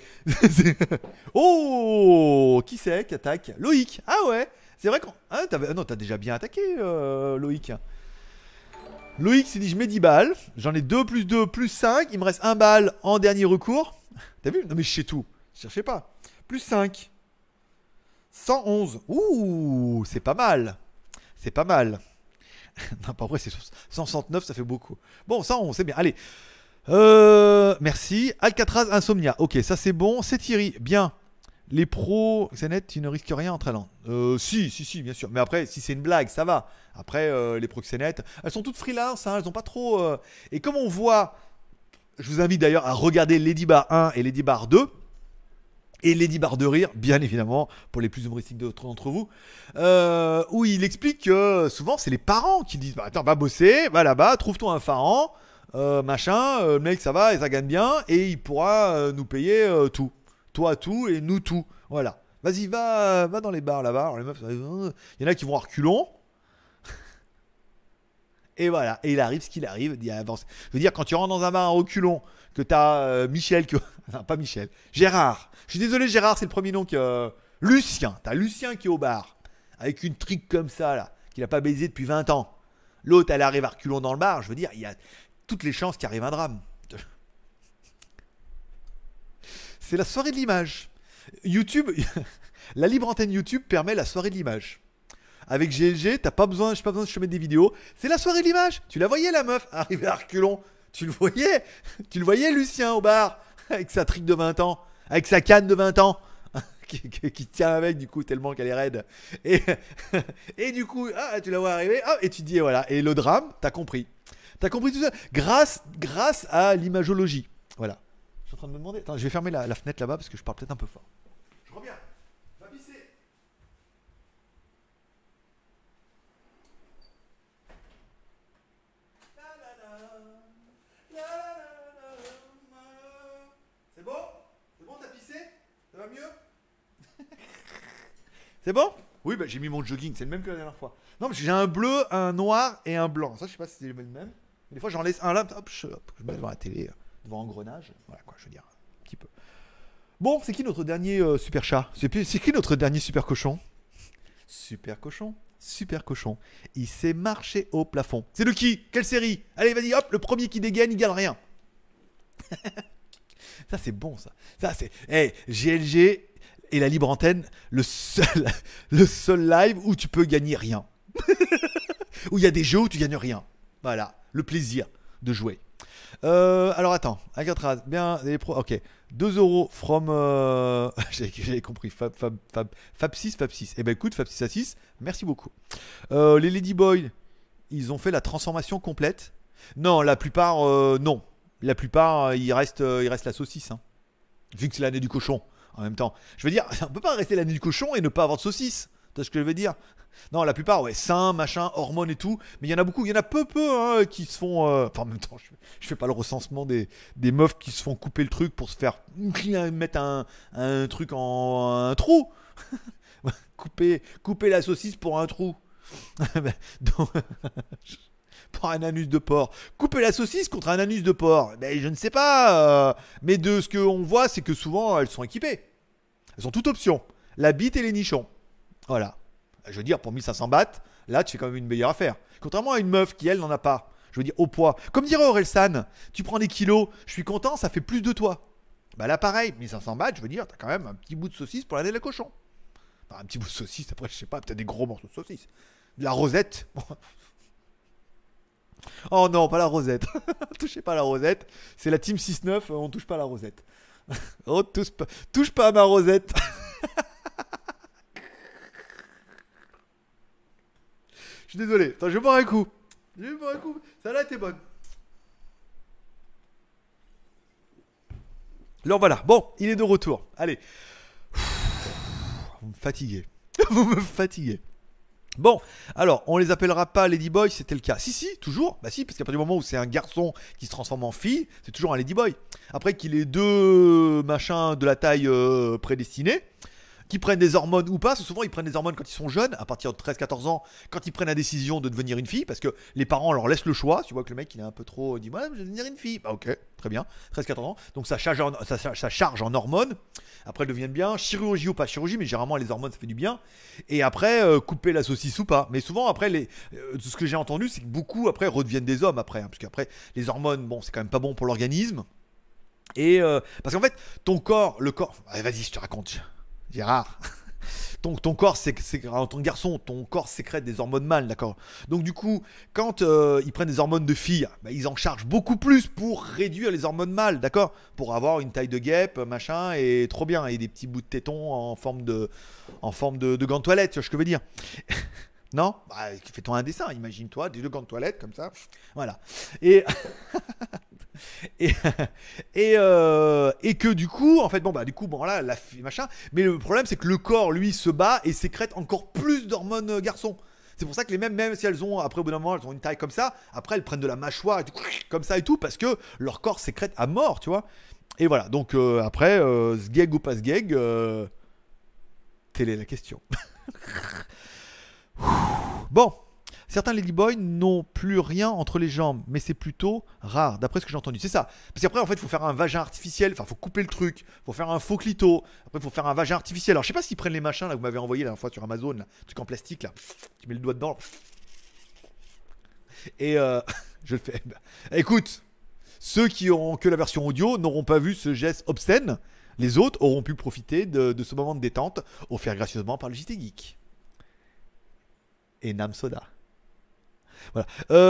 A: Oh, qui c'est qui attaque? Loïc. Ah ouais. C'est vrai qu'on. Ah, t'avais... non, t'as déjà bien attaqué, euh, Loïc. Loïc s'est dit je mets dix balles. J'en ai deux plus deux plus cinq. Il me reste un balle en dernier recours. T'as vu? Non, mais je sais tout. Je cherchais pas. Plus cinq. cent onze. Ouh, c'est pas mal. C'est pas mal. Non, pas vrai, c'est cent soixante-neuf, ça fait beaucoup. Bon, cent onze, c'est bien. Allez. Euh, merci. Alcatraz Insomnia. Ok, ça c'est bon. C'est Thierry. Bien. Les pros, c'est net, tu ne risques rien en allant. Euh, si, si, si, bien sûr. Mais après, si c'est une blague, ça va. Après, euh, les proxénètes, elles sont toutes freelance, hein, elles n'ont pas trop. Euh... Et comme on voit, je vous invite d'ailleurs à regarder Lady Bar un et Lady Bar deux. Et Lady Bar de Rire, bien évidemment, pour les plus humoristiques d'entre vous, euh, où il explique que souvent c'est les parents qui disent bah, attends, va bosser, va là-bas, trouve-toi un pharaon, euh, machin, euh, le mec ça va et ça gagne bien, et il pourra euh, nous payer euh, tout. Toi tout et nous tout. Voilà. Vas-y, va, va dans les bars là-bas. Alors, les meufs, il y en a qui vont à reculons. Et voilà. Et il arrive ce qu'il arrive. Il avance. Je veux dire, quand tu rentres dans un bar à reculons, que t'as euh, Michel, que... non, pas Michel, Gérard. Je suis désolé, Gérard, c'est le premier nom que. Euh... Lucien. T'as Lucien qui est au bar. Avec une trique comme ça, là. Qu'il n'a pas baisé depuis vingt ans. L'autre, elle arrive à reculons dans le bar. Je veux dire, il y a toutes les chances qu'il arrive un drame. C'est la soirée de l'image. YouTube, la libre antenne YouTube permet la soirée de l'image. Avec G L G, t'as pas besoin, j'ai pas besoin de te mettre des vidéos. C'est la soirée de l'image. Tu la voyais la meuf arriver à reculons. Tu le voyais, tu le voyais Lucien au bar avec sa trique de vingt ans, avec sa canne de vingt ans qui, qui, qui tient avec du coup tellement qu'elle est raide. Et, et du coup, ah, tu la vois arriver, ah, et tu te dis et voilà. Et le drame, t'as compris, t'as compris tout ça grâce, grâce à l'imagologie. Voilà. Je suis en train de me demander. Attends, je vais fermer la, la fenêtre là-bas parce que je parle peut-être un peu fort. Je reviens. Va pisser. C'est bon? C'est bon, t'as pissé? Ça va mieux? C'est bon? Oui, bah, j'ai mis mon jogging. C'est le même que la dernière fois. Non, mais j'ai un bleu, un noir et un blanc. Ça, je sais pas si c'est le même. Mais des fois, j'en laisse un là. Hop, je, hop, je mets devant la télé. Devant engrenage, voilà quoi, je veux dire, un petit peu. Bon, c'est qui notre dernier euh, super chat? C'est, c'est qui notre dernier super cochon? Super cochon, super cochon. Il s'est marché au plafond. C'est de qui? Quelle série? Allez, vas-y, hop, le premier qui dégaine, il gagne rien. Ça, c'est bon, ça. Ça, c'est. Hey, G L G et la libre antenne, le seul, le seul live où tu peux gagner rien. Où il y a des jeux où tu gagnes rien. Voilà, le plaisir de jouer. Euh, alors attends, Alcatraz, bien, les pros, ok, deux euros from, euh... j'avais, j'avais compris, Fab, Fab, Fab, Fab six, Fab six, eh ben écoute, Fab six à six, merci beaucoup. Euh, les Ladyboys, ils ont fait la transformation complète? Non, la plupart, euh, non, la plupart, il reste, euh, il reste la saucisse, hein. Vu que c'est l'année du cochon, en même temps. Je veux dire, on peut pas rester l'année du cochon et ne pas avoir de saucisse, tu vois ce que je veux dire? Non, la plupart, ouais, sein, machin, hormones et tout. Mais il y en a beaucoup, il y en a peu, peu hein, qui se font. Euh... Enfin, en même temps, je, je fais pas le recensement des, des meufs qui se font couper le truc pour se faire mettre un, un truc en un trou. couper, couper la saucisse pour un trou. Donc, pour un anus de porc. Couper la saucisse contre un anus de porc. Ben, je ne sais pas. Euh... Mais de ce qu'on voit, c'est que souvent, elles sont équipées. Elles sont toutes options. La bite et les nichons. Voilà. Je veux dire, pour mille cinq cents bahts, là, tu fais quand même une meilleure affaire. Contrairement à une meuf qui, elle, n'en a pas. Je veux dire, au poids. Comme dirait Orelsan, tu prends des kilos, je suis content, ça fait plus de toi. Bah là, pareil, mille cinq cents bahts, je veux dire, t'as quand même un petit bout de saucisse pour l'année de la cochon. Enfin, un petit bout de saucisse, après, je sais pas, peut-être des gros morceaux de saucisse. De la rosette. Oh non, pas la rosette. Touchez pas à la rosette. C'est la team six neuf, on touche pas à la rosette. Oh, touche pas, touche pas à ma rosette. Je suis désolé. Attends, je vais boire un coup. Je vais boire un coup. Ça là était bonne. Alors voilà. Bon, il est de retour. Allez. Vous me fatiguez. Vous me fatiguez. Bon, alors, on les appellera pas Ladyboy, c'était le cas. Si, si, toujours. Bah si, parce qu'à partir du moment où c'est un garçon qui se transforme en fille, c'est toujours un Ladyboy. Après qu'il ait deux machins de la taille euh, prédestinée, qui prennent des hormones ou pas, parce que souvent ils prennent des hormones quand ils sont jeunes, à partir de treize quatorze ans, quand ils prennent la décision de devenir une fille, parce que les parents leur laissent le choix. Tu vois que le mec il est un peu trop, il dit ouais, je vais devenir une fille. Bah ok, très bien, treize quatorze ans, donc ça charge en, ça, ça, ça charge en hormones. Après elles deviennent bien, chirurgie ou pas chirurgie, mais généralement les hormones ça fait du bien. Et après euh, couper la saucisse ou pas. Mais souvent après, les, euh, ce que j'ai entendu, c'est que beaucoup après redeviennent des hommes après, hein, parce qu'après les hormones, bon c'est quand même pas bon pour l'organisme. Et euh, parce qu'en fait ton corps, le corps, allez, vas-y je te raconte, Gérard. Ton, ton corps, c'est, c'est, en tant que garçon, ton corps sécrète des hormones mâles, d'accord. Donc du coup, quand euh, ils prennent des hormones de filles, bah, ils en chargent beaucoup plus pour réduire les hormones mâles, d'accord. Pour avoir une taille de guêpe, machin, et trop bien, et des petits bouts de téton en forme de, en forme de, de gants de toilette, tu vois ce que je veux dire. Non, bah, fais-toi un dessin, imagine-toi, des deux gants de toilette comme ça, voilà. Et et et, euh, et que du coup, en fait, bon bah du coup, bon là, la machin. Mais le problème, c'est que le corps, lui, se bat et sécrète encore plus d'hormones euh, garçons. C'est pour ça que les mêmes, même si elles ont, après au bout d'un moment, elles ont une taille comme ça, après elles prennent de la mâchoire et tout, comme ça et tout, parce que leur corps sécrète à mort, tu vois. Et voilà. Donc euh, après, euh, sgeg ou pas sgeg, euh, telle est la question. Bon, certains ladyboys n'ont plus rien entre les jambes, mais c'est plutôt rare, d'après ce que j'ai entendu. C'est ça. Parce qu'après, en fait, il faut faire un vagin artificiel. Enfin, il faut couper le truc. Il faut faire un faux clito. Après, il faut faire un vagin artificiel. Alors, je sais pas s'ils prennent les machins là que vous m'avez envoyé la dernière fois sur Amazon, là, truc en plastique là. Tu mets le doigt dedans. Et euh, je le fais. Écoute, ceux qui auront que la version audio n'auront pas vu ce geste obscène. Les autres auront pu profiter de, de ce moment de détente offert gracieusement par le J T Geek. Et Nam Soda. Voilà. Euh...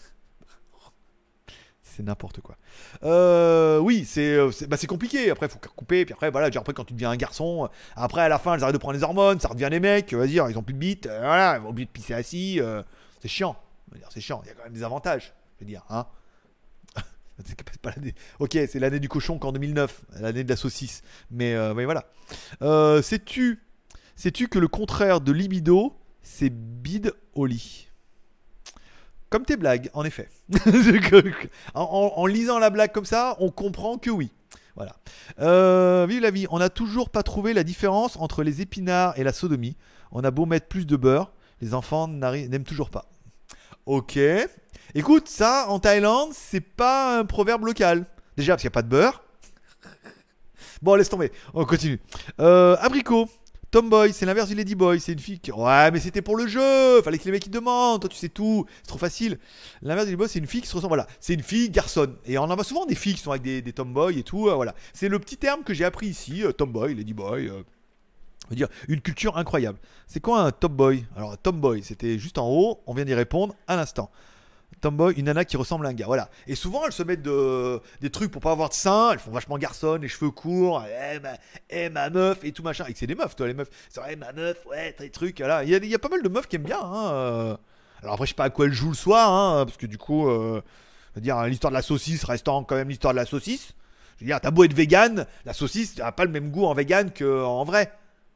A: c'est n'importe quoi. Euh... Oui, c'est, c'est, bah, c'est compliqué. Après, il faut couper. Puis après, voilà, après, quand tu deviens un garçon, après, à la fin, elles arrêtent de prendre les hormones. Ça redevient les mecs. Vas-y, ils ont plus de bite. Euh, voilà, ils vont oublier de pisser assis. Euh... C'est chiant. Dire, c'est chiant. Il y a quand même des avantages. Je veux dire, hein. C'est pas l'année... Ok, c'est l'année du cochon qu'en deux mille neuf, l'année de la saucisse. Mais, euh, mais voilà. Euh, sais-tu, sais-tu que le contraire de libido, c'est bide au lit? Comme tes blagues, en effet. en, en, en lisant la blague comme ça, on comprend que oui. Voilà. Euh, vive la vie. On n'a toujours pas trouvé la différence entre les épinards et la sodomie. On a beau mettre plus de beurre, les enfants n'aiment toujours pas. Ok. Écoute, ça, en Thaïlande, c'est pas un proverbe local. Déjà, parce qu'il n'y a pas de beurre. Bon, laisse tomber. On continue. Euh, abricot. Tomboy, c'est l'inverse du Ladyboy. C'est une fille qui... Ouais, mais c'était pour le jeu. Fallait que les mecs ils demandent. Toi, tu sais tout. C'est trop facile. L'inverse du Ladyboy, c'est une fille qui se ressemble. Voilà. C'est une fille garçonne. Et on en a souvent des filles qui sont avec des, des tomboys et tout. Euh, voilà. C'est le petit terme que j'ai appris ici. Euh, tomboy, Ladyboy. Euh... Je veux dire, une culture incroyable. C'est quoi un top boy? Alors, tomboy, c'était juste en haut. On vient d'y répondre à l'instant. Tomboy, une nana qui ressemble à un gars. Voilà. Et souvent, elles se mettent de, des trucs pour pas avoir de seins. Elles font vachement garçonnes, les cheveux courts. Eh ma, eh, ma meuf et tout machin. Et que c'est des meufs, toi, les meufs. C'est eh, ma meuf, ouais, t'as des trucs. Voilà. Il y, a, il y a pas mal de meufs qui aiment bien. Hein. Alors après, je sais pas à quoi elles jouent le soir. Hein, parce que du coup, euh, je veux dire, l'histoire de la saucisse restant quand même l'histoire de la saucisse. Je veux dire, t'as beau être vegan, la saucisse n'a pas le même goût en vegan qu'en vrai.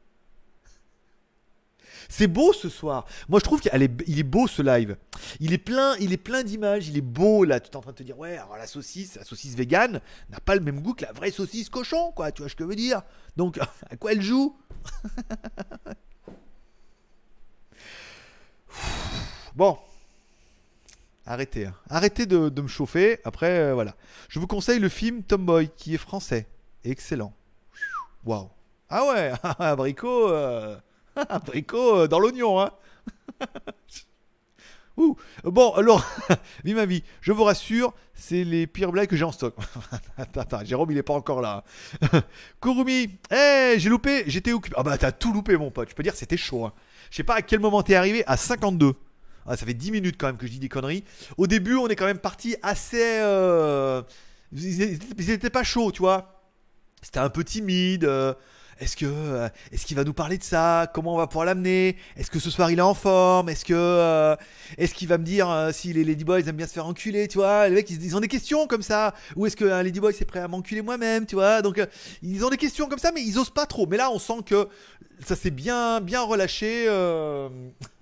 A: C'est beau ce soir. Moi je trouve qu'il est, il est beau ce live. Il est plein, il est plein d'images. Il est beau là. Tu es en train de te dire ouais, alors la saucisse, la saucisse végane n'a pas le même goût que la vraie saucisse cochon, quoi. Tu vois ce que je veux dire? Donc à quoi elle joue? Bon, arrêtez, hein. Arrêtez de, de me chauffer. Après euh, voilà. Je vous conseille le film Tomboy qui est français, excellent. Waouh. Ah ouais, abricot. Euh... Abricot dans l'oignon, hein. Ouh. Bon, alors, vie ma vie, je vous rassure, c'est les pires blagues que j'ai en stock. attends, attends, Jérôme, il est pas encore là. Kurumi, hé, j'ai loupé, j'étais occupé. Ah bah, t'as tout loupé, mon pote. Je peux dire, c'était chaud. Hein. Je sais pas à quel moment t'es arrivé, à cinquante-deux. Ah, ça fait dix minutes quand même que je dis des conneries. Au début, on est quand même parti assez. Euh... Ils étaient pas chauds, tu vois. C'était un peu timide. Euh... Est-ce que euh, est-ce qu'il va nous parler de ça? Comment on va pouvoir l'amener? Est-ce que ce soir il est en forme? Est-ce que euh, est-ce qu'il va me dire euh, si les Ladyboys aiment bien se faire enculer, tu vois? Les mecs ils, ils ont des questions comme ça. Ou est-ce qu'un Ladyboy c'est prêt à m'enculer moi-même, tu vois? Donc euh, ils ont des questions comme ça, mais ils osent pas trop. Mais là on sent que ça s'est bien bien relâché. Euh...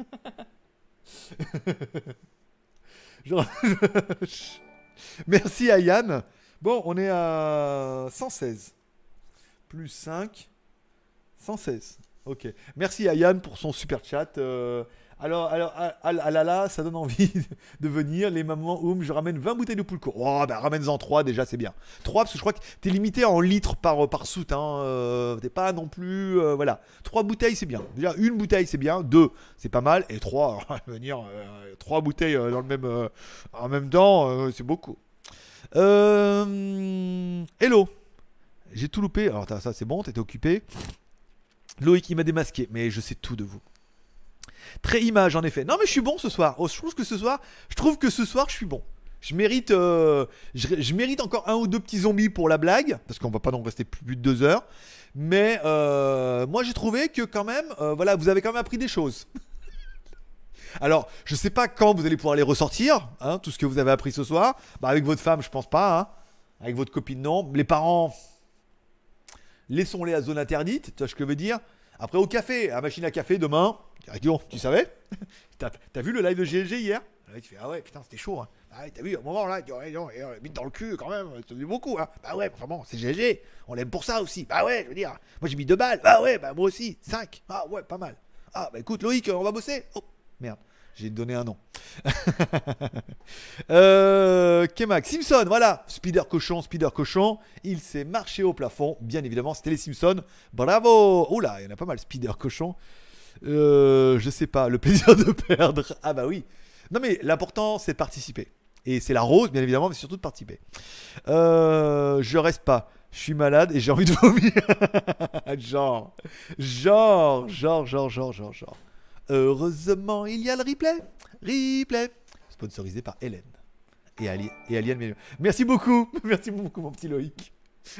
A: Genre... Merci à Yann. Bon, on est à cent seize. Plus cinq. cent seize. Ok. Merci à Yann pour son super chat. Euh, alors, alors, ah, ah, ah là là, ça donne envie de venir. Les mamans, oum, je ramène vingt bouteilles de Poulco. Oh, bah ramène-en trois déjà, c'est bien. trois, parce que je crois que t'es limité en litres par, par soute. Hein. Euh, t'es pas non plus. Euh, voilà. trois bouteilles, c'est bien. Déjà, une bouteille, c'est bien. deux, c'est pas mal. Et trois, venir. Euh, trois bouteilles euh, dans le même, euh, en même temps, euh, c'est beaucoup. Euh, hello. J'ai tout loupé. Alors, ça, c'est bon, t'étais occupé. Loïc, il m'a démasqué, mais je sais tout de vous. Très image, en effet. Non, mais je suis bon ce soir. Oh, je trouve que ce soir, je trouve que ce soir, je suis bon. Je mérite, euh, je, je mérite encore un ou deux petits zombies pour la blague, parce qu'on va pas non rester plus de deux heures. Mais euh, moi, j'ai trouvé que quand même, euh, voilà, vous avez quand même appris des choses. Alors, je sais pas quand vous allez pouvoir les ressortir, hein, tout ce que vous avez appris ce soir. Bah, avec votre femme, je pense pas. Hein. Avec votre copine, non. Les parents, laissons-les à zone interdite. Tu vois ce que je veux dire? Après, au café, à la machine à café demain. Tu savais? T'as, t'as vu le live de G L G hier? Là, tu fais, ah ouais, putain, c'était chaud. Hein. Ah ouais, t'as vu, à un moment là, tu dis, oh, bite dans le cul quand même, ça fait beaucoup. Hein. Bah ouais, enfin bon, c'est G L G, on l'aime pour ça aussi. Bah ouais, je veux dire, moi j'ai mis deux balles. Bah ouais, bah moi aussi, cinq. Ah ouais, pas mal. Ah bah écoute, Loïc, on va bosser. Oh, merde. J'ai donné un nom. euh, Kemak, Simpson, voilà. Spider cochon, Spider cochon. Il s'est marché au plafond. Bien évidemment, c'était les Simpsons. Bravo. Oula, il y en a pas mal, Spider cochon. Euh, je sais pas, le plaisir de perdre. Ah bah oui. Non mais l'important, c'est de participer. Et c'est la rose, bien évidemment, mais surtout de participer. Euh, je reste pas. Je suis malade et j'ai envie de vomir. genre, genre, genre, genre, genre, genre, genre. Heureusement, il y a le replay. Replay. Sponsorisé par Hélène. Et, Ali- et Alien. Merci beaucoup. Merci beaucoup, mon petit Loïc.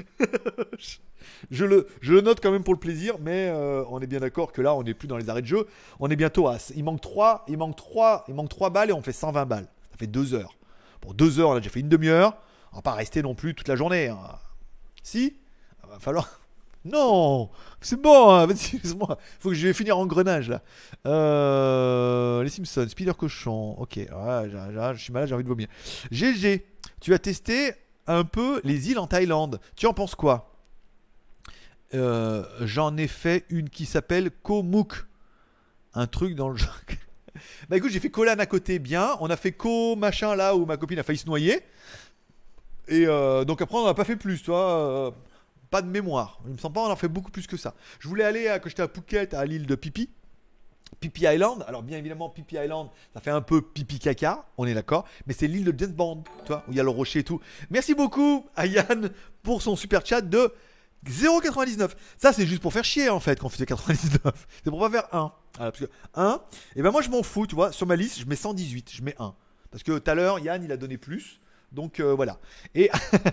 A: je, le, je le note quand même pour le plaisir, mais euh, on est bien d'accord que là, on n'est plus dans les arrêts de jeu. On est bientôt à. Il manque trois, il manque trois, il manque trois balles et on fait cent vingt balles. Ça fait deux heures. Pour deux heures, on a déjà fait une demi-heure. On va pas rester non plus toute la journée. Hein. Si, il va falloir. Non, c'est bon, hein. Excuse-moi. Faut que je vais finir en grenage là. Euh, les Simpsons, Spider cochon. Ok, ouais, je, je suis malade, j'ai envie de vomir. G G, tu as testé un peu les îles en Thaïlande. Tu en penses quoi? euh, J'en ai fait une qui s'appelle Koh Mook. Un truc dans le genre. Bah écoute, j'ai fait Koh Lan à côté, bien. On a fait Koh machin là où ma copine a failli se noyer. Et euh, donc après, on n'a pas fait plus, tu vois. Euh, Pas de mémoire. Il me semble pas on en fait beaucoup plus que ça. Je voulais aller à, quand j'étais à Phuket à l'île de Pipi. Pipi Island. Alors bien évidemment Pipi Island, ça fait un peu pipi caca, on est d'accord. Mais c'est l'île de James Bond, tu vois, où il y a le rocher et tout. Merci beaucoup à Yann pour son super chat de zéro virgule quatre-vingt-dix-neuf. Ça c'est juste pour faire chier en fait quand on fait quatre-vingt-dix-neuf. C'est pour pas faire un. Alors, parce que un, et ben moi je m'en fous, tu vois. Sur ma liste je mets cent dix-huit, je mets un. Parce que tout à l'heure Yann il a donné plus. Donc euh, voilà. Et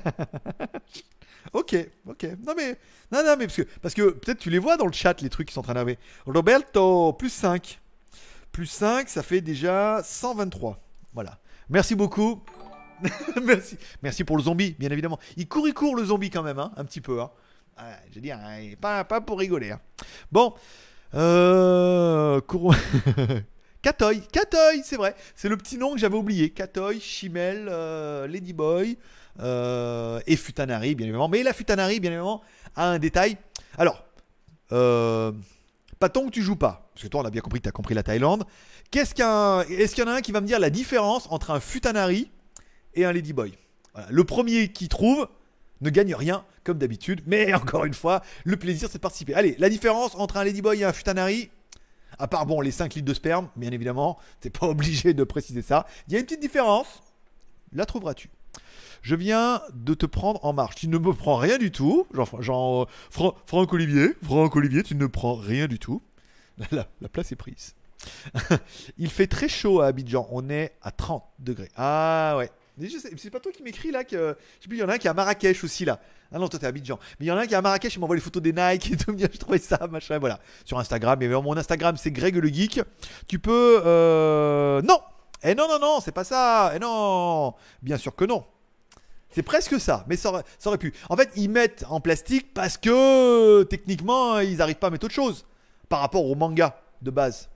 A: ok, ok. Non mais, non, non, mais parce que, parce que peut-être tu les vois dans le chat, les trucs qui sont en train d'arriver. Roberto, plus cinq. Plus cinq, ça fait déjà cent vingt-trois. Voilà. Merci beaucoup. Merci. Merci pour le zombie, bien évidemment. Il court, il court le zombie quand même, hein, un petit peu. Hein. Ouais, je veux dire, hein, pas, pas pour rigoler. Hein. Bon. Euh... Cour... Katoy, Katoy, c'est vrai. C'est le petit nom que j'avais oublié. Katoy, Chimel, euh, Ladyboy. Euh, et Futanari bien évidemment, mais la Futanari bien évidemment a un détail. Alors euh, Patong, tu joues pas parce que toi on a bien compris que tu as compris la Thaïlande. Qu'est-ce qu'un, est-ce qu'il y en a un qui va me dire la différence entre un Futanari et un Ladyboy? Voilà. Le premier qui trouve ne gagne rien comme d'habitude, mais encore une fois le plaisir c'est de participer. Allez, la différence entre un Ladyboy et un Futanari. À part, bon, les cinq litres de sperme, bien évidemment, t'es pas obligé de préciser ça. Il y a une petite différence. La trouveras-tu? Je viens de te prendre en marche. Tu ne me prends rien du tout. Genre, genre euh, Fra- Franck Olivier, Franck Olivier, tu ne prends rien du tout. La, la place est prise. Il fait très chaud à Abidjan. On est à trente degrés. Ah ouais. Mais je sais- C'est pas toi qui m'écris là que. Je sais plus, il y en a un qui est à Marrakech aussi là. Ah non, toi t'es à Abidjan. Mais il y en a un qui est à Marrakech, il m'envoie les photos des Nike et tout. Me dit, je trouvais ça, machin. Voilà. Sur Instagram. Et mon Instagram, c'est Greg le Geek. Tu peux. Euh... Non! Eh non, non, non, c'est pas ça. Eh non! Bien sûr que non. C'est presque ça, mais ça aurait, ça aurait pu. En fait, ils mettent en plastique parce que techniquement, ils n'arrivent pas à mettre autre chose par rapport au manga de base.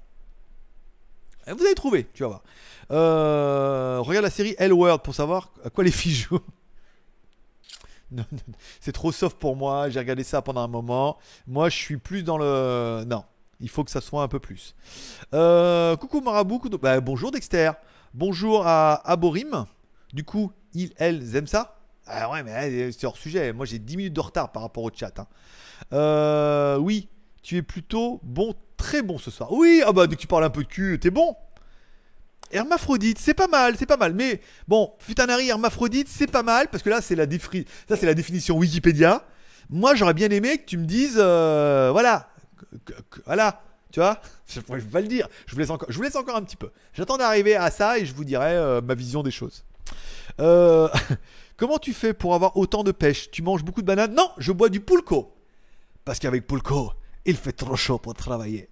A: Et vous avez trouvé, tu vas voir. Euh, regarde la série Hell World pour savoir à quoi les filles jouent. Non, non, non. C'est trop soft pour moi. J'ai regardé ça pendant un moment. Moi, je suis plus dans le. Non, il faut que ça soit un peu plus. Euh, coucou Marabout. Coucou... Bah, bonjour Dexter. Bonjour à Aborim. Du coup, ils, elles aiment ça. Ah ouais, mais euh, c'est hors sujet. Moi, j'ai dix minutes de retard par rapport au chat. Hein. Euh, oui, tu es plutôt bon, très bon ce soir. Oui, ah bah dès que tu parles un peu de cul, t'es bon. Hermaphrodite, c'est pas mal, c'est pas mal. Mais bon, Futanari, hermaphrodite, c'est pas mal parce que là, c'est la, défri... ça, c'est la définition Wikipédia. Moi, j'aurais bien aimé que tu me dises, euh, voilà, que, que, voilà, tu vois. Je ne vais pas le dire. Je vous laisse encore, je vous laisse encore un petit peu. J'attends d'arriver à ça et je vous dirai euh, ma vision des choses. Euh, comment tu fais pour avoir autant de pêche? Tu manges beaucoup de bananes? Non, je bois du pulco. Parce qu'avec pulco, il fait trop chaud pour travailler.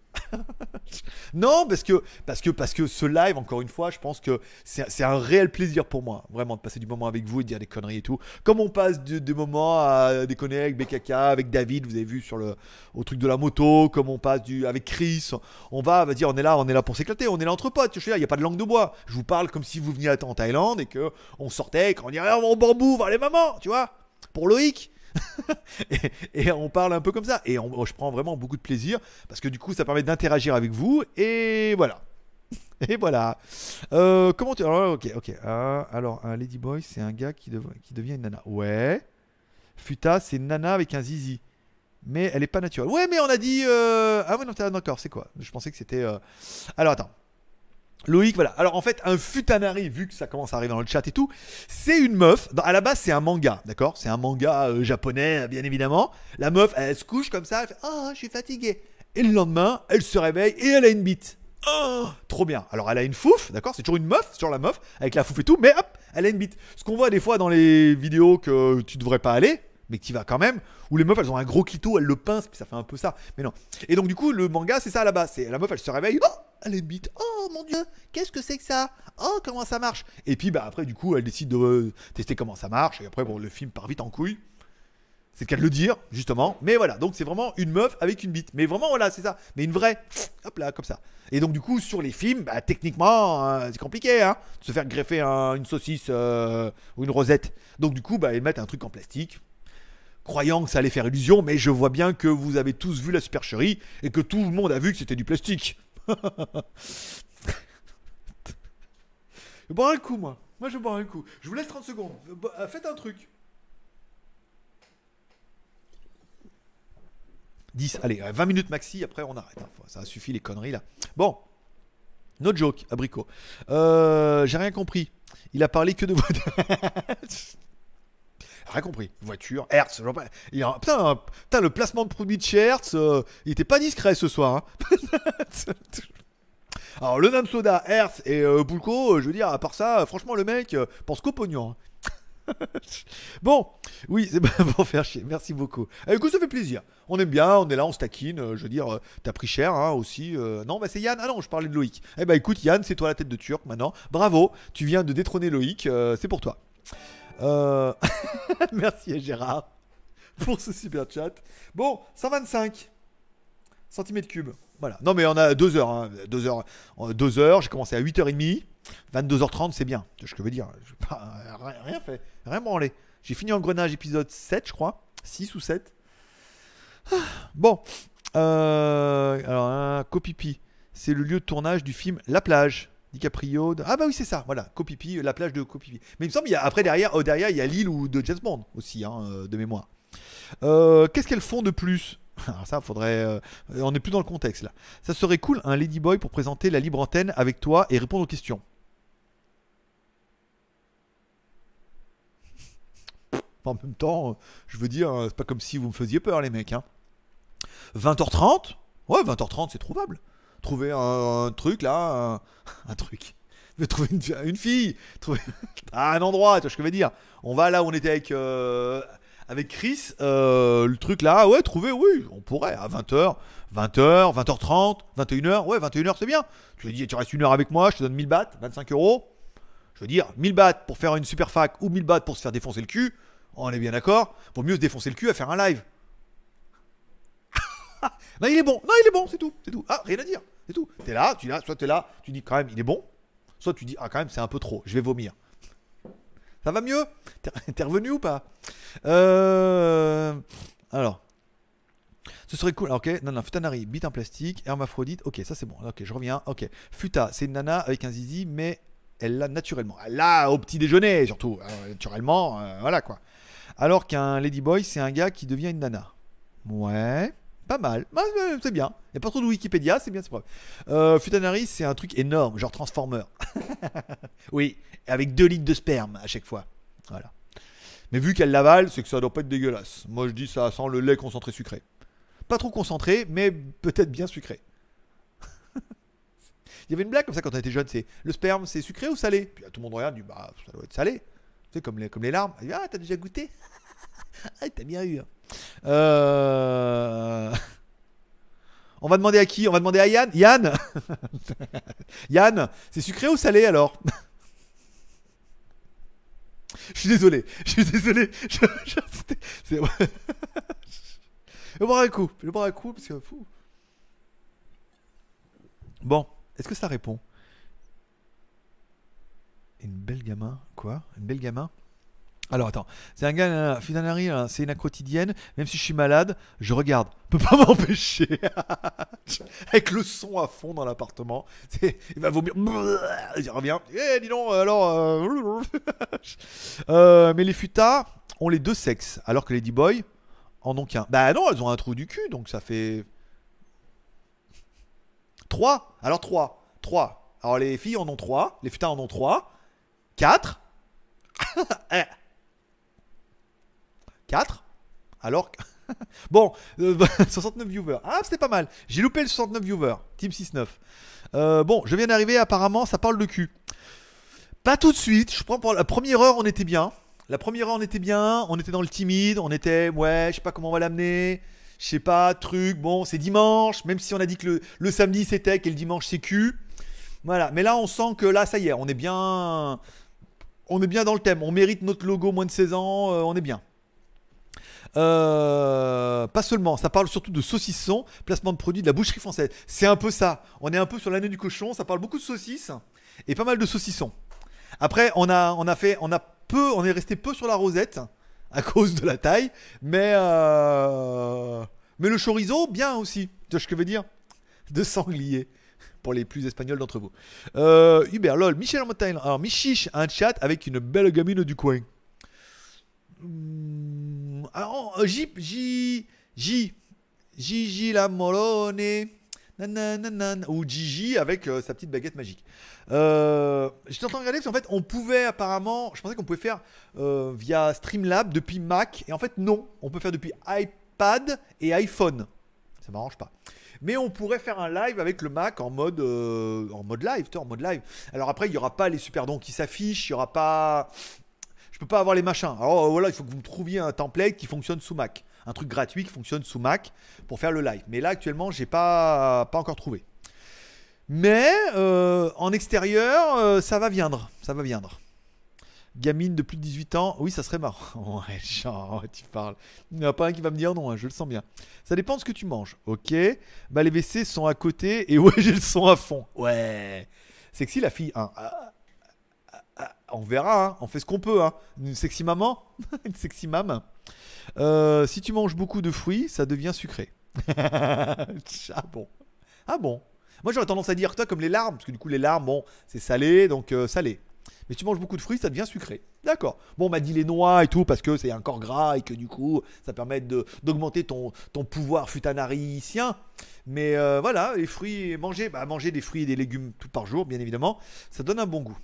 A: Non, parce que, parce, que, parce que ce live, encore une fois, je pense que c'est, c'est un réel plaisir pour moi, vraiment, de passer du moment avec vous et de dire des conneries et tout. Comme on passe de- des moments à déconner avec B K K, avec David, vous avez vu sur le, au truc de la moto, comme on passe du, avec Chris, on va, va dire, on est là, on est là pour s'éclater, on est là entre potes, je suis là, il n'y a pas de langue de bois. Je vous parle comme si vous veniez en Thaïlande et que on sortait, qu'on dirait, on va au bambou, vers les mamans, tu vois, pour Loïc. et, et on parle un peu comme ça et on, je prends vraiment beaucoup de plaisir parce que du coup ça permet d'interagir avec vous et voilà et voilà euh, comment tu alors, ok ok euh, alors un ladyboy c'est un gars qui, dev... qui devient une nana, ouais. Futa c'est une nana avec un zizi mais elle est pas naturelle, ouais, mais on a dit euh... ah ouais non t'es d'accord, c'est quoi, je pensais que c'était euh... alors attends Loïc, voilà. Alors en fait, un futanari, vu que ça commence à arriver dans le chat et tout, c'est une meuf. À la base, c'est un manga, d'accord? C'est un manga euh, japonais, bien évidemment. La meuf, elle, elle se couche comme ça, elle fait oh, je suis fatiguée. Et le lendemain, elle se réveille et elle a une bite. Oh, trop bien. Alors elle a une fouf, d'accord? C'est toujours une meuf sur la meuf, avec la fouf et tout, mais hop, elle a une bite. Ce qu'on voit des fois dans les vidéos que tu devrais pas aller, mais que tu y vas quand même, où les meufs elles ont un gros clito, elles le pincent, puis ça fait un peu ça. Mais non. Et donc du coup, le manga, c'est ça à la base. C'est la meuf, elle se réveille, oh, elle a une bite. Oh mon dieu, qu'est-ce que c'est que ça? Oh, comment ça marche? Et puis bah après, du coup, elle décide de euh, tester comment ça marche. Et après, bon, le film part vite en couille. C'est le cas de le dire, justement. Mais voilà, donc c'est vraiment une meuf avec une bite. Mais vraiment, voilà, c'est ça. Mais une vraie, hop là, comme ça. Et donc du coup, sur les films, bah, techniquement, euh, c'est compliqué, hein, de se faire greffer un- une saucisse euh, ou une rosette. Donc du coup, bah, ils mettent un truc en plastique, croyant que ça allait faire illusion, mais je vois bien que vous avez tous vu la supercherie et que tout le monde a vu que c'était du plastique. Je bois un coup, moi. Moi, je bois un coup. Je vous laisse trente secondes. Euh, Faites un truc. dix, allez, vingt minutes maxi, après on arrête. Hein. Ça suffit les conneries là. Bon, no joke, abricot. Euh, j'ai rien compris. Il a parlé que de voiture. Rien compris. Voiture, Hertz. Genre, il y a, putain, putain, le placement de produit de chez Hertz, euh, il était pas discret ce soir. Hein. Alors, le Namsoda, Hertz et euh, Pulco, euh, je veux dire, à part ça, franchement, le mec euh, pense qu'au pognon. Hein. Bon, oui, c'est pour faire chier. Merci beaucoup. Eh, écoute, ça fait plaisir. On aime bien, on est là, on se taquine. euh, je veux dire, euh, t'as pris cher hein, aussi. euh, non, bah c'est Yann. Ah non, je parlais de Loïc. Eh bah écoute, Yann, c'est toi la tête de Turc maintenant. Bravo, tu viens de détrôner Loïc. euh, c'est pour toi. Euh... Merci à Gérard pour ce super chat. Bon, cent vingt-cinq centimètres cubes. Voilà. Non, mais on a deux heures. Hein. deux heures. deux heures. J'ai commencé à huit heures trente. vingt-deux heures trente, c'est bien. C'est ce que je veux dire. Je pas, rien, rien fait. Rien branlé. J'ai fini Engrenage épisode sept, je crois. six ou sept. Ah, bon. Euh, alors, un Copipi. C'est le lieu de tournage du film La Plage. DiCaprio. De... Ah bah oui, c'est ça. Voilà. Copipi, la plage de Copipi. Mais il me semble, il y a, après, derrière, oh, derrière, il y a l'île ou de James Bond aussi, hein, de mémoire. Euh, qu'est-ce qu'elles font de plus Alors ça, faudrait. euh, on n'est plus dans le contexte là. Ça serait cool un Ladyboy pour présenter la libre antenne avec toi et répondre aux questions. En même temps, euh, je veux dire, euh, c'est pas comme si vous me faisiez peur, les mecs. Hein. vingt heures trente. Ouais, vingt heures trente, c'est trouvable. Trouver un, un truc là, un, un truc. Trouver une, une fille, trouver un endroit, tu vois ce que je veux dire. On va là où on était avec, euh, avec Chris, euh, le truc là, ouais, trouver, oui, on pourrait, à vingt heures, vingt heures, vingt heures trente, vingt et une heures, ouais, vingt et une heures c'est bien. Tu veux dire, tu restes une heure avec moi, je te donne mille bahts, vingt-cinq euros. Je veux dire, mille bahts pour faire une super fac ou mille bahts pour se faire défoncer le cul, on est bien d'accord. Vaut mieux se défoncer le cul à faire un live. Non, il est bon, non, il est bon, c'est tout, c'est tout. Ah, rien à dire, c'est tout. T'es là, tu es là, soit t'es là, tu dis quand même, il est bon. Soit tu dis, ah quand même c'est un peu trop, je vais vomir. Ça va mieux? T'es revenu ou pas? euh... Alors. Ce serait cool. Ok, non, non, Futanari, bite en plastique, hermaphrodite. Ok, ça c'est bon. Ok, je reviens. Ok. Futa, c'est une nana avec un zizi, mais elle l'a naturellement. Elle l'a au petit déjeuner, surtout. Euh, naturellement, euh, voilà quoi. Alors qu'un ladyboy, c'est un gars qui devient une nana. Ouais. Pas mal, bah, c'est bien. Il n'y a pas trop de Wikipédia, c'est bien, c'est propre. Euh, Futanari, c'est un truc énorme, genre Transformer. Oui, avec deux litres de sperme à chaque fois. Voilà. Mais vu qu'elle l'avale, c'est que ça doit pas être dégueulasse. Moi je dis ça sent le lait concentré sucré. Pas trop concentré, mais peut-être bien sucré. Il y avait une blague comme ça quand on était jeune, c'est le sperme c'est sucré ou salé? Puis là, tout le monde regarde, dit bah ça doit être salé. Tu sais, comme les, comme les larmes. Dit, ah, t'as déjà goûté? Ah, t'as bien eu. Hein. Euh... On va demander à qui? On va demander à Yann. Yann Yann, c'est sucré ou salé alors? Je suis désolé. Je suis désolé. Je, je, c'est... Je vais boire un coup. Je vais boire un coup parce que fou. Bon, est-ce que ça répond? Une belle gamin? Quoi? Une belle gamin? Alors attends, c'est un gars, Futanari, c'est une quotidienne, même si je suis malade, je regarde, je peux pas m'empêcher. Avec le son à fond dans l'appartement, c'est, il va vomir, il revient, eh dis donc, alors... Euh... euh, mais les futas ont les deux sexes, alors que les ladyboys en ont qu'un. Bah non, elles ont un trou du cul, donc ça fait... trois. Alors trois, trois. Alors les filles en ont trois, les futas en ont trois, quatre. quatre. Alors que... Bon, euh, soixante-neuf viewers. Ah, c'était pas mal. J'ai loupé le soixante-neuf viewers. Team six neuf. Euh, bon, je viens d'arriver. Apparemment, ça parle de cul. Pas tout de suite. Je prends pour la première heure, on était bien. La première heure, on était bien. On était dans le timide. On était, ouais, je sais pas comment on va l'amener. Je sais pas, truc. Bon, c'est dimanche. Même si on a dit que le, le samedi c'était, et le dimanche c'est cul. Voilà. Mais là, on sent que là, ça y est, on est bien. On est bien dans le thème. On mérite notre logo moins de seize ans. Euh, on est bien. Euh, pas seulement, ça parle surtout de saucisson, placement de produits de la boucherie française. C'est un peu ça. On est un peu sur l'année du cochon. Ça parle beaucoup de saucisses et pas mal de saucissons. Après, on a, on a fait, on a peu, on est resté peu sur la rosette à cause de la taille, mais euh, mais le chorizo bien aussi. Tu vois ce que je veux dire? De sanglier. Pour les plus espagnols d'entre vous. Euh, Hubert, lol, Michel en montagne. Alors, Michiche a un chat avec une belle gamine du coin. Hum, alors, J, J, J, Gigi la Molone, nanana, ou Gigi avec euh, sa petite baguette magique. Euh, J'étais en train de regarder parce qu'en fait, on pouvait apparemment, je pensais qu'on pouvait faire euh, via Streamlab depuis Mac, et en fait, non, on peut faire depuis iPad et iPhone. Ça m'arrange pas. Mais on pourrait faire un live avec le Mac en mode, euh, en mode live, en mode live. Alors après, il n'y aura pas les super dons qui s'affichent, il n'y aura pas... Je peux pas avoir les machins. Alors voilà, il faut que vous me trouviez un template qui fonctionne sous Mac. Un truc gratuit qui fonctionne sous Mac pour faire le live. Mais là, actuellement, j'ai pas, pas encore trouvé. Mais euh, en extérieur, euh, ça va viendre. Ça va viendre. Gamine de plus de dix-huit ans, oui, ça serait marrant. Ouais, genre, tu parles. Il n'y en a pas un qui va me dire non, hein, je le sens bien. Ça dépend de ce que tu manges. Ok. Bah, les W C sont à côté et ouais, j'ai le son à fond. Ouais. Sexy la fille. Hein. Ah, ah, ah, on verra, hein. On fait ce qu'on peut. Hein. Une sexy maman. Une sexy maman. Euh, si tu manges beaucoup de fruits, ça devient sucré. Ah bon. Ah bon. Moi, j'aurais tendance à dire, toi, comme les larmes, parce que du coup, les larmes, bon, c'est salé, donc euh, salé. Mais si tu manges beaucoup de fruits, ça devient sucré. D'accord. Bon, on m'a dit les noix et tout, parce que c'est un corps gras et que du coup, ça permet de, d'augmenter ton, ton pouvoir futanaricien. Mais euh, voilà, les fruits, manger, bah, manger des fruits et des légumes tout par jour, bien évidemment, ça donne un bon goût.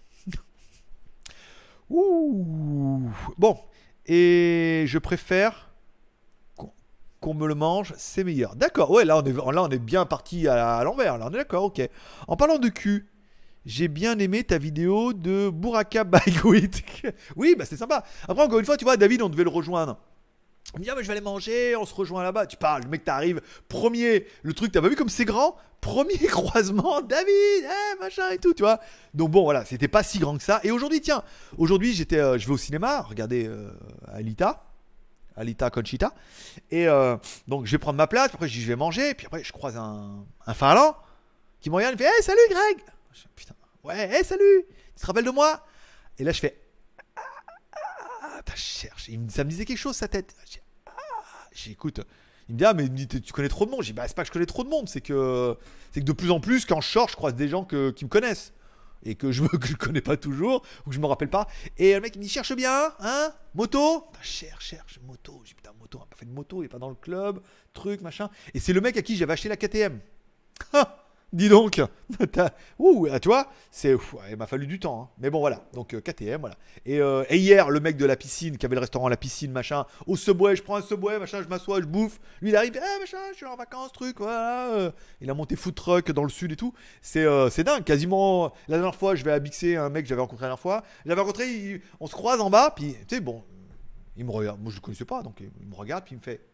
A: Ouh. Bon, et je préfère qu'on qu'on me le mange, c'est meilleur. D'accord, ouais, là on est, là, on est bien parti à, à l'envers, là on est d'accord, ok. En parlant de cul, j'ai bien aimé ta vidéo de Buraka Baigouit. Oui, bah c'est sympa. Après, encore une fois, tu vois, David, on devait le rejoindre. Il me dit, ah, mais je vais aller manger, on se rejoint là-bas. Tu parles, le mec t'arrive, premier, le truc, t'as pas vu comme c'est grand? Premier croisement, David, eh, machin et tout, tu vois. Donc bon, voilà, c'était pas si grand que ça. Et aujourd'hui, tiens, aujourd'hui, j'étais, euh, je vais au cinéma, regarder euh, Alita. Alita Conchita. Et euh, donc, je vais prendre ma place, puis après, je dis, je vais manger. Puis après, je croise un, un Finland qui me regarde, il me fait, hey, salut Greg. Je dis, putain, ouais, hey, salut, tu te rappelles de moi? Et là, je fais, ah, t'as cherché. Il me- Ça me disait quelque chose, sa tête. Je dis, J'écoute. Il me dit, ah, mais il me dit, tu connais trop de monde. Je dis, bah, c'est pas que je connais trop de monde, c'est que, c'est que de plus en plus, quand je sors, je croise des gens que, qui me connaissent. Et que je, me, que je connais pas toujours, ou que je me rappelle pas. Et le mec, il me dit, cherche bien, hein, moto. Putain, cherche, cherche, moto. Je dis, putain, moto, on a pas fait de moto, il est pas dans le club, truc, machin. Et c'est le mec à qui j'avais acheté la K T M. Dis donc, ouh, tu vois, c'est, ouf, ouais, il m'a fallu du temps, hein. Mais bon voilà, donc euh, K T M, voilà. Et, euh, et hier, le mec de la piscine, qui avait le restaurant La Piscine, machin, au Subway, je prends un Subway, machin, je m'assois, je bouffe. Lui, il arrive, eh, machin, je suis en vacances, truc, voilà. euh. Il a monté food truck dans le sud et tout. C'est, euh, c'est dingue, quasiment. La dernière fois, je vais à Bixé, un mec que j'avais rencontré la dernière fois. J'avais rencontré, il- on se croise en bas, puis tu sais, bon, il me regarde, moi je le connaissais pas, donc il me regarde, puis il me fait.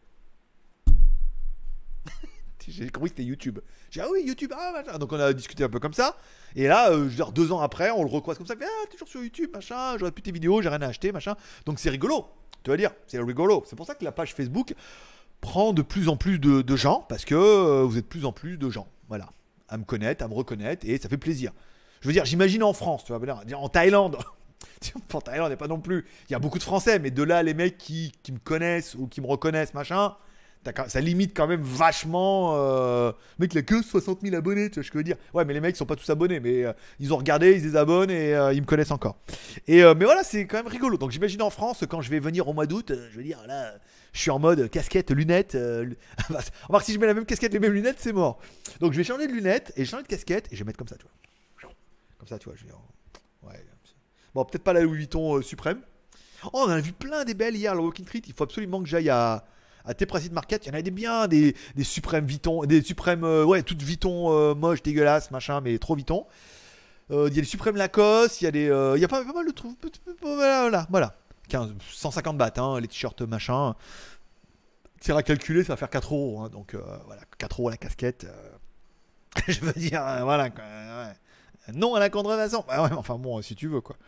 A: J'ai compris que c'était YouTube. J'ai dit, ah oui, YouTube, ah machin. Donc on a discuté un peu comme ça. Et là, euh, je veux dire, deux ans après, on le recroise comme ça. Il fait, ah, toujours sur YouTube, machin. J'aurais plus tes vidéos, j'ai rien à acheter, machin. Donc c'est rigolo. Tu vas dire, c'est rigolo. C'est pour ça que la page Facebook prend de plus en plus de, de gens. Parce que euh, vous êtes de plus en plus de gens. Voilà. À me connaître, à me reconnaître. Et ça fait plaisir. Je veux dire, j'imagine en France, tu vois, dire, en Thaïlande. En Thaïlande, il n'y a pas non plus. Il y a beaucoup de Français, mais de là, les mecs qui, qui me connaissent ou qui me reconnaissent, machin. Ça limite quand même vachement. Euh... Le mec, il a que soixante mille abonnés, tu vois ce que je veux dire. Ouais, mais les mecs, ils sont pas tous abonnés, mais euh, ils ont regardé, ils les abonnent et euh, ils me connaissent encore. Et, euh, mais voilà, c'est quand même rigolo. Donc j'imagine en France, quand je vais venir au mois d'août, euh, je veux dire, là, je suis en mode casquette, lunettes. Euh... Remarque, si je mets la même casquette, les mêmes lunettes, c'est mort. Donc je vais changer de lunettes et changer de casquette et je vais mettre comme ça, tu vois. Comme ça, tu vois. Je vais... Ouais. Bon, peut-être pas la Louis Vuitton euh, suprême. Oh, on en a vu plein des belles hier, le Walking Street. Il faut absolument que j'aille à. À T-Priced Market, il y en a des biens, des, des suprêmes Vuitton, des suprêmes, euh, ouais, toutes Vuitton euh, moches, dégueulasses, machin, mais trop Vuitton. Euh, il y a des suprêmes Lacoste, il y a des, euh, il y a pas, pas mal de trucs, voilà, voilà, voilà. quinze, cent cinquante bahts, hein, les t-shirts machin. Si on a calculé, ça va faire quatre euros, hein, donc euh, voilà, quatre euros la casquette. Euh, je veux dire, euh, voilà, quoi, ouais. Non à la condamnation. Bah ouais, enfin bon, si tu veux, quoi.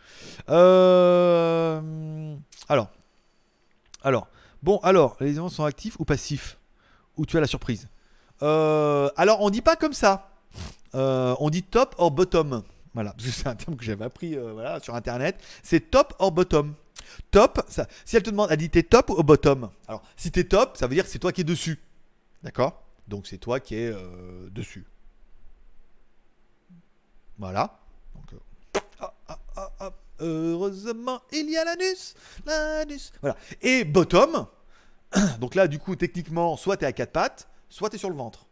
A: Euh, alors, alors. Bon, alors, les éléments sont actifs ou passifs? Ou tu as la surprise? euh, Alors, on dit pas comme ça. Euh, on dit top or bottom. Voilà, parce que c'est un terme que j'avais appris euh, voilà, sur internet. C'est top or bottom. Top, ça, si elle te demande, elle dit t'es top ou bottom? Alors, si t'es top, ça veut dire que c'est toi qui es dessus. D'accord? Donc, c'est toi qui es euh, dessus. Voilà. Donc, euh, ah, ah, ah, ah. Heureusement, il y a l'anus. L'anus. Voilà. Et bottom. Donc là, du coup, techniquement, soit t'es à quatre pattes, soit t'es sur le ventre.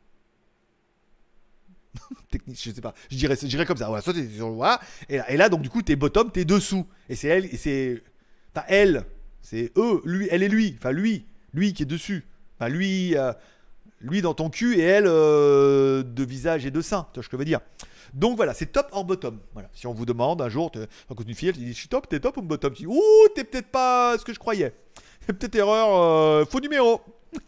A: Technique, je sais pas. Je dirais, je dirais comme ça. Voilà, soit t'es sur le voilà. Et là, et là, donc du coup, t'es bottom, t'es dessous. Et c'est elle, et c'est. Enfin, elle. C'est eux, lui, elle et lui. Enfin, lui. Lui qui est dessus. Enfin, lui. Euh, lui dans ton cul et elle euh, de visage et de sein. Tu vois ce que je veux dire? Donc voilà, c'est top or bottom. Voilà. Si on vous demande un jour, quand une fille, elle dit je suis top, t'es top ou bottom? Tu dis ouh, t'es peut-être pas ce que je croyais. C'est peut-être erreur, euh, faux numéro.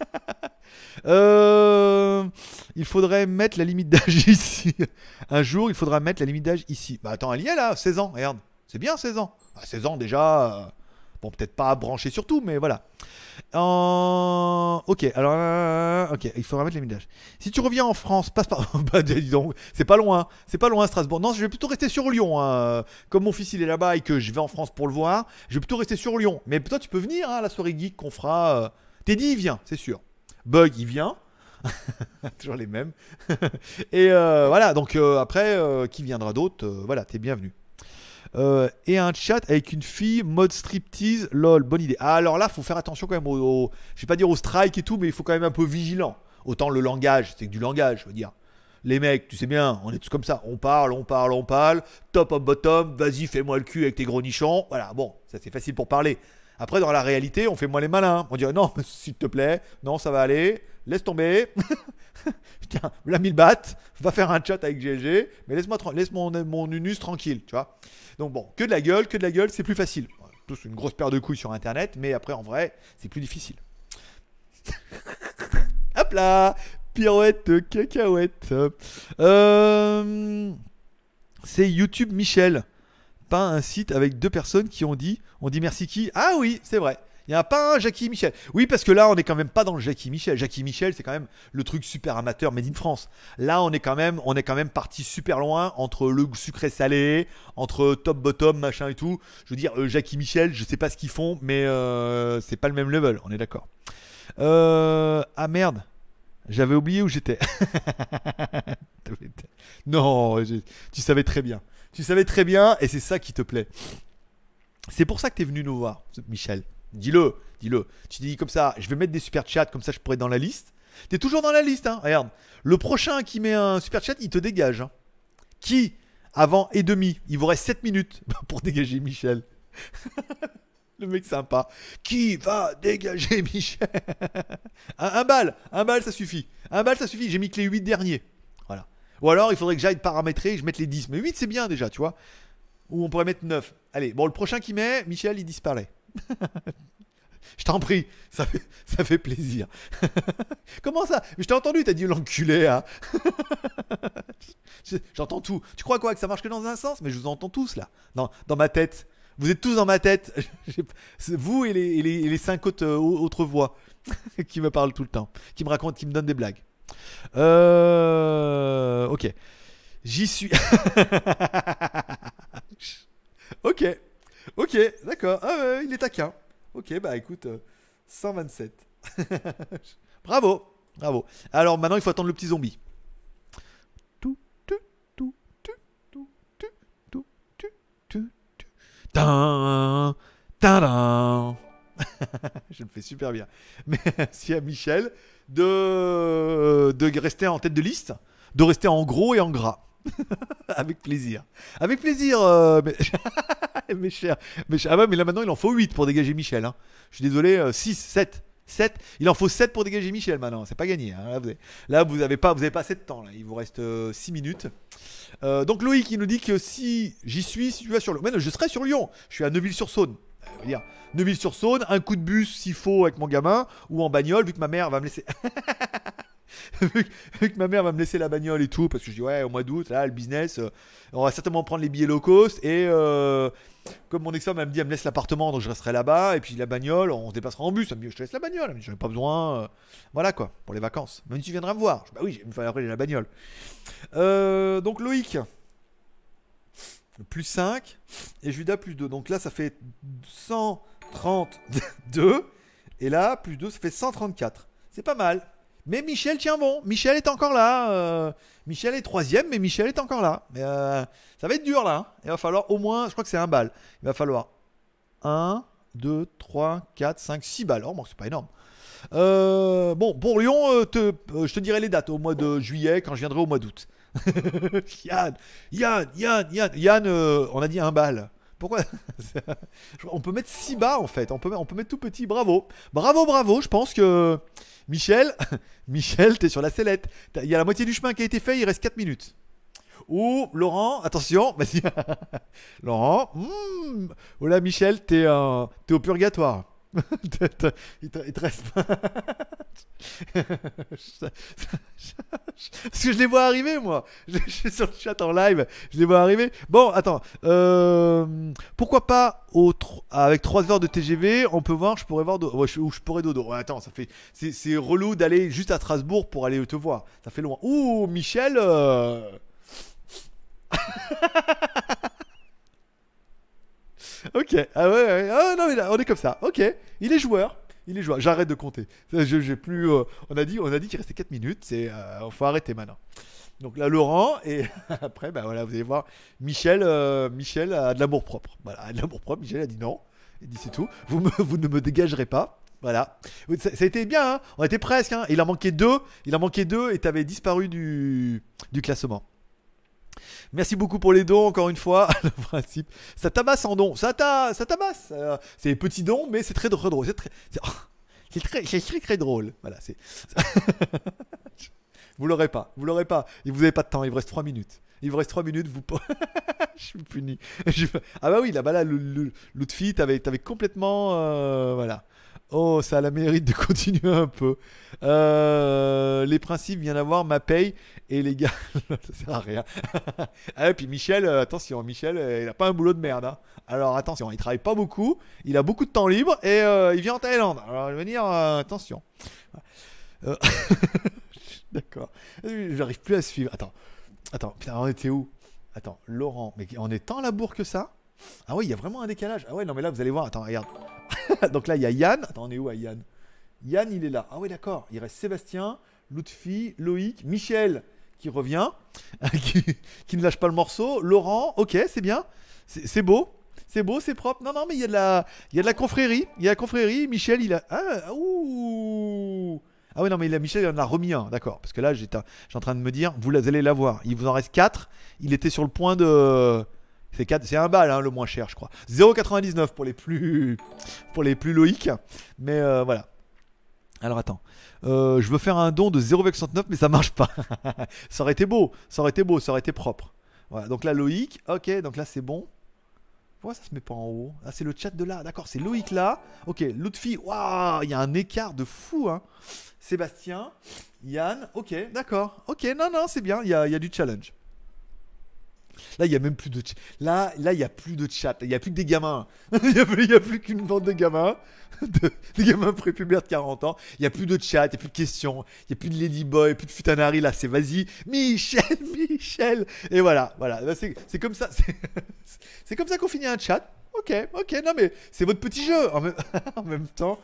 A: euh, il faudrait mettre la limite d'âge ici. Un jour, il faudra mettre la limite d'âge ici. Bah attends, elle y est là, seize ans, regarde. C'est bien seize ans. Bah, seize ans déjà. Euh, bon, peut-être pas branché sur tout, mais voilà. Euh, ok, alors, euh, ok, il faudra mettre la limite d'âge. Si tu reviens en France, passe par. Bah, dis donc, c'est pas loin, c'est pas loin Strasbourg. Non, je vais plutôt rester sur Lyon. Hein. Comme mon fils il est là-bas et que je vais en France pour le voir, je vais plutôt rester sur Lyon. Mais toi, tu peux venir hein, à la soirée geek qu'on fera. Euh... Teddy, il vient, c'est sûr. Bug, il vient. Toujours les mêmes. Et euh, voilà, donc euh, après, euh, qui viendra d'autre euh, voilà, t'es bienvenu. Euh, et un chat avec une fille mode striptease, lol, bonne idée. Ah, alors là, faut faire attention quand même au, au- je vais pas dire au strike et tout, mais il faut quand même un peu vigilant. Autant le langage, c'est que du langage, je veux dire. Les mecs, tu sais bien, on est tous comme ça. On parle, on parle, on parle. Top of bottom, vas-y, fais-moi le cul avec tes gros nichons. Voilà, bon, ça c'est facile pour parler. Après, dans la réalité, on fait moins les malins. On dirait non, s'il te plaît, non, ça va aller. Laisse tomber. Tiens, la mille bahts, va faire un chat avec G L G, mais laisse-moi tra- laisse mon, mon unus tranquille, tu vois. Donc bon, que de la gueule, que de la gueule, c'est plus facile. Tous une grosse paire de couilles sur internet, mais après en vrai, c'est plus difficile. Hop là, pirouette, cacahuète. Euh, c'est YouTube Michel, pas un site avec deux personnes qui ont dit, on dit merci qui. Ah oui, c'est vrai. Il n'y a pas un Jackie Michel. Oui, parce que là, on est quand même pas dans le Jackie Michel. Jackie Michel, c'est quand même le truc super amateur made in France. Là, on est quand même, on est quand même parti super loin entre le sucré salé, entre top bottom machin et tout. Je veux dire, euh, Jackie Michel, je sais pas ce qu'ils font, mais euh, c'est pas le même level. On est d'accord. Euh, ah merde, j'avais oublié où j'étais. Non, j'ai- tu savais très bien. Tu savais très bien, et c'est ça qui te plaît. C'est pour ça que t'es venu nous voir, Michel. Dis-le, dis-le. Tu dis comme ça, je vais mettre des super chats, comme ça je pourrais être dans la liste. T'es toujours dans la liste, hein. Regarde. Le prochain qui met un super chat, il te dégage. Hein. Qui, avant et demi, il vous reste sept minutes pour dégager Michel. Le mec sympa. Qui va dégager Michel? un, un bal, un bal ça suffit. Un bal ça suffit, j'ai mis que les huit derniers. Voilà. Ou alors il faudrait que j'aille paramétrer et je mette les dix. Mais huit c'est bien déjà, tu vois. Ou on pourrait mettre neuf. Allez, bon, le prochain qui met, Michel, il disparaît. Je t'en prie, ça fait, ça fait plaisir. Comment ça? Mais je t'ai entendu, t'as dit l'enculé, hein. J'entends tout. Tu crois quoi, que ça marche que dans un sens? Mais je vous entends tous, là, dans, dans ma tête. Vous êtes tous dans ma tête. C'est vous et les, et les, et les cinq autres, euh, autres voix qui me parlent tout le temps, qui me racontent, qui me donnent des blagues. Euh... Ok. J'y suis. Ok. Ok, d'accord. Ah ouais, il est taquin. Ok, bah écoute, euh, cent vingt-sept. Bravo. Bravo. Alors maintenant, il faut attendre le petit zombie. Tout, tout, tout, tout, tout, tout, tout, tout, tout, tout. Tin, tadam. Je le fais super bien. Merci à Michel de, de rester en tête de liste, de rester en gros et en gras. Avec plaisir. Avec plaisir, euh, mais... mes chers. Mes chers. Ah ouais, mais là maintenant il en faut huit pour dégager Michel. Hein. Je suis désolé, euh, six, sept. sept. Il en faut sept pour dégager Michel maintenant. C'est pas gagné. Hein. Là, vous avez... Là, vous avez pas, vous avez pas assez de temps. Là. Il vous reste euh, six minutes. Euh, donc Loïc il nous dit que si j'y suis, si tu vas sur Lyon. Mais non, je serai sur Lyon. Je suis à Neuville-sur-Saône. Euh, dire Neuville-sur-Saône, un coup de bus s'il faut avec mon gamin ou en bagnole vu que ma mère va me laisser. vu, que, vu que ma mère va me laisser la bagnole et tout, parce que je dis ouais, au mois d'août, là, le business, euh, on va certainement prendre les billets low cost. Et euh, comme mon ex-femme elle me dit, elle me laisse l'appartement, donc je resterai là-bas. Et puis la bagnole, on se dépassera en bus. Elle me dit, je te laisse la bagnole. Elle me dit, j'en ai pas besoin. euh, voilà quoi, pour les vacances. Même si tu viendras me voir. Je dis, bah oui, une fois après, j'ai la bagnole. Euh, donc Loïc, plus cinq. Et Judas, plus deux. Donc là, ça fait cent trente-deux. Et là, plus deux, ça fait cent trente-quatre. C'est pas mal. Mais Michel tient bon. Michel est encore là. Euh, Michel est troisième, mais Michel est encore là. Mais euh, ça va être dur là. Hein. Il va falloir au moins, je crois que c'est un balle. Il va falloir un, deux, trois, quatre, cinq, six balles. Oh, bon, c'est pas énorme. Euh, bon, pour Lyon, euh, te, euh, je te dirai les dates au mois de juillet quand je viendrai au mois d'août. Yann, Yann, Yann, Yann, Yann, euh, on a dit un balle. Pourquoi? On peut mettre six bas en fait. On peut, on peut mettre tout petit. Bravo. Bravo, bravo. Je pense que Michel, Michel, t'es sur la sellette. Il y a la moitié du chemin qui a été fait. Il reste quatre minutes. Ou Laurent, attention. Vas-y. Laurent. Hmm, oh là, Michel, t'es, euh, t'es au purgatoire. il, te, il te reste pas. Parce que je les vois arriver, moi. Je, je suis sur le chat en live. Je les vois arriver. Bon, attends. Euh, pourquoi pas au, avec trois heures de T G V, on peut voir, je pourrais voir ouais, je, ou je pourrais dodo. Ouais, attends, ça fait. C'est, c'est relou d'aller juste à Strasbourg pour aller te voir. Ça fait loin. Ouh, Michel. Euh... Ok, ah ouais, ouais. Ah non mais là, on est comme ça. Ok, il est joueur, il est joueur. J'arrête de compter. Je, j'ai plus. Euh, on a dit, on a dit qu'il restait quatre minutes. C'est, euh, faut arrêter maintenant. Donc là, Laurent, et après, bah voilà, vous allez voir, Michel, euh, Michel a de l'amour propre. Voilà, a de l'amour propre. Michel a dit non. Il dit c'est tout. Vous, me- vous ne me dégagerez pas. Voilà. Ça, ça a été bien, hein. On était presque. Hein. Il en manquait deux. Il en manquait deux et t'avais disparu du, du classement. Merci beaucoup pour les dons, encore une fois. Le principe, ça tabasse en dons. Ça, ta, ça tabasse. Euh, c'est des petits dons, mais c'est très, très drôle. C'est très, c'est, oh, c'est très, c'est très, très drôle. Voilà, c'est. Vous l'aurez pas, vous l'aurez pas. Et vous avez pas de temps, il vous reste trois minutes. Il vous reste trois minutes, vous. Je suis puni. Je- Ah bah oui, là, bah là, le, le, Lutfi, t'avais, t'avais complètement. euh, voilà. Oh, ça a la mérite de continuer un peu. Euh, les principes, vient d'avoir ma paye. Et les gars, ça sert à rien. Ah, et puis Michel, euh, attention, Michel, euh, il a pas un boulot de merde. Hein. Alors attention, il travaille pas beaucoup. Il a beaucoup de temps libre et euh, il vit en Thaïlande. Alors je veux dire, euh, attention. Euh, D'accord. J'arrive plus à suivre. Attends. Attends, putain, on était où? Attends, Laurent. Mais on est tant à la bourre que ça? Ah oui, il y a vraiment un décalage. Ah ouais, non, mais là, vous allez voir. Attends, regarde. Donc là, il y a Yann. Attends, on est où à Yann? Yann, il est là. Ah oui, d'accord. Il reste Sébastien, Lutfi, Loïc, Michel qui revient, qui, qui ne lâche pas le morceau. Laurent, ok, c'est bien. C'est c'est beau. C'est beau, c'est propre. Non, non, mais il y a de la, il y a de la confrérie. Il y a la confrérie. Michel, il a. Ah, ouh. Ah oui, non, mais il a, Michel, il en a remis un, d'accord. Parce que là, j'étais j'étais en train de me dire, vous allez l'avoir. Il vous en reste quatre. Il était sur le point de. C'est quatre, c'est un bal, hein, le moins cher, je crois. zéro virgule quatre-vingt-dix-neuf pour les plus, pour les plus loïques. Mais euh, voilà. Alors attends. Euh, je veux faire un don de zéro virgule soixante-neuf, mais ça marche pas. Ça aurait été beau. Ça aurait été beau. Ça aurait été propre. Voilà. Donc là, Loïc. Ok, donc là, c'est bon. Pourquoi ça se met pas en haut? Ah, c'est le chat de là. D'accord, c'est Loïc là. Ok, Lutfi. Waouh, il y a un écart de fou, hein. Sébastien, Yann. Ok, d'accord. Ok, non, non, c'est bien. Il y a, il y a du challenge. Là, il y a même plus de ch- là, là, il y a plus de chat. Il y a plus que des gamins. Il y a plus, il y a plus qu'une bande de gamins, de, des gamins prépubères de quarante ans. Il y a plus de chat, il y a plus de questions, il y a plus de ladyboy, plus de futanari. Là, c'est vas-y, Michel, Michel. Et voilà, voilà. Bah, c'est c'est comme ça. C'est c'est comme ça qu'on finit un chat. Ok, ok. Non mais c'est votre petit jeu en même, en même temps.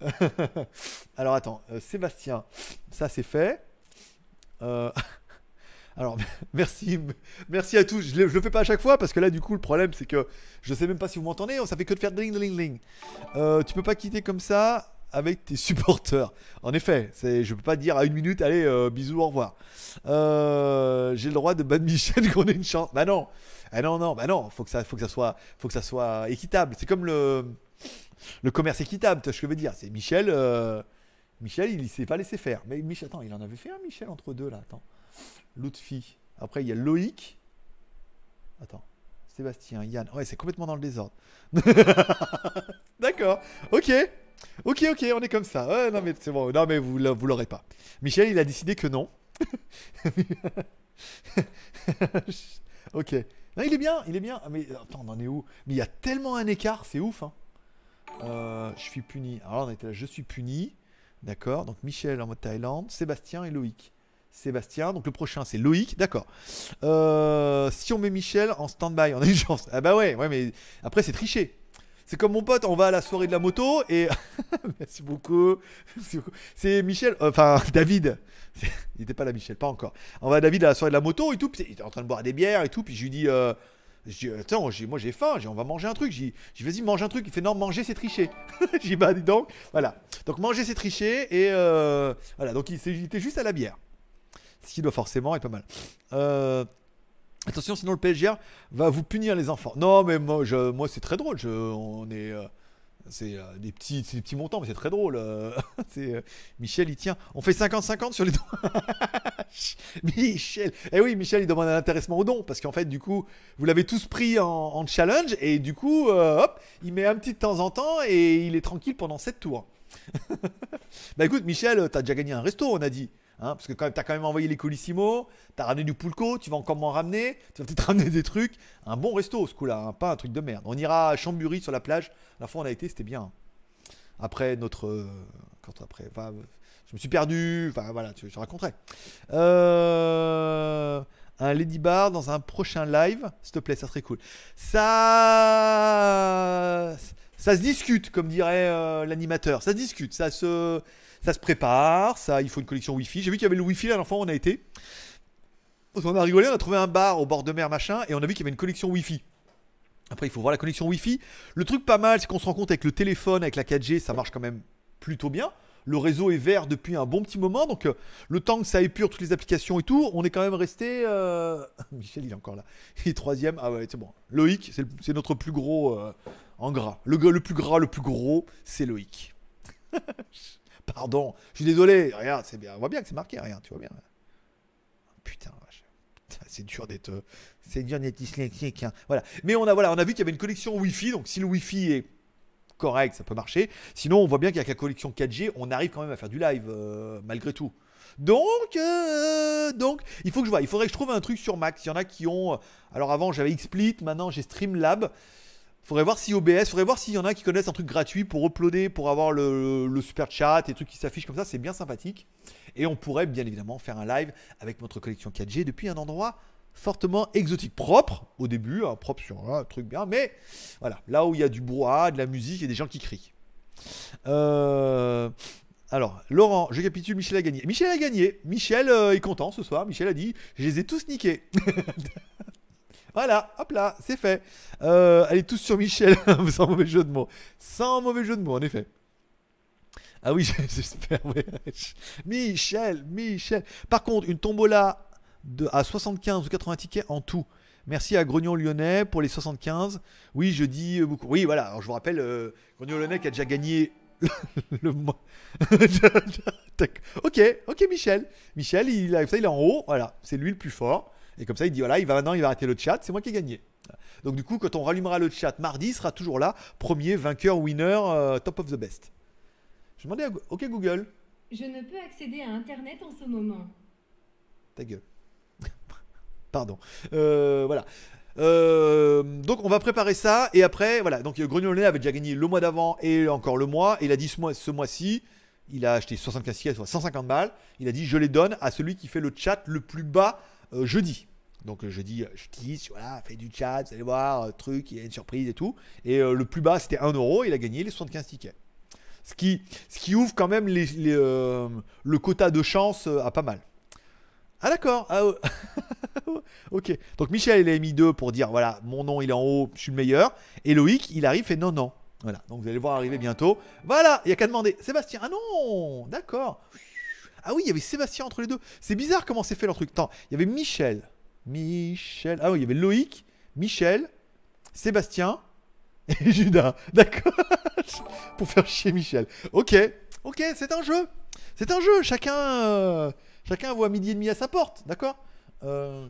A: Alors attends, euh, Sébastien, ça c'est fait. Euh, Alors, merci, merci à tous. Je, le- je le fais pas à chaque fois parce que là, du coup, le problème, c'est que je sais même pas si vous m'entendez. Ça fait que de faire ding ding ding. Euh, tu peux pas quitter comme ça avec tes supporters. En effet, c'est, je peux pas dire à une minute, allez, euh, bisous, au revoir. Euh, j'ai le droit de ban Michel qu'on ait une chance. Bah non, ah non, non, bah non. Faut que ça, faut que ça soit, faut que ça soit équitable. C'est comme le, le commerce équitable. Tu vois ce que je veux dire? C'est Michel. euh, Michel, il, il s'est pas laissé faire. Mais Michel, attends, il en avait fait un Michel entre deux là. Attends. Lutfi. Après, il y a Loïc. Attends. Sébastien, Yann. Ouais, c'est complètement dans le désordre. D'accord. Ok. Ok, ok, on est comme ça. Ouais, non, mais c'est bon. Non, mais vous, l'a- vous l'aurez pas. Michel, il a décidé que non. Ok. Non, il est bien, il est bien. Ah, mais attends, on en est où? Mais il y a tellement un écart, c'est ouf. Hein. Euh, je suis puni. Alors, on était là, je suis puni. D'accord. Donc, Michel en mode Thaïlande, Sébastien et Loïc. Sébastien, donc le prochain c'est Loïc, d'accord. Euh, si on met Michel en stand-by, on a une chance. Ah bah ouais, ouais, mais après c'est tricher. C'est comme mon pote, on va à la soirée de la moto et. Merci beaucoup. Merci beaucoup. C'est Michel, euh, enfin David. C'est- Il n'était pas là, Michel, pas encore. On va à David à la soirée de la moto et tout. Puis il était en train de boire des bières et tout. Puis je lui dis. Euh, je dis, attends, j'ai- moi j'ai faim, j'ai- on va manger un truc. J'ai dit, vas-y, mange un truc. Il fait, non, manger c'est tricher. J'ai dit, bah dis donc, voilà. Donc manger c'est tricher et euh, voilà. Donc il, s'est- il était juste à la bière. Ce qui doit forcément être pas mal. Euh, attention, sinon le P S G va vous punir les enfants. Non, mais moi, je, moi c'est très drôle. Je, on est, euh, c'est euh, des petits, c'est des petits montants, mais c'est très drôle. euh, c'est, euh, Michel, il tient. On fait cinquante cinquante sur les dons. Michel. Eh oui, Michel, il demande un intéressement au don. Parce qu'en fait, du coup, vous l'avez tous pris en, en challenge. Et du coup, euh, hop, il met un petit de temps en temps. Et il est tranquille pendant sept tours. Bah écoute, Michel, t'as déjà gagné un resto, on a dit. Hein, parce que quand même, t'as quand même envoyé les colissimo, t'as ramené du pulco, tu vas encore m'en ramener, tu vas peut-être ramener des trucs. Un bon resto ce coup-là, hein, pas un truc de merde. On ira à Chambéry sur la plage. La fois où on a été, c'était bien. Après notre. euh, quand après. Enfin, euh, je me suis perdu. Enfin voilà, tu, je raconterai. Euh, un Lady Bar dans un prochain live, s'il te plaît, ça serait cool. Ça. Ça se discute, comme dirait euh, l'animateur. Ça se discute, ça se. Ça se prépare, ça, il faut une connexion Wi-Fi. J'ai vu qu'il y avait le Wi-Fi la dernière fois où on a été. On a rigolé, on a trouvé un bar au bord de mer, machin, et on a vu qu'il y avait une connexion Wi-Fi. Après, il faut voir la connexion Wi-Fi. Le truc pas mal, c'est qu'on se rend compte avec le téléphone, avec la quatre G, ça marche quand même plutôt bien. Le réseau est vert depuis un bon petit moment, donc euh, le temps que ça épure toutes les applications et tout, on est quand même resté. Euh... Michel, il est encore là. Il est troisième. Ah ouais, c'est bon. Loïc, c'est, le- c'est notre plus gros euh, en gras. Le, le plus gras, le plus gros, c'est Loïc. Pardon, je suis désolé. Regarde, c'est bien. On voit bien que c'est marqué. Rien, tu vois bien. Putain, vache. Putain, c'est dur d'être, euh, c'est dur d'être dyslexique. Hein. Voilà. Mais on a, voilà, on a vu qu'il y avait une connexion Wi-Fi. Donc si le Wi-Fi est correct, ça peut marcher. Sinon, on voit bien qu'avec la connexion quatre G, on arrive quand même à faire du live euh, malgré tout. Donc, euh, donc, il faut que je vois. Il faudrait que je trouve un truc sur Mac. Il y en a qui ont. Alors avant, j'avais XSplit. Maintenant, j'ai Streamlab. Faudrait voir si O B S, faudrait voir s'il y en a qui connaissent un truc gratuit pour uploader, pour avoir le, le super chat et trucs qui s'affichent comme ça, c'est bien sympathique. Et on pourrait bien évidemment faire un live avec notre connexion quatre G depuis un endroit fortement exotique, propre au début, hein, propre sur un truc bien, mais voilà, là où il y a du brouhaha, de la musique et des gens qui crient. Euh, alors, Laurent, je capitule, Michel a gagné. Michel a gagné, Michel euh, est content ce soir, Michel a dit, je les ai tous niqués. Voilà, hop là, c'est fait. Euh, allez tous sur Michel, sans mauvais jeu de mots. Sans mauvais jeu de mots, en effet. Ah oui, j'espère. Ouais. Michel, Michel. Par contre, une tombola de, à soixante-quinze ou quatre-vingts tickets en tout. Merci à Grognon Lyonnais pour les soixante-quinze. Oui, je dis euh, beaucoup. Oui, voilà, alors je vous rappelle, euh, Grognon Lyonnais qui a déjà gagné le mois. ok, ok, Michel. Michel, il, a, ça, il est en haut. Voilà, c'est lui le plus fort. Et comme ça, il dit voilà, il va maintenant, il va arrêter le chat. C'est moi qui ai gagné. Donc du coup, quand on rallumera le chat mardi, il sera toujours là, premier vainqueur, winner, euh, top of the best. Je demandais à OK Google.
B: Je ne peux accéder à Internet en ce moment.
A: Ta gueule. Pardon. Euh, voilà. Euh, donc on va préparer ça et après voilà. Donc Grognon avait déjà gagné le mois d'avant et encore le mois. Et il a dit ce mois, ce mois-ci, il a acheté soixante-quinze tickets, soit cent cinquante balles. Il a dit je les donne à celui qui fait le chat le plus bas euh, jeudi. Donc euh, jeudi, euh, je dis voilà, fais du chat, vous allez voir, euh, truc, il y a une surprise et tout. Et euh, le plus bas c'était un euro. Il a gagné les soixante-quinze tickets. Ce qui, ce qui ouvre quand même les, les, euh, le quota de chance euh, à pas mal. Ah d'accord. Ah, ok. Donc Michel il a mis deux pour dire voilà mon nom il est en haut, je suis le meilleur. Et Loïc il arrive et non non. Voilà. Donc vous allez le voir arriver bientôt. Voilà. Il y a qu'à demander. Sébastien. Ah non. D'accord. Ah oui il y avait Sébastien entre les deux. C'est bizarre comment c'est fait leur truc. Attends. Il y avait Michel. Michel. Ah oui il y avait Loïc, Michel, Sébastien et Judas. D'accord. Pour faire chier Michel. Ok. Ok. C'est un jeu. C'est un jeu. Chacun. Euh... Chacun voit midi et demi à sa porte, d'accord euh...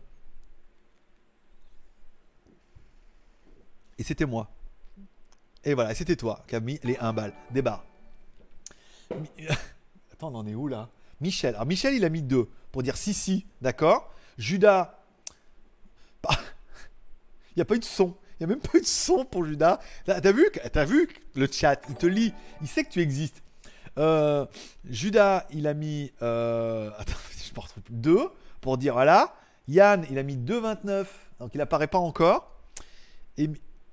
A: Et c'était moi. Et voilà, c'était toi qui a mis les un balles. Débat. Mi... Attends, on en est où là Michel. Alors Michel, il a mis deux pour dire si, si, d'accord Judas. Il n'y a pas eu de son. Il n'y a même pas eu de son pour Judas. T'as, t'as vu T'as vu le chat il te lit. Il sait que tu existes. Euh, Judas, il a mis. Euh, attends, je me retrouve plus. deux pour dire voilà. Yann, il a mis deux virgule vingt-neuf. Donc il apparaît pas encore. Et.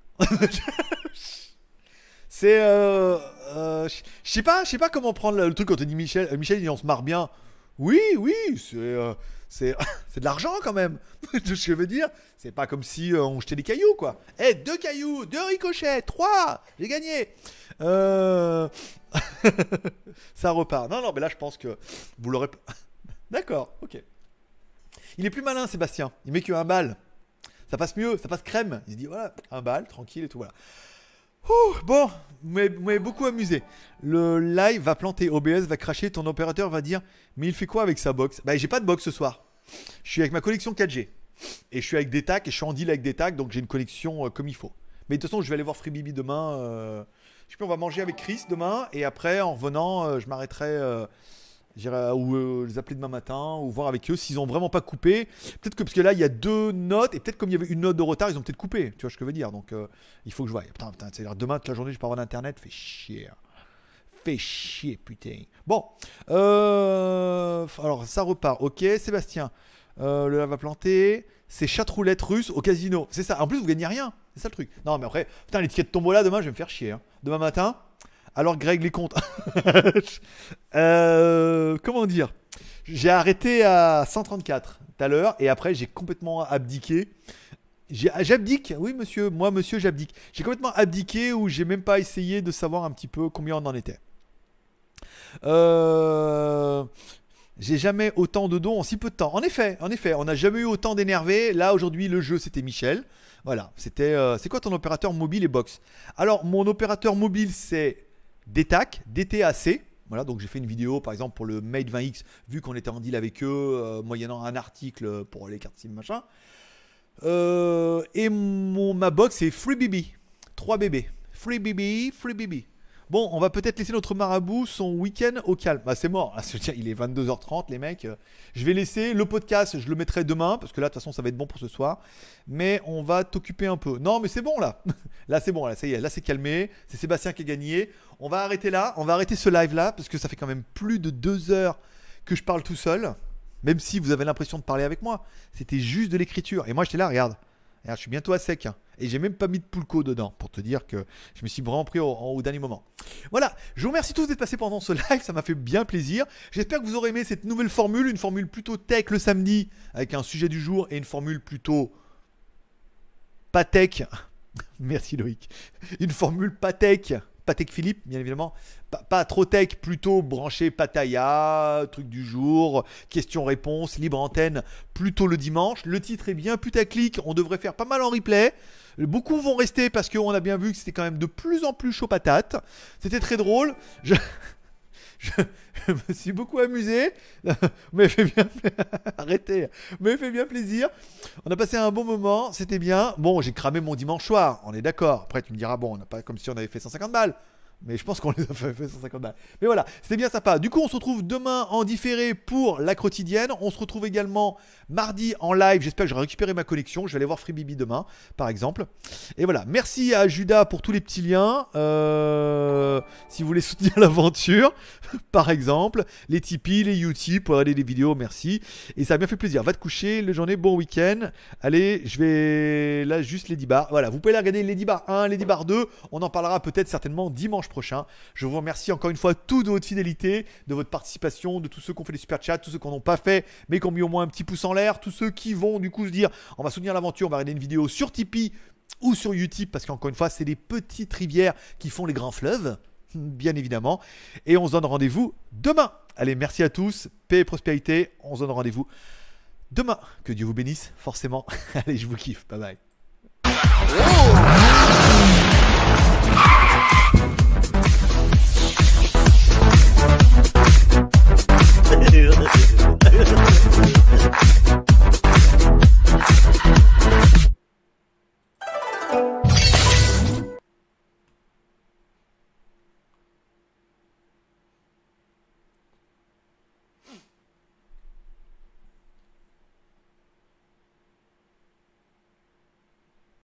A: C'est. Euh, euh, je sais pas, je sais pas comment prendre le truc quand on dit Michel. Euh, Michel, il dit on se marre bien. Oui, oui, c'est. Euh, c'est, c'est de l'argent quand même. Ce que je veux dire, c'est pas comme si euh, on jetait des cailloux quoi. Eh, hey, deux cailloux, deux ricochets, trois, j'ai gagné. Euh... ça repart. Non, non, mais là je pense que vous l'aurez. D'accord, ok. Il est plus malin, Sébastien. Il met que un bal. Ça passe mieux, ça passe crème. Il se dit voilà, un bal, tranquille et tout, voilà. Ouh, bon, vous m'avez, vous m'avez beaucoup amusé. Le live va planter, O B S va cracher, ton opérateur va dire mais il fait quoi avec sa box? Bah j'ai pas de box ce soir. Je suis avec ma connexion quatre G. Et je suis avec des tacs et je suis en deal avec des tacs, donc j'ai une connexion euh, comme il faut. Mais de toute façon, je vais aller voir Free Bibi demain. Euh... Je sais plus, on va manger avec Chris demain. Et après, en revenant, euh, je m'arrêterai. Euh... J'irai ou euh, les appeler demain matin ou voir avec eux s'ils ont vraiment pas coupé. Peut-être que parce que là il y a deux notes et peut-être comme il y avait une note de retard ils ont peut-être coupé. Tu vois ce que je veux dire. Donc euh, il faut que je voie. Putain, putain, c'est demain toute la journée je vais pas avoir d'internet. Fait chier. Fait chier putain. Bon. Euh... Alors ça repart. Ok Sébastien. Euh, le lave va planter. C'est chatroulette russe au casino. C'est ça. En plus vous gagnez rien. C'est ça le truc. Non mais après putain les tickets de tombola demain je vais me faire chier. Hein. Demain matin. Alors Greg les comptes. euh, comment dire J'ai arrêté à cent trente-quatre tout à l'heure et après j'ai complètement abdiqué. J'abdique, oui monsieur, moi monsieur j'abdique. J'ai complètement abdiqué où j'ai même pas essayé de savoir un petit peu combien on en était. Euh... J'ai jamais autant de dons en si peu de temps. En effet, en effet, on n'a jamais eu autant d'énervés. Là aujourd'hui le jeu c'était Michel. Voilà, c'était. Euh... C'est quoi ton opérateur mobile et box? Alors mon opérateur mobile c'est D T A C, D T A C. Voilà, donc j'ai fait une vidéo par exemple pour le Mate vingt X vu qu'on était en deal avec eux, euh, moyennant un article pour les cartes SIM machin. Euh, et mon, ma box c'est FreeBB, trois bébés. FreeBB, FreeBB. Bon, on va peut-être laisser notre marabout son week-end au calme. Bah c'est mort, il est vingt-deux heures trente les mecs. Je vais laisser le podcast, je le mettrai demain parce que là de toute façon ça va être bon pour ce soir. Mais on va t'occuper un peu. Non mais c'est bon là. Là c'est bon, là ça y est, là c'est calmé. C'est Sébastien qui a gagné. On va arrêter là, on va arrêter ce live là parce que ça fait quand même plus de deux heures que je parle tout seul. Même si vous avez l'impression de parler avec moi. C'était juste de l'écriture. Et moi j'étais là, regarde. Regarde, je suis bientôt à sec. Hein. Et j'ai même pas mis de Poulco dedans. Pour te dire que je me suis vraiment pris au, au dernier moment. Voilà. Je vous remercie tous d'être passés pendant ce live. Ça m'a fait bien plaisir. J'espère que vous aurez aimé cette nouvelle formule. Une formule plutôt tech le samedi. Avec un sujet du jour. Et une formule plutôt pas tech. Merci Loïc. Une formule pas tech. Pas tech Philippe, bien évidemment. Pas, pas trop tech, plutôt branché Pattaya, truc du jour, questions-réponses, libre antenne, plutôt le dimanche. Le titre est bien putaclic, on devrait faire pas mal en replay. Beaucoup vont rester parce qu'on a bien vu que c'était quand même de plus en plus chaud patate. C'était très drôle. Je... Je, je me suis beaucoup amusé. Mais fait bien arrêtez. Mais fait bien plaisir. On a passé un bon moment, c'était bien. Bon, j'ai cramé mon dimanche soir, on est d'accord. Après tu me diras bon, on n'a pas comme si on avait fait cent cinquante balles. Mais je pense qu'on les a fait cent cinquante balles. Mais voilà, c'était bien sympa. Du coup, on se retrouve demain en différé pour la quotidienne. On se retrouve également mardi en live. J'espère que j'aurai récupéré ma connexion. Je vais aller voir FreeBB demain, par exemple. Et voilà, merci à Judas pour tous les petits liens. Euh, si vous voulez soutenir l'aventure, par exemple, les Tipeee, les Utip pour regarder des vidéos, merci. Et ça a bien fait plaisir. Va te coucher, le journée, bon week-end. Allez, je vais là juste Lady Bar. Voilà, vous pouvez la regarder Lady Bar un, Lady Bar deux. On en parlera peut-être certainement dimanche prochain. Je vous remercie encore une fois tous de votre fidélité, de votre participation, de tous ceux qui ont fait des super chats, tous ceux qui n'en ont pas fait, mais qui ont mis au moins un petit pouce en l'air, tous ceux qui vont du coup se dire on va soutenir l'aventure, on va regarder une vidéo sur Tipeee ou sur Utip parce qu'encore une fois c'est les petites rivières qui font les grands fleuves, bien évidemment. Et on se donne rendez-vous demain. Allez, merci à tous, paix et prospérité. On se donne rendez-vous demain. Que Dieu vous bénisse, forcément. Allez, je vous kiffe. Bye bye. Oh